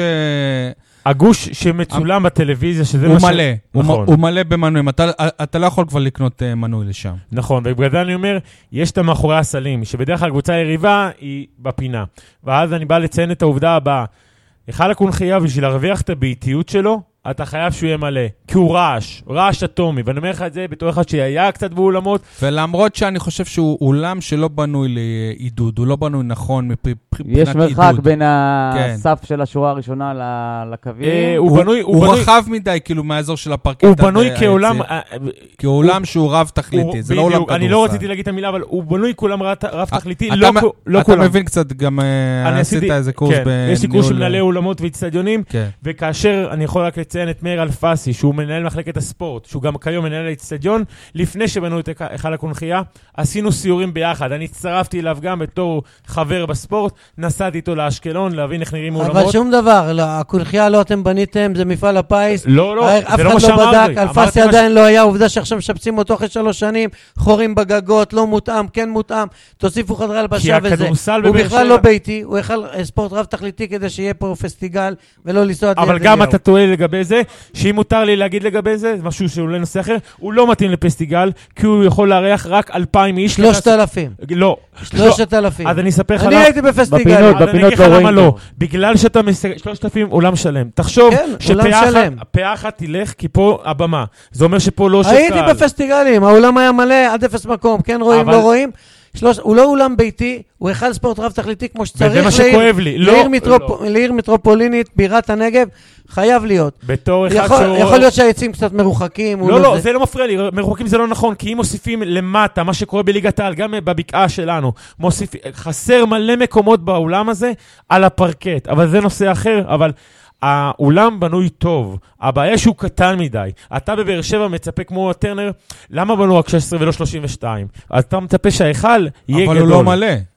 הגוש שמצולם בטלוויזיה, שזה הוא מלא, נכון. הוא מלא במנויים, אתה, אתה לא יכול כבר לקנות מנוי לשם. נכון, ובגלל אני אומר, יש את המאחורי הסלים, שבדרך כלל קבוצה יריבה היא בפינה. ואז אני בא לציין את העובדה הבאה, אחד הקונחייה בשביל להרוויח את הביתיות שלו, אתה חייב שהוא יהיה מלא, כי הוא רעש, רעש אטומי, ואני אומר לך את זה בתור אחד שהיה קצת באולמות. ולמרות שאני חושב שהוא אולם שלא בנוי לעידוד, הוא לא בנוי נכון מבחינת עידוד. יש מרחק בין הסף של השורה הראשונה לקווים. הוא רחב מדי, כאילו, מהאזור של הפרקט. הוא בנוי כעולם... כעולם שהוא רב תכליתי, זה לא עולם כדורסל. אני לא רציתי להגיד את המילה, אבל הוא בנוי כעולם רב תכליתי, לא כולם. אתה מבין קצת, גם עשית איזה קורס בניהול... יש לי קורס שמנהלי אולמות ואצטדיונים, וכאשר אני יכול רק לציין את מאיר אלפסי, שהוא מנהל מחלקת הספורט, שהוא גם כיום מנהל האצטדיון, לפני שבנו את היכל הקונחייה, עשינו סיורים ביחד. אני הצטרפתי אליו גם בתור חבר בספורט, נסעתי איתו לאשקלון, להבין איך נראים אולמות. אבל שום דבר, לא, הקונחייה לא אתם בניתם, זה מפעל הפיס. לא, לא, זה לא מה שאמרתי. אף אחד לא בדק, אלפסי עדיין לא היה, עובדה שעכשיו משפצים אותו אחרי שלוש שנים, חורים בגגות, לא מותאם, כן מותאם, תוסיפו חדרי הלבשה וזה. הוא בכלל לא ביתי, הוא יכל ספורט רב תכליתי כדי שיהיה פה פסטיגל ולא לנסוע. אבל גם אתה טועה לגבי זה, שאם מותר לי להגיד לגבי זה, זה משהו שאולי נושא אחר, הוא לא מתאים לפסטיגל, כי הוא יכול לארח רק אלפיים איש. שלושת אלפים. לא. שלושת אלפים. אז אני אספר לך... אני הייתי בפסטיגל. בפינות, בפינות לא רואים לא. בגלל שאתה מסתכל, שלושת אלפים אולם שלם. תחשוב שפעה אחת תלך, כי פה הבמה. זה אומר שפה לא שקל. הייתי בפסטיגלים, האולם היה מלא, עד אפס מקום. כן רואים, לא רואים. שלוש, הוא לא אולם ביתי, הוא אחד ספורט רב תכליתי כמו שצריך. וזה מה שכואב לי. לעיר, מטרופ... לא. לעיר מטרופולינית, בירת הנגב, חייב להיות. בתור אחד יכול, שהוא... יכול להיות שהעצים קצת מרוחקים. לא, לא, לא זה... זה לא מפריע לי. מרוחקים זה לא נכון, כי אם מוסיפים למטה, מה שקורה בליגת העל, גם בבקעה שלנו, מוסיפ... חסר מלא מקומות באולם הזה על הפרקט. אבל זה נושא אחר, אבל... האולם בנוי טוב, הבעיה שהוא קטן מדי. אתה בבאר שבע מצפה כמו טרנר, למה בנו רק שש עשרה ולא שלושים ושתיים? אז אתה מצפה שההיכל יהיה גדול. אבל הוא לא מלא.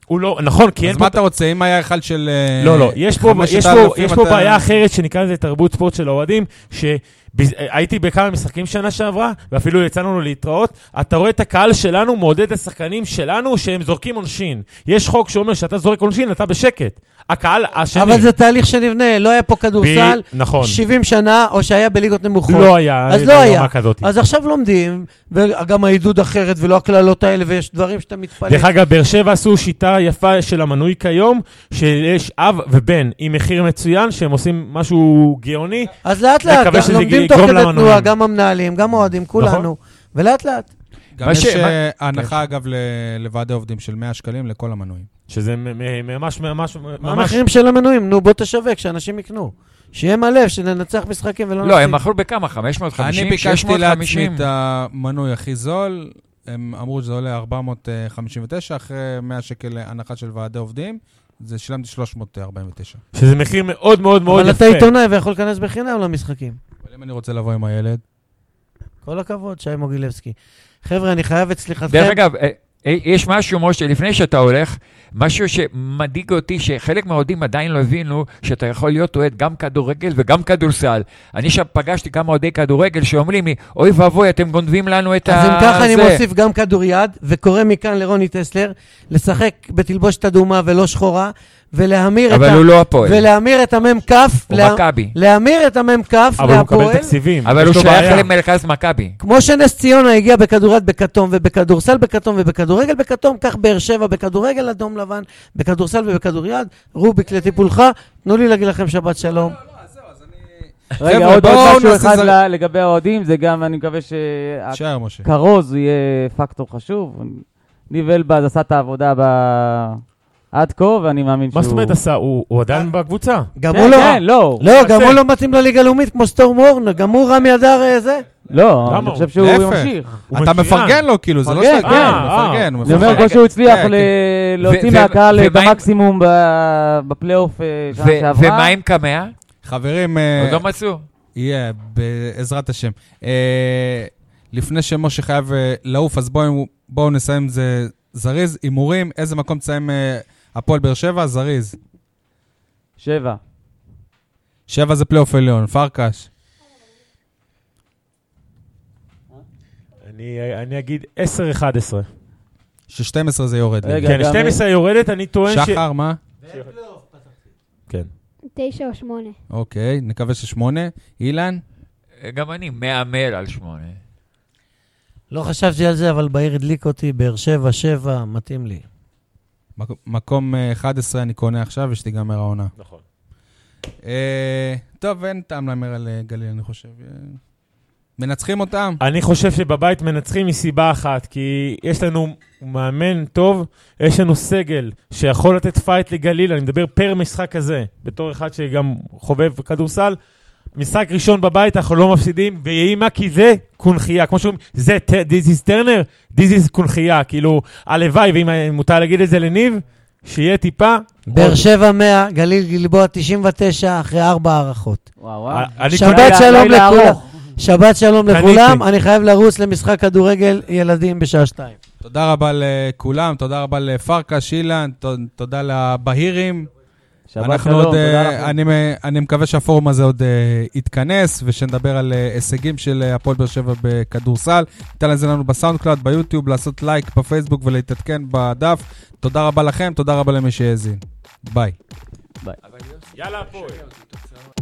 הוא לא, נכון, כי אין אז פה... מה אתה רוצה, אם היה אחד של... לא, לא, יש פה, יש פה, יש פה בעיה אחרת שנקרא לזה תרבות ספורט של האוהדים, שהייתי בכמה משחקים שנה שעברה, ואפילו יצאנו לנו להתראות, אתה רואה את הקהל שלנו, מעודד את השחקנים שלנו, שהם זורקים עונשין. יש חוק שאומר שאתה זורק עונשין, אתה בשקט. הקהל השני... אבל זה תהליך שנבנה, לא היה פה כדורסל, ב... נכון. שבעים שנה, או שהיה בליגות נמוכות. לא היה, אז לא היה. כזאת. אז עכשיו לומדים, וגם העידוד אחרת, ולא הכללות האלה, ויש דברים שאתה מתפלא. דרך אגב, באר שבע עשו שיטה יפה של המנוי כיום, שיש אב ובן עם מחיר מצוין, שהם עושים משהו גאוני. אז לאט לאט, לומדים תוך כדי תנועה, גם המנהלים, גם האוהדים, כולנו, ולאט לאט. גם יש הנחה, אגב, לוועדי עובדים של מאה שקלים לכל המנויים. שזה ממש, ממש, ממש... המחירים של המנויים, נו, בוא תשווק, שאנשים יקנו. שיהיה מלא, שננצח משחקים ולא נפסיד. לא, הם מכרו בכמה? חמש מאות וחמישים? אני ביקשתי לעצמי את המנוי הכי זול, הם אמרו שזה עולה ארבע מאות חמישים ותשע, אחרי מאה שקל הנחה של ועדי עובדים, זה שילמתי שלוש מאות ארבעים ותשע. שזה מחיר מאוד מאוד מאוד יפה. אבל אתה עיתונאי ויכול להיכנס בחינם למשחקים. אבל אם אני רוצה לבוא עם הילד... כל הכבוד, שי מוגילבסקי. חבר'ה, אני חייב את סליחתכם. דרך אגב, יש משהו, משה, לפני שאתה הולך, משהו שמדאיג אותי, שחלק מהאוהדים עדיין לא הבינו, שאתה יכול להיות אוהד גם כדורגל וגם כדורסל. אני שם פגשתי כמה אוהדי כדורגל שאומרים לי, אוי ואבוי, אתם גונבים לנו את ה... אז אם ככה אני מוסיף גם כדוריד, וקורא מכאן לרוני טסלר, לשחק בתלבושת אדומה ולא שחורה, ולהמיר את אבל הוא לא הפועל. ולהמיר את המם כף, הוא מכבי. להמיר את המם כף אבל הוא מקבל תקציבים. אבל הוא שייך למרכז מכבי. כמו שנס ציונה הגיע בכדוריד בכתום ובכדורסל בכתום ובכדורגל בכתום, כך באר שבע בכדורגל אדום לבן, בכדורסל ובכדוריד. רוביק לטיפולך, תנו לי להגיד לכם שבת שלום. רגע, עוד משהו אחד לגבי האוהדים, זה גם, אני מקווה שהכרוז יהיה פקטור חשוב. ניב אלבז עשה את העבודה ב... עד כה, ואני מאמין שהוא... מה זאת אומרת עשה? הוא עדיין בקבוצה? גם הוא לא... כן, לא. לא, גם הוא לא מתאים לליגה הלאומית כמו סטורם וורנר, גם הוא רמי אדר זה? לא, אני חושב שהוא ימשיך. אתה מפרגן לו, כאילו, זה לא שאתה... כן, מפרגן. אני אומר, כמו שהוא הצליח להוציא מהקהל במקסימום בפלייאוף שנה שעברה. ומה עם קמאה? חברים... עוד לא מצאו. יהיה, בעזרת השם. לפני שמשה חייב לעוף, אז בואו נסיים זה זריז, אימורים, איזה מקום תסיים הפועל באר שבע? זריז. שבע. שבע זה פלייאוף עליון. פרקש. אני, אני אגיד עשר אחת עשרה. ש-שתים עשרה זה יורד. רגע, כן, שתים עשרה יורדת, אני טוען שחר, ש... שחר, מה? כן. תשע או שמונה. אוקיי, נקווה ששמונה. אילן? גם אני מאמר על שמונה. לא חשבתי על זה, אבל בעיר הדליק אותי, באר שבע, שבע, מתאים לי. מקום אחת עשרה אני קונה עכשיו, ושתיגמר העונה. נכון. טוב, אין טעם לאמר על גליל, אני חושב. מנצחים אותם? אני חושב שבבית מנצחים מסיבה אחת, כי יש לנו מאמן טוב, יש לנו סגל שיכול לתת פייט לגליל, אני מדבר פר משחק כזה, בתור אחד שגם חובב כדורסל, משחק ראשון בבית, אנחנו לא מפסידים, ויהי מה, כי זה קונחייה, כמו שאומרים, זה, this is Turner, this is קונחייה, כאילו, הלוואי, ואם מותר להגיד את זה לניב, שיהיה טיפה. באר שבע מאה, גליל גלבוע תשעים ותשע, אחרי ארבע הערכות. וואו, וואו. שבת שלום לכולם. שבת שלום לכולם, אני חייב לרוץ למשחק כדורגל ילדים בשעה שתיים. תודה רבה לכולם, תודה רבה לפרקש, אילן, תודה לבהירים. שבת שלום, עוד, תודה לכם. אני, אני מקווה שהפורום הזה עוד uh, יתכנס, ושנדבר על uh, הישגים של uh, הפועל באר שבע בכדורסל. ניתן לזה לנו בסאונד קלאוד, ביוטיוב, לעשות לייק בפייסבוק ולהתעדכן בדף. תודה רבה לכם, תודה רבה למי שהאזין. ביי. ביי. יאללה הפועל.